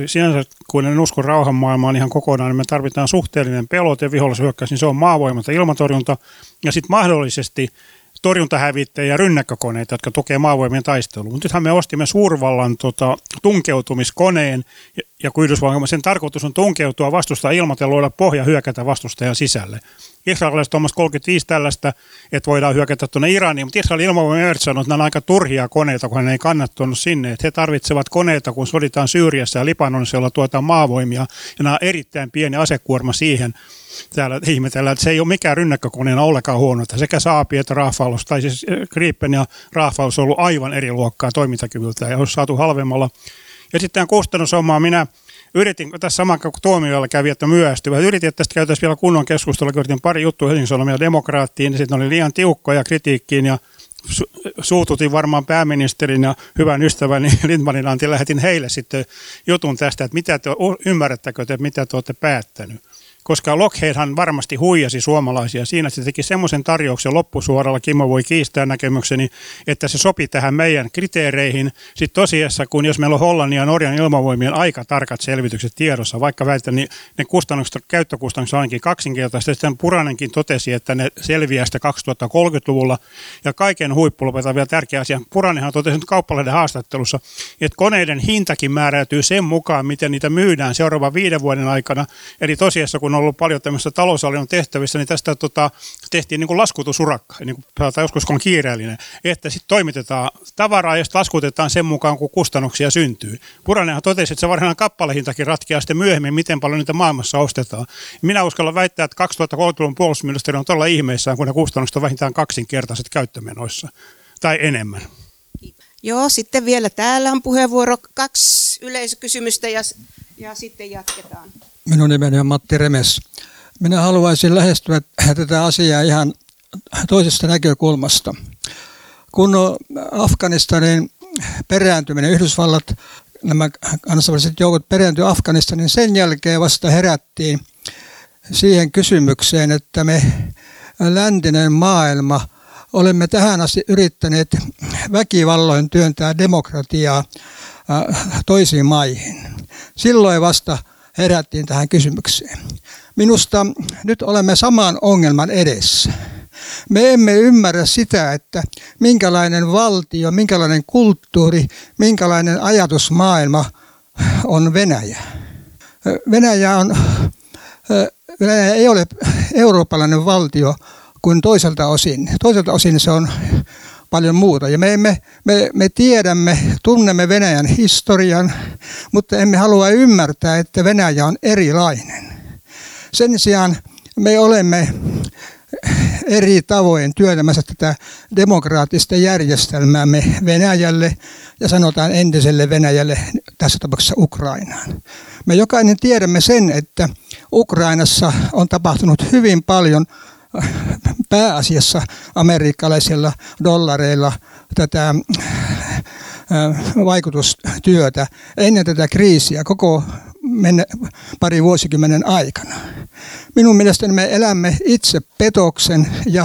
kun en usko rauhan maailmaan ihan kokonaan, niin me tarvitaan suhteellinen pelote, vihollishyökkäys, niin se on maavoimalta ilmatorjunta ja sitten mahdollisesti torjuntahävittäjiä ja rynnäkkökoneita, jotka tukee maavoimien taistelua. Mutta nythän me ostimme suurvallan tunkeutumiskoneen, ja kun sen tarkoitus on tunkeutua vastustaa ilmoitella luoda pohja hyökätä vastustajan sisälle. Israelilaiset on 35 tällaista, että voidaan hyökätä tuonne Iraniin, mutta Israelin ilmavoimien sanoo, että nämä on aika turhia koneita, kun hän ei kannattanut sinne. Että he tarvitsevat koneita, kun soditaan Syyriassa ja Libanonissa, jolla tuetaan maavoimia, ja nämä on erittäin pieni asekuorma siihen. Täällä ihmetellään, että se ei ole mikään rynnäkkökoneena ollenkaan huono, että sekä Saapi että Rafale, tai siis Gripen ja Rafale on ollut aivan eri luokkaa toimintakyvyltä ja olisi saatu halvemmalla. Ja sitten kustannusomaa minä yritin, tässä saman kuin Tuomiolla kävi, että myöhästyvät. Yritin, että tästä käytäisiin vielä kunnon keskustelua. Yritin pari juttua Helsingin Sanomia Demokraattiin, ja sitten oli liian tiukkoja kritiikkiin, ja suututin varmaan pääministerin ja hyvän ystäväni Lindmanin Antti. Lähetin heille sitten jutun tästä, että ymmärrättekö te, mitä te olette päättänyt. Koska Lockheedhan varmasti huijasi suomalaisia siinä, että se teki semmoisen tarjouksen loppusuoralla, Kimmo voi kiistää näkemykseni, että se sopi tähän meidän kriteereihin. Sitten tosiassa, kun jos meillä on Hollannin ja Norjan ilmavoimien aika tarkat selvitykset tiedossa, vaikka väitän, niin ne kustannukset, käyttökustannukset on ainakin kaksinkertaista. Sitten Puranenkin totesi, että ne selviää sitä 2030-luvulla. Ja kaiken huippu, lopetan vielä tärkeä asia. Puranenhan totesi nyt Kauppalehden haastattelussa, että koneiden hintakin määräytyy sen mukaan, miten niitä myydään seuraavan 5 vuoden aikana. Eli tosiassa, kun on ollut paljon tämmöistä taloushallinnon tehtävissä, niin tästä tehtiin niin kuin laskutusurakka, niin kuin joskus kun on kiireellinen, että sitten toimitetaan tavaraa ja sitten laskutetaan sen mukaan, kun kustannuksia syntyy. Puranenhan totesi, että se varsinainen kappalehintakin ratkeaa sitten myöhemmin, miten paljon niitä maailmassa ostetaan. Minä uskallan väittää, että 2030-luvun puolustusministeri on todella ihmeissään, kun ne kustannukset on vähintään kaksinkertaiset käyttömenoissa tai enemmän. Joo, sitten vielä täällä on puheenvuoro, 2 yleisökysymystä ja sitten jatketaan. Minun nimeni on Matti Remes. Minä haluaisin lähestyä tätä asiaa ihan toisesta näkökulmasta. Kun Afganistanin perääntyminen, Yhdysvallat, nämä kansainväliset joukot perääntyivät Afganistanin, sen jälkeen vasta herättiin siihen kysymykseen, että me läntinen maailma olemme tähän asti yrittäneet väkivalloin työntää demokratiaa toisiin maihin. Silloin vasta herättiin tähän kysymykseen. Minusta nyt olemme saman ongelman edessä. Me emme ymmärrä sitä, että minkälainen valtio, minkälainen kulttuuri, minkälainen ajatusmaailma on Venäjä. Venäjä ei ole eurooppalainen valtio kuin toiselta osin. Toiselta osin se on paljon muuta. Ja me tiedämme, tunnemme Venäjän historian, mutta emme halua ymmärtää, että Venäjä on erilainen. Sen sijaan me olemme eri tavoin työntämässä tätä demokraattista järjestelmäämme Venäjälle ja sanotaan entiselle Venäjälle, tässä tapauksessa Ukrainaan. Me jokainen tiedämme sen, että Ukrainassa on tapahtunut hyvin paljon pääasiassa amerikkalaisilla dollareilla tätä vaikutustyötä ennen tätä kriisiä koko pari vuosikymmenen aikana. Minun mielestäni me elämme itse petoksen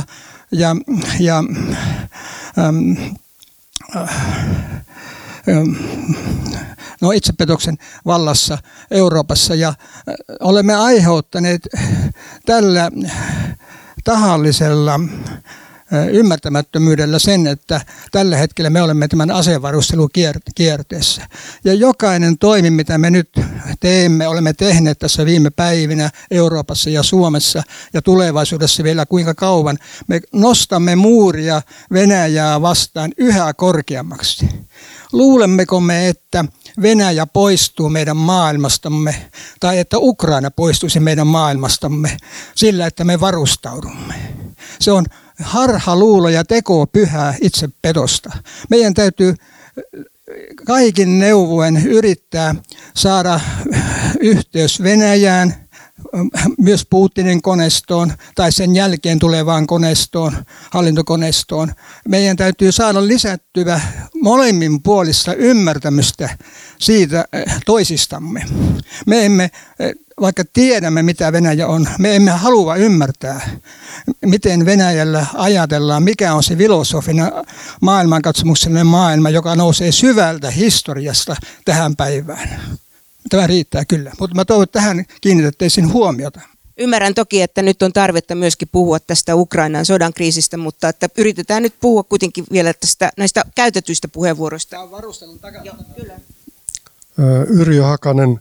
itsepetoksen vallassa Euroopassa ja olemme aiheuttaneet tällä tahallisella ymmärtämättömyydellä sen, että tällä hetkellä me olemme tämän asevarustelukierteessä. Ja jokainen toimi, mitä me nyt teemme, olemme tehneet tässä viime päivinä Euroopassa ja Suomessa ja tulevaisuudessa vielä kuinka kauan, me nostamme muuria Venäjää vastaan yhä korkeammaksi. Luulemmeko me, että Venäjä poistuu meidän maailmastamme tai että Ukraina poistuisi meidän maailmastamme sillä, että me varustaudumme? Se on harhaluulo ja tekopyhää itsepetosta. Meidän täytyy kaikin neuvoin yrittää saada yhteys Venäjään, myös Putinin koneistoon tai sen jälkeen tulevaan koneistoon, hallintokoneistoon. Meidän täytyy saada lisättyä molemminpuolista ymmärtämystä siitä toisistamme. Me emme, vaikka tiedämme mitä Venäjä on, me emme halua ymmärtää, miten Venäjällä ajatellaan, mikä on se filosofinen maailmankatsomuksellinen maailma, joka nousee syvältä historiasta tähän päivään. Tämä riittää kyllä, mutta mä toivon, että tähän kiinnitettäisiin huomiota. Ymmärrän toki, että nyt on tarvetta myöskin puhua tästä Ukrainan sodan kriisistä, mutta että yritetään nyt puhua kuitenkin vielä näistä käytetyistä puheenvuoroista. Varustelun takana. Joo, kyllä. Yrjö Hakanen,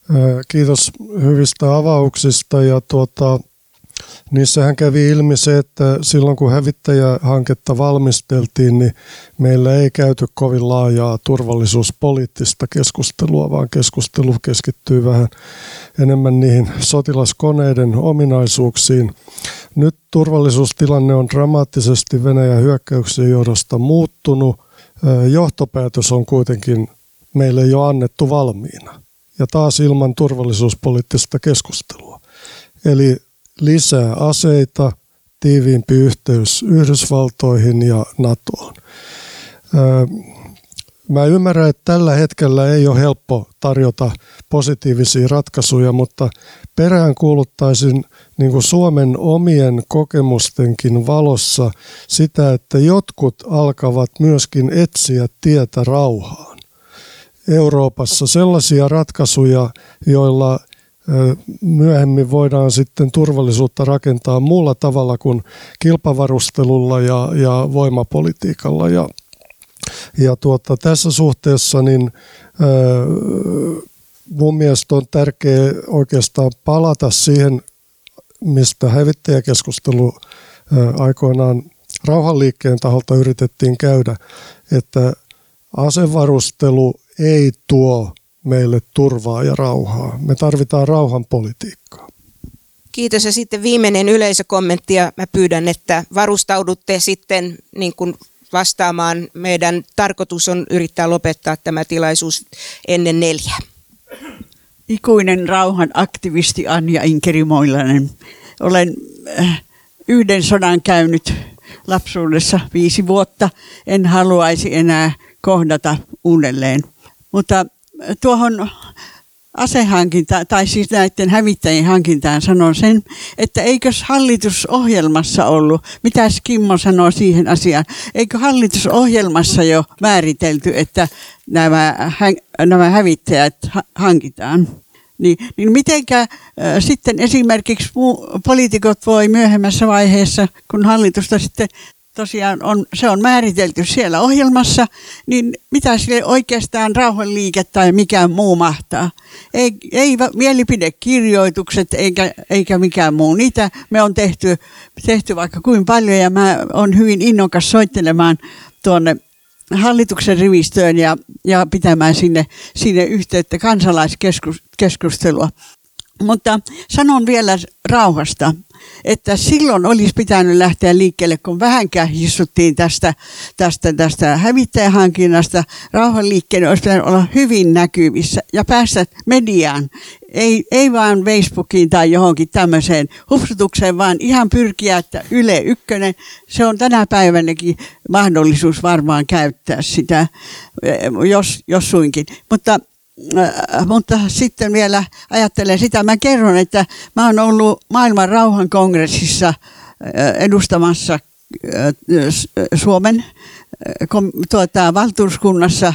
Kiitos hyvistä avauksista ja niissähän kävi ilmi se, että silloin kun hävittäjähanketta valmisteltiin, niin meillä ei käyty kovin laajaa turvallisuuspoliittista keskustelua, vaan keskustelu keskittyy vähän enemmän niihin sotilaskoneiden ominaisuuksiin. Nyt turvallisuustilanne on dramaattisesti Venäjän hyökkäyksen johdosta muuttunut. Johtopäätös on kuitenkin meille jo annettu valmiina ja taas ilman turvallisuuspoliittista keskustelua. Eli lisää aseita, tiiviimpi yhteys Yhdysvaltoihin ja NATOon. Mä ymmärrän, että tällä hetkellä ei ole helppo tarjota positiivisia ratkaisuja, mutta peräänkuuluttaisin niin kuin Suomen omien kokemustenkin valossa sitä, että jotkut alkavat myöskin etsiä tietä rauhaan. Euroopassa sellaisia ratkaisuja, joilla myöhemmin voidaan sitten turvallisuutta rakentaa muulla tavalla kuin kilpavarustelulla ja voimapolitiikalla. Tässä suhteessa niin, mun mielestä on tärkeää oikeastaan palata siihen, mistä hävittäjäkeskustelu aikoinaan rauhanliikkeen taholta yritettiin käydä, että asevarustelu ei tuo meille turvaa ja rauhaa. Me tarvitaan rauhanpolitiikkaa. Kiitos. Ja sitten viimeinen yleisökommentti, ja mä pyydän, että varustaudutte sitten niin kuin vastaamaan. Meidän tarkoitus on yrittää lopettaa tämä tilaisuus ennen 4. Ikuinen rauhan aktivisti Anja Inkeri-Moilanen. Olen yhden sodan käynyt lapsuudessa 5 vuotta. En haluaisi enää kohdata uudelleen. Mutta tuohon asehankintaan, tai siis näiden hävittäjien hankintaan sanon sen, että eikös hallitusohjelmassa ollut, mitäs Kimmo sanoo siihen asiaan, eikö hallitusohjelmassa jo määritelty, että nämä hävittäjät hankitaan? Niin mitenkä sitten esimerkiksi poliitikot voi myöhemmässä vaiheessa, kun hallitusta sitten tosiaan se on määritelty siellä ohjelmassa, niin mitä sille oikeastaan rauhanliike tai mikään muu mahtaa? Ei mielipidekirjoitukset eikä mikään muu. Niitä me on tehty vaikka kuin paljon, ja mä oon hyvin innokas soittelemaan tuonne hallituksen rivistöön ja pitämään sinne yhteyttä kansalaiskeskustelua. Mutta sanon vielä rauhasta, että silloin olisi pitänyt lähteä liikkeelle, kun vähänkään hissuttiin tästä hävittäjähankinnasta. Rauhanliikkeen olisi pitänyt olla hyvin näkyvissä ja päästä mediaan. Ei vaan Facebookiin tai johonkin tämmöiseen hupsutukseen, vaan ihan pyrkiä, että Yle Ykkönen, se on tänä päivänäkin mahdollisuus varmaan käyttää sitä, jos suinkin. Mutta sitten vielä ajattelen sitä, mä kerron, että mä oon ollut maailman rauhankongressissa edustamassa Suomen valtuuskunnassa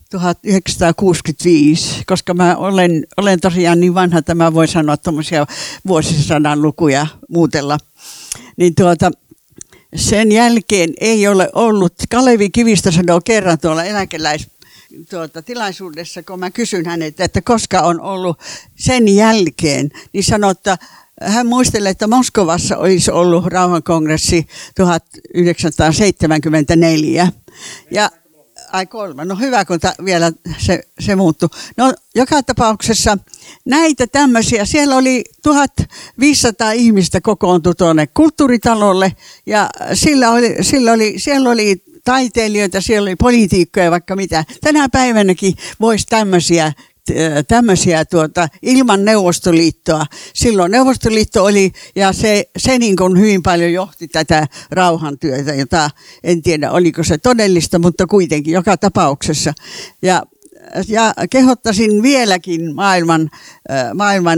1965, koska mä olen tosiaan niin vanha, että mä voin sanoa tuommoisia vuosisadan lukuja muutella. Niin sen jälkeen ei ole ollut, Kalevi Kivistö sanoo kerran tuolla tilaisuudessa, kun mä kysyn häneltä, että koska on ollut sen jälkeen, niin sanoi, että hän muistelee, että Moskovassa olisi ollut rauhankongressi 1974. Ja no hyvä, kun vielä se muuttui. No joka tapauksessa näitä tämmöisiä, siellä oli 1500 ihmistä kokoontui tuonne kulttuuritalolle, ja siellä oli taiteilijoita, siellä oli poliitikkoja, vaikka mitä. Tänä päivänäkin voisi tämmöisiä ilman Neuvostoliittoa. Silloin Neuvostoliitto oli, ja se niin kuin hyvin paljon johti tätä rauhantyötä, jota en tiedä oliko se todellista, mutta kuitenkin joka tapauksessa. Ja kehottaisin vieläkin maailman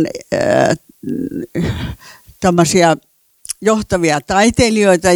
tämmöisiä johtavia taiteilijoita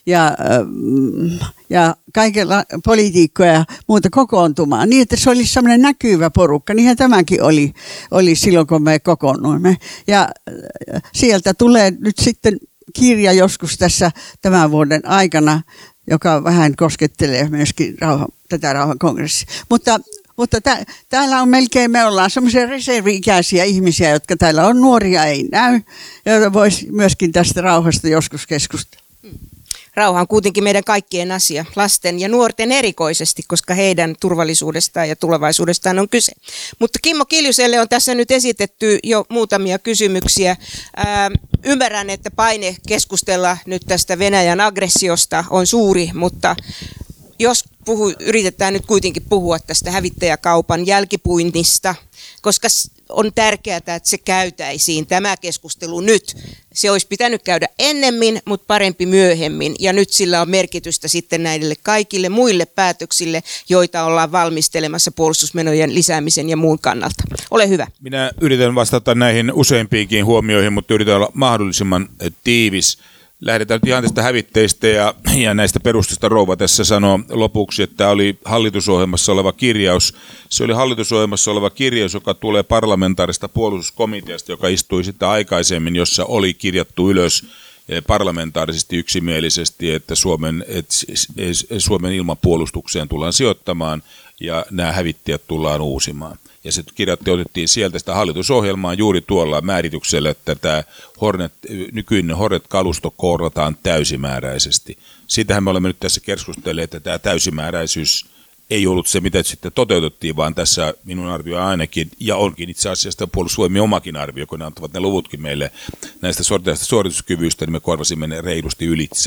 ja kaikilla poliitikkoja ja muuta kokoontumaan niin, että se olisi sellainen näkyvä porukka. Niinhän tämäkin oli silloin, kun me kokoonnuimme. Ja sieltä tulee nyt sitten kirja joskus tässä tämän vuoden aikana, joka vähän koskettelee myöskin tätä rauhankongressia. Mutta Mutta täällä on melkein, me ollaan semmoisia reservi-ikäisiä ihmisiä, jotka täällä on nuoria, ei näy, joita voisi myöskin tästä rauhasta joskus keskustella. Rauha on kuitenkin meidän kaikkien asia, lasten ja nuorten erikoisesti, koska heidän turvallisuudestaan ja tulevaisuudestaan on kyse. Mutta Kimmo Kiljuselle on tässä nyt esitetty jo muutamia kysymyksiä. Ymmärrän, että paine keskustella nyt tästä Venäjän aggressiosta on suuri, mutta jos yritetään nyt kuitenkin puhua tästä hävittäjäkaupan jälkipuinnista, koska on tärkeää, että se käytäisiin tämä keskustelu nyt. Se olisi pitänyt käydä ennemmin, mutta parempi myöhemmin. Ja nyt sillä on merkitystä sitten näille kaikille muille päätöksille, joita ollaan valmistelemassa puolustusmenojen lisäämisen ja muun kannalta. Ole hyvä. Minä yritän vastata näihin useimpiinkin huomioihin, mutta yritän olla mahdollisimman tiivis. Lähdetään nyt ihan tästä hävitteistä ja näistä perusteista. Rouva tässä sanoo lopuksi, että tämä oli hallitusohjelmassa oleva kirjaus. Se oli hallitusohjelmassa oleva kirjaus, joka tulee parlamentaarista puolustuskomiteasta, joka istui sitten aikaisemmin, jossa oli kirjattu ylös parlamentaarisesti yksimielisesti, että Suomen ilmapuolustukseen tullaan sijoittamaan ja nämä hävittäjät tullaan uusimaan. Ja se otettiin sieltä sitä hallitusohjelmaa juuri tuolla määrityksellä, että tämä nykyinen Hornet-kalusto korvataan täysimääräisesti. Siitähän me olemme nyt tässä keskustelleet, että tämä täysimääräisyys ei ollut se, mitä sitten toteutettiin, vaan tässä minun arvio ainakin, ja onkin itse asiassa puolustusvoimien omakin arvio, kun ne antavat ne luvutkin meille näistä suorituskyvyistä, niin me korvasimme ne reilusti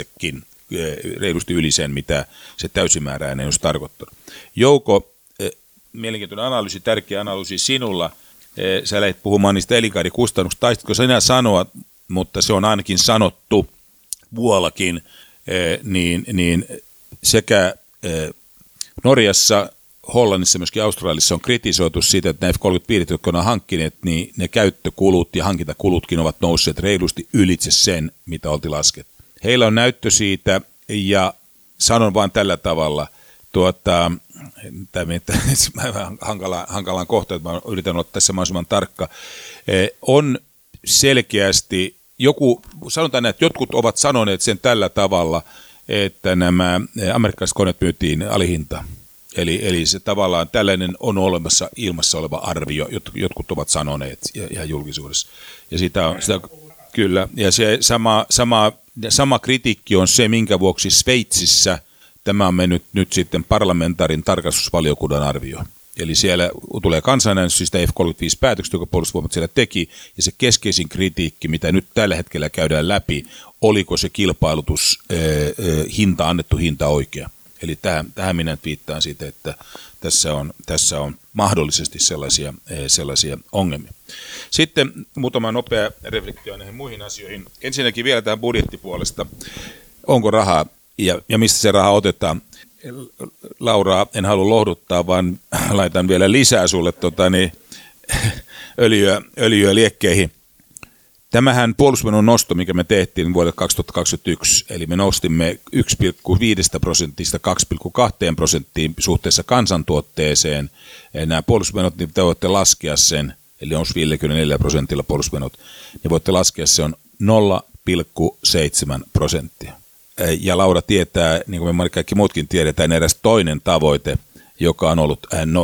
yli sen, mitä se täysimääräinen olisi tarkoittanut. Jouko, mielenkiintoinen analyysi, tärkeä analyysi sinulla. Sä lähdit puhumaan niistä elinkaarikustannuksista. Taisitko sinä sanoa, mutta se on ainakin sanottu muuallakin, niin sekä Norjassa, Hollannissa, myöskin Australiassa on kritisoitu siitä, että nämä F-35, jotka on hankkineet, niin ne käyttökulut ja hankintakulutkin ovat nousseet reilusti ylitse sen, mitä oltiin laskettu. Heillä on näyttö siitä, ja sanon vain tällä tavalla, tämä hankalaan kohtaan, että mä yritän olla tässä mahdollisimman tarkka, on selkeästi sanotaan, että jotkut ovat sanoneet sen tällä tavalla, että nämä amerikkalaiset koneet myytiin alihintaan. Eli se tavallaan tällainen on olemassa ilmassa oleva arvio, jotkut ovat sanoneet ihan julkisuudessa. Ja sitä kyllä, ja se sama kritiikki on se, minkä vuoksi Sveitsissä tämä on mennyt nyt sitten parlamentaarin tarkastusvaliokunnan arvio. Eli siellä tulee kansanäänestys siitä F-35-päätöksestä, joka puolustusvoimat siellä teki, ja se keskeisin kritiikki, mitä nyt tällä hetkellä käydään läpi, oliko se kilpailutus, annettu hinta oikea. Eli tähän minä viittaan siitä, että tässä on mahdollisesti sellaisia ongelmia. Sitten muutama nopea reflektio näihin muihin asioihin. Ensinnäkin vielä tähän budjettipuolesta. Onko rahaa ja mistä se raha otetaan? Lauraa en halua lohduttaa, vaan laitan vielä lisää sulle öljyä liekkeihin. Tämähän puolustusmenon nosto, mikä me tehtiin vuodelle 2021, eli me nostimme 1,5%–2,2% suhteessa kansantuotteeseen. Nämä puolustusmenot, niin te voitte laskea sen, eli on 54% puolustusmenot, niin voitte laskea se on 0,7%. Ja Laura tietää, niin kuin me kaikki muutkin tiedetään, eräs toinen tavoite, joka on ollut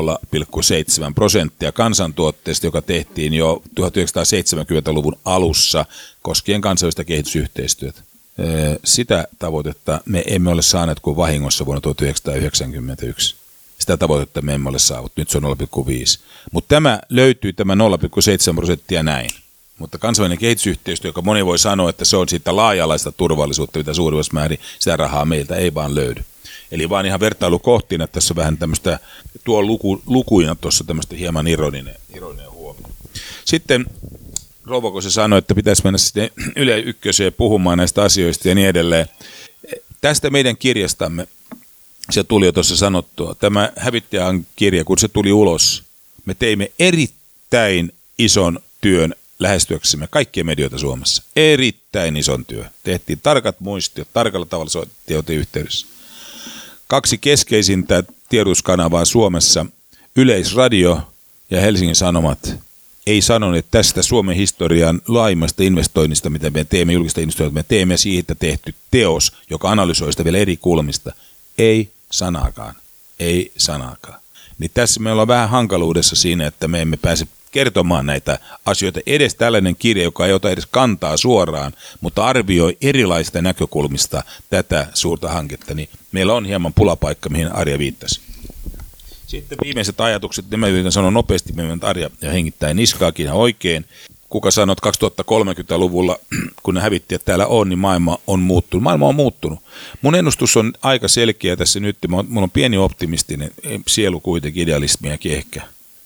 0,7% kansantuotteesta, joka tehtiin jo 1970-luvun alussa koskien kansainvälistä kehitysyhteistyötä. Sitä tavoitetta me emme ole saaneet kuin vahingossa vuonna 1991. Sitä tavoitetta me emme ole saavut. Nyt se on 0,5. Mutta tämä 0,7% näin. Mutta kansainvälinen kehitysyhteistyö, joka moni voi sanoa, että se on siitä laaja-alaista turvallisuutta, mitä suurimmassa määrin sitä rahaa meiltä ei vaan löydy. Eli vaan ihan vertailukohtiin, että tässä on vähän tämmöistä, tuo lukuina tuossa tämmöistä hieman ironinen huomio. Sitten Rovako se sanoi, että pitäisi mennä sitten Yle Ykköseen puhumaan näistä asioista ja niin edelleen. Tästä meidän kirjastamme, se tuli jo tuossa sanottua, tämä hävittäjän kirja, kun se tuli ulos, me teimme erittäin ison työn lähestyäksemme kaikkia medioita Suomessa. Erittäin ison työ. Tehtiin tarkat muistiot, tarkalla tavalla soitettiin yhteydessä. 2 keskeisintä tiedotuskanavaa Suomessa, Yleisradio ja Helsingin Sanomat, ei sanoneet tästä Suomen historian laajimmasta investoinnista, mitä me teemme, julkista investoinnista, me teemme siitä tehty teos, joka analysoi sitä vielä eri kulmista. Ei sanaakaan. Ei sanaakaan. niin tässä me ollaan vähän hankaluudessa siinä, että me emme pääse kertomaan näitä asioita. Edes tällainen kirja, joka ei ota edes kantaa suoraan, mutta arvioi erilaisista näkökulmista tätä suurta hanketta, niin meillä on hieman pulapaikka, mihin Arja viittasi. Sitten viimeiset ajatukset, ne mä yritän sanoa nopeasti, Arja ja hengittää niskaakin ihan oikein. Kuka sanoo, että 2030-luvulla, kun ne hävittäjät täällä on, niin maailma on muuttunut. Maailma on muuttunut. Mun ennustus on aika selkeä tässä nyt. Mulla on pieni optimistinen sielu kuitenkin, idealismiakin ehkä.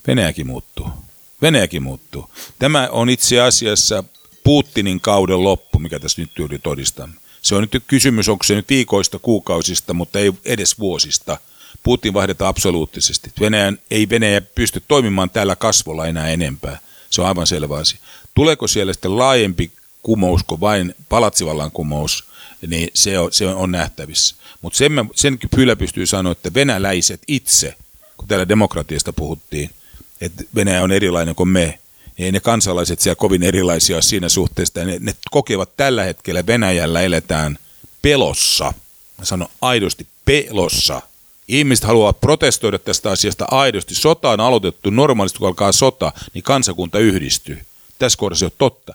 Venäjäkin muuttuu. Tämä on itse asiassa Putinin kauden loppu, mikä tässä nyt juuri todistamme. Se on nyt kysymys, onko se nyt viikoista, kuukausista, mutta ei edes vuosista. Putin vaihdetaan absoluuttisesti. Venäjä pysty toimimaan tällä kasvolla enää enempää. Se on aivan selvä asia. Tuleeko siellä sitten laajempi kumous kuin vain palatsivallan kumous, niin se on nähtävissä. Mutta sen kyllä pystyy sanoa, että venäläiset itse, kun täällä demokratiasta puhuttiin, että Venäjä on erilainen kuin me, niin ei ne kansalaiset siellä kovin erilaisia siinä suhteessa. Ne kokevat tällä hetkellä Venäjällä eletään pelossa. Mä sanon aidosti pelossa. Ihmiset haluavat protestoida tästä asiasta aidosti. Sota on aloitettu normaalisti, kun alkaa sota, niin kansakunta yhdistyy. Tässä kohdassa on totta.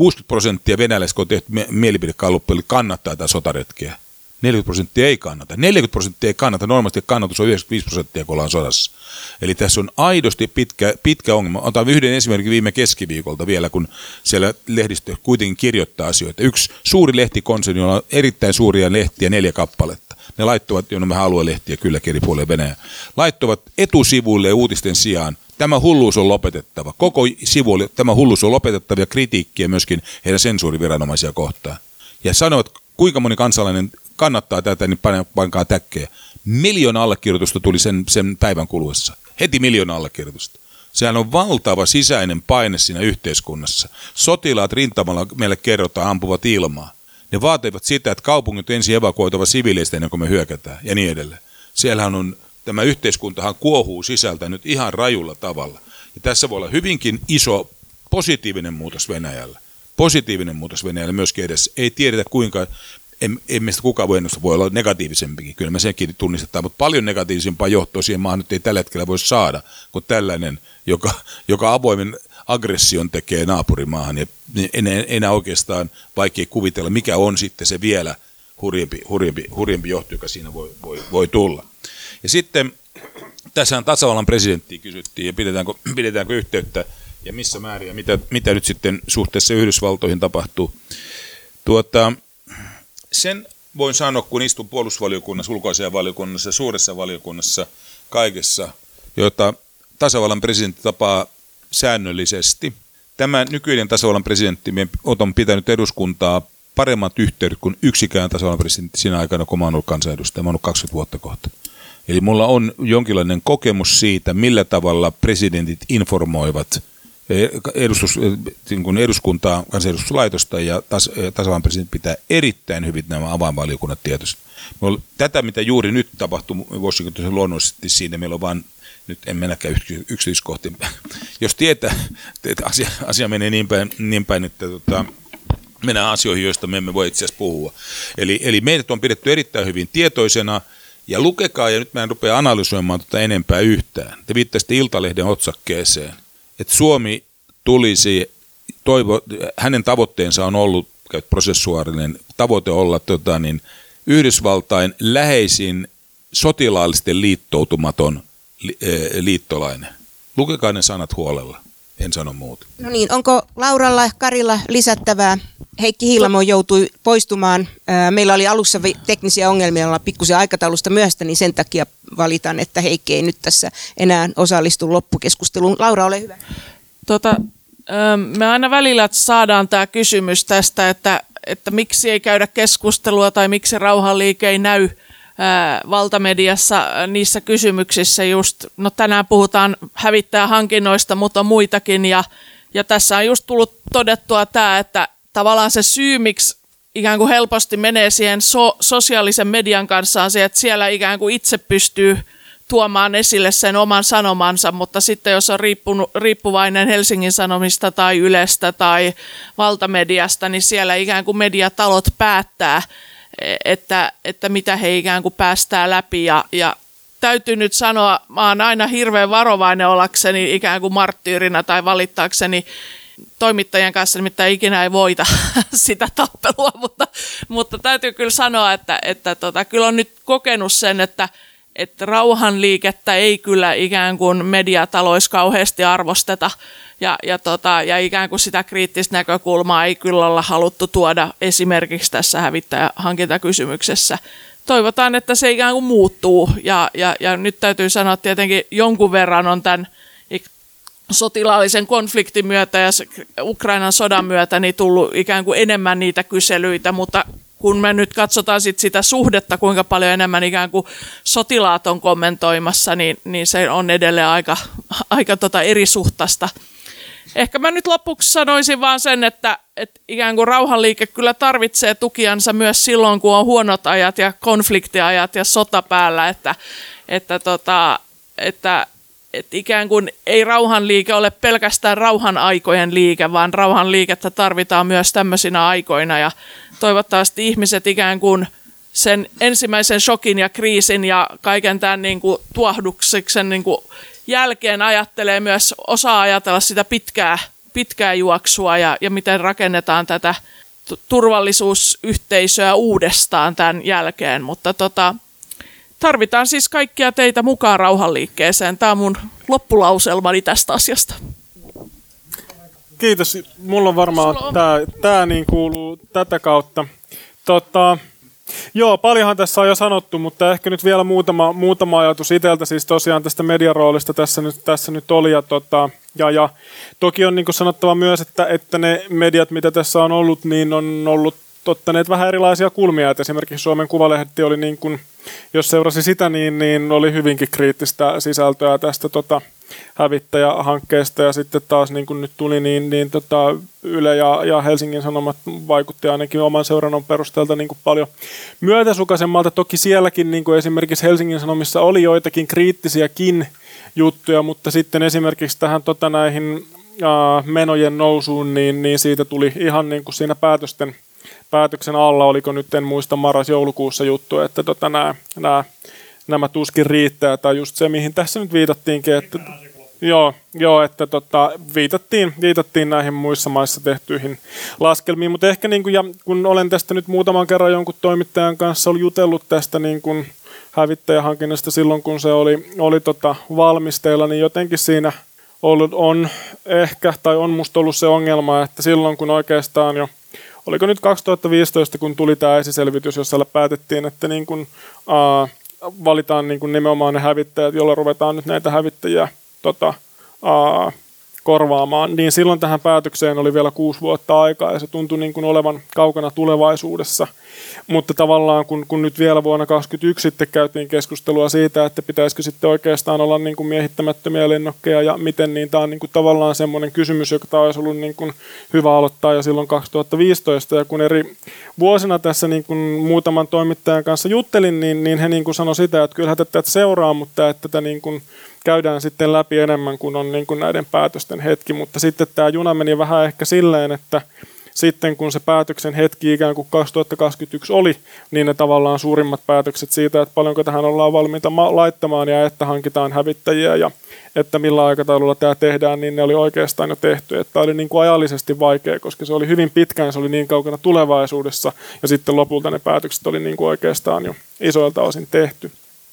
60% venäläiset, kun on tehty mielipidekalluppeille, kannattaa tätä sotaretkeä. 40% ei kannata. 40% ei kannata. Normaalisti kannatus on 95%, kun ollaan sodassa. Eli tässä on aidosti pitkä ongelma. Otan yhden esimerkin viime keskiviikolta vielä, kun siellä lehdistö kuitenkin kirjoittaa asioita. Yksi suuri lehtikonserni, jolla on erittäin suuria lehtiä, 4 kappaletta. Ne laittoivat, jonne vähän aluelehtiä kyllä eri puolille Venäjä, laittoivat etusivuille uutisten sijaan, tämä hulluus on lopetettava. Koko sivuille tämä hulluus on lopetettava ja kritiikkiä myöskin heidän sensuuriviranomaisia kohtaan. Ja sanovat, kuinka moni kansalainen kannattaa tätä, niin pankaa täkkejä. 1 miljoona allekirjoitusta tuli sen päivän kuluessa. Heti 1 miljoona allekirjoitusta. Sehän on valtava sisäinen paine siinä yhteiskunnassa. Sotilaat rintamalla meille kerrotaan ampuvat ilmaa. Ne vaativat sitä, että kaupungit on ensin evakuoitava siviileistä ennen kuin me hyökätään ja niin edelleen. Siellähän on, tämä yhteiskuntahan kuohuu sisältä nyt ihan rajulla tavalla. Ja tässä voi olla hyvinkin iso positiivinen muutos Venäjällä. Positiivinen muutos Venäjällä myöskin edessä. Ei tiedetä kuinka, en meistä kukaan voi ennustaa, voi olla negatiivisempikin. Kyllä me senkin tunnistetaan, mutta paljon negatiivisempaa johtoa siihen maahan nyt ei tällä hetkellä voi saada, kuin tällainen, joka avoimen aggression tekee naapurimaahan. Ja enää oikeastaan vaikea kuvitella, mikä on sitten se vielä hurjempi johto, joka siinä voi tulla. Ja sitten tässähän tasavallan presidenttiä kysyttiin, ja pidetäänkö yhteyttä, ja missä määrin, ja mitä nyt sitten suhteessa Yhdysvaltoihin tapahtuu. Sen voin sanoa, kun istun puolustusvaliokunnassa, ulkoasiainvaliokunnassa, suuressa valiokunnassa, kaikessa, jota tasavallan presidentti tapaa säännöllisesti. Tämä nykyinen tasavallan presidentti on pitänyt eduskuntaa paremmat yhteydet kuin yksikään tasavallan presidentti siinä aikana, kun mä oon ollut kansanedustaja. Mä oon ollut 20 vuotta kohta. Eli mulla on jonkinlainen kokemus siitä, millä tavalla presidentit informoivat eduskuntaa, kansanedustuslaitosta, ja tasavallan presidentti pitää erittäin hyvin nämä avainvaliokunnat tietoiset. Tätä, mitä juuri nyt tapahtuu Washingtonissa luonnollisesti, siinä meillä on vaan, nyt en mennäkään yksityiskohtiin. Jos tietää, että asia menee niin päin, että mennään asioihin, joista me emme voi itse asiassa puhua. Eli meidät on pidetty erittäin hyvin tietoisena, ja lukekaa, ja nyt mä en rupea analysoimaan enempää yhtään. Te viittasitte Iltalehden otsakkeeseen, että Suomi tulisi, hänen tavoitteensa on ollut, prosessuaarinen tavoite olla Yhdysvaltain läheisin sotilaallisten liittoutumaton liittolainen. Lukekaa ne sanat huolella, en sano muuta. No niin, onko Lauralla ja Karilla lisättävää? Heikki Hiilamo joutui poistumaan. Meillä oli alussa teknisiä ongelmia, joilla pikkusen aikataulusta myöhästä, niin sen takia valitan, että Heikki ei nyt tässä enää osallistu loppukeskusteluun. Laura, ole hyvä. Me aina välillä saadaan tämä kysymys tästä, että miksi ei käydä keskustelua tai miksi rauhanliike ei näy valtamediassa niissä kysymyksissä just. No tänään puhutaan hävittäjähankinnoista, mutta on muitakin ja tässä on just tullut todettua tämä, että tavallaan se syy, miksi ikään kuin helposti menee siihen sosiaalisen median kanssa on se, että siellä ikään kuin itse pystyy tuomaan esille sen oman sanomansa, mutta sitten jos on riippuvainen Helsingin Sanomista tai Ylestä tai valtamediasta, niin siellä ikään kuin mediatalot päättää, että mitä he ikään kuin päästää läpi ja täytyy nyt sanoa, mä oon aina hirveän varovainen ollakseni ikään kuin marttyyrinä tai valittaakseni toimittajien kanssa, nimittäin ikinä ei voita sitä tappelua, mutta täytyy kyllä sanoa, että kyllä on nyt kokenut sen, että rauhanliikettä ei kyllä ikään kuin mediataloissa kauheasti arvosteta ja ikään kuin sitä kriittistä näkökulmaa ei kyllä olla haluttu tuoda esimerkiksi tässä hävittäjähankintakysymyksessä. Toivotaan, että se ikään kuin muuttuu ja nyt täytyy sanoa, että tietenkin jonkun verran on tämän sotilaallisen konfliktin myötä ja Ukrainan sodan myötä niin tullut ikään kuin enemmän niitä kyselyitä, mutta kun me nyt katsotaan sitä suhdetta, kuinka paljon enemmän ikään kuin sotilaat on kommentoimassa, niin se on edelleen aika erisuhtaista. Ehkä mä nyt lopuksi sanoisin vaan sen, että ikään kuin rauhanliike kyllä tarvitsee tukijansa myös silloin, kun on huonot ajat ja konfliktiajat ja sota päällä, että ikään kuin ei rauhanliike ole pelkästään rauhan aikojen liike, vaan rauhanliikettä tarvitaan myös tämmöisinä aikoina ja toivottavasti ihmiset ikään kuin sen ensimmäisen shokin ja kriisin ja kaiken tämän niin kuin tuohduksen niin kuin jälkeen ajattelee myös, osaa ajatella sitä pitkää juoksua ja miten rakennetaan tätä turvallisuusyhteisöä uudestaan tämän jälkeen, mutta tarvitaan siis kaikkia teitä mukaan rauhanliikkeeseen. Tämä on mun loppulauselmani tästä asiasta. Kiitos. Mulla on varmaan tämä niin kuuluu tätä kautta. Joo, paljonhan tässä on jo sanottu, mutta ehkä nyt vielä muutama ajatus itseltä. Siis tosiaan tästä mediaroolista tässä nyt oli. Ja toki on niin kuin sanottava myös, että ne mediat, mitä tässä on ollut, niin on ollut ottaneet vähän erilaisia kulmia. Et esimerkiksi Suomen Kuvalehti oli, niin kuin, jos seurasi sitä, niin oli hyvinkin kriittistä sisältöä tästä hävittäjähankkeesta. Ja sitten taas niin kuin nyt tuli, Yle ja Helsingin Sanomat vaikutti ainakin oman seurannon perusteelta niin kuin paljon myötäsukaisemmalta. Toki sielläkin niin kuin esimerkiksi Helsingin Sanomissa oli joitakin kriittisiäkin juttuja, mutta sitten esimerkiksi tähän näihin menojen nousuun, niin siitä tuli ihan niin kuin siinä päätöksen alla, oliko nyt, en muista, marras-joulukuussa juttu, että nämä tuskin riittää, tai just se, mihin tässä nyt viitattiinkin, että että viitattiin näihin muissa maissa tehtyihin laskelmiin, mutta ehkä niin kuin, ja kun olen tästä nyt muutaman kerran jonkun toimittajan kanssa oli jutellut tästä niin kuin hävittäjähankinnasta silloin, kun se oli valmisteilla, niin jotenkin siinä on ehkä, tai on musta ollut se ongelma, että silloin kun oikeastaan jo, oliko nyt 2015, kun tuli tämä esiselvitys, jossa päätettiin, että niin kuin, valitaan niin kuin nimenomaan ne hävittäjät, joilla ruvetaan nyt näitä hävittäjiä korvaamaan, niin silloin tähän päätökseen oli vielä 6 vuotta aikaa ja se tuntui niin kuin olevan kaukana tulevaisuudessa. Mutta tavallaan kun nyt vielä vuonna 2021 sitten käytiin keskustelua siitä, että pitäisikö sitten oikeastaan olla niin kuin miehittämättömiä lennokkeja ja miten, niin tämä on niin kuin tavallaan semmoinen kysymys, joka olisi ollut niin kuin hyvä aloittaa jo silloin 2015. Ja kun eri vuosina tässä niin kuin muutaman toimittajan kanssa juttelin, niin he niin kuin sanoi sitä, että kyllä tätä seuraa, mutta että tätä niin kuin käydään sitten läpi enemmän kuin on niin kuin näiden päätösten hetki, mutta sitten tämä juna meni vähän ehkä silleen, että sitten kun se päätöksen hetki ikään kuin 2021 oli, niin ne tavallaan suurimmat päätökset siitä, että paljonko tähän ollaan valmiita laittamaan ja että hankitaan hävittäjiä ja että millä aikataululla tämä tehdään, niin ne oli oikeastaan jo tehty. Että tämä oli niin kuin ajallisesti vaikea, koska se oli hyvin pitkään, se oli niin kaukana tulevaisuudessa ja sitten lopulta ne päätökset oli niin kuin oikeastaan jo isoilta osin tehty.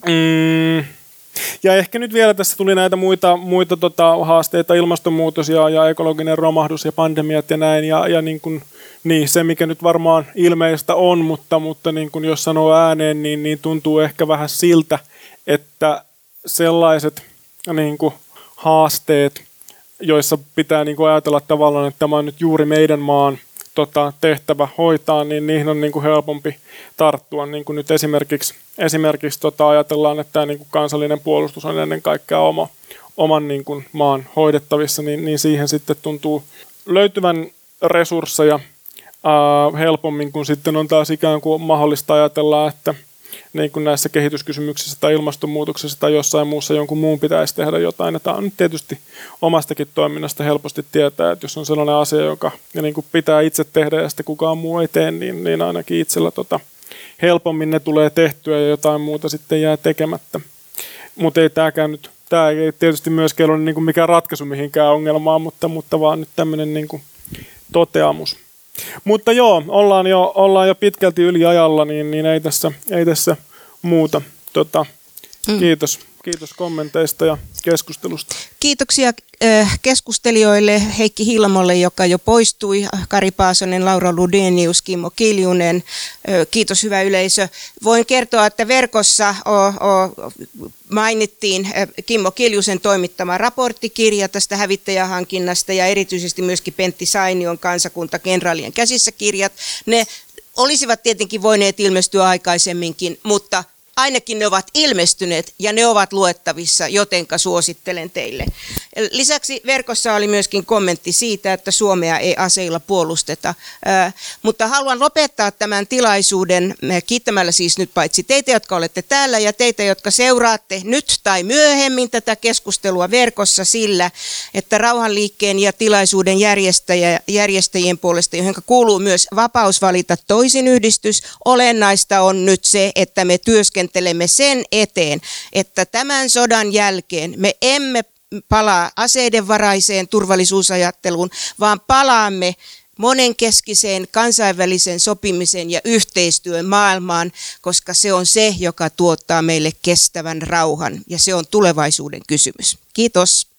Ja ehkä nyt vielä tässä tuli näitä muita haasteita, ilmastonmuutos ja ekologinen romahdus ja pandemiat ja näin. Ja niin se, mikä nyt varmaan ilmeistä on, mutta niin kuin jos sanoo ääneen, niin tuntuu ehkä vähän siltä, että sellaiset niin kuin haasteet, joissa pitää niin kuin ajatella tavallaan, että tämä on nyt juuri meidän maan tehtävä hoitaa, niin niihin on niin kuin helpompi tarttua. Niin kuin nyt esimerkiksi ajatellaan, että tämä niin kuin kansallinen puolustus on ennen kaikkea oman niin kuin maan hoidettavissa, niin siihen sitten tuntuu löytyvän resursseja helpommin, kun sitten on taas ikään kuin mahdollista ajatella, että niin kuin näissä kehityskysymyksissä tai ilmastonmuutoksessa tai jossain muussa jonkun muun pitäisi tehdä jotain. Ja tämä on nyt tietysti omastakin toiminnasta helposti tietää, että jos on sellainen asia, joka niin kuin pitää itse tehdä ja sitten kukaan muu ei tee, niin ainakin itsellä helpommin ne tulee tehtyä ja jotain muuta sitten jää tekemättä. Mutta ei tämä ei tietysti myöskään ole niin kuin mikään ratkaisu mihinkään ongelmaan, mutta vaan nyt tämmöinen niin kuin toteamus. Mutta joo, ollaan jo pitkälti yli ajalla, niin ei tässä muuta. Kiitos kommenteista ja keskustelusta. Kiitoksia keskustelijoille, Heikki Hilmolle, joka jo poistui, Kari Paasonen, Laura Ludenius, Kimmo Kiljunen. Kiitos hyvä yleisö. Voin kertoa, että verkossa mainittiin Kimmo Kiljusen toimittama raporttikirja tästä hävittäjähankinnasta ja erityisesti myöskin Pentti Sainion kansakuntakenraalien käsissä kirjat. Ne olisivat tietenkin voineet ilmestyä aikaisemminkin, mutta ainakin ne ovat ilmestyneet ja ne ovat luettavissa, jotenka suosittelen teille. Lisäksi verkossa oli myöskin kommentti siitä, että Suomea ei aseilla puolusteta, mutta haluan lopettaa tämän tilaisuuden kiittämällä siis nyt paitsi teitä, jotka olette täällä ja teitä, jotka seuraatte nyt tai myöhemmin tätä keskustelua verkossa sillä, että rauhanliikkeen ja tilaisuuden järjestäjien puolesta, johon kuuluu myös vapaus valita toisin yhdistys, olennaista on nyt se, että me työskentelemme sen eteen, että tämän sodan jälkeen me emme palaa aseidenvaraiseen turvallisuusajatteluun, vaan palaamme monenkeskiseen kansainvälisen sopimisen ja yhteistyön maailmaan, koska se on se, joka tuottaa meille kestävän rauhan ja se on tulevaisuuden kysymys. Kiitos.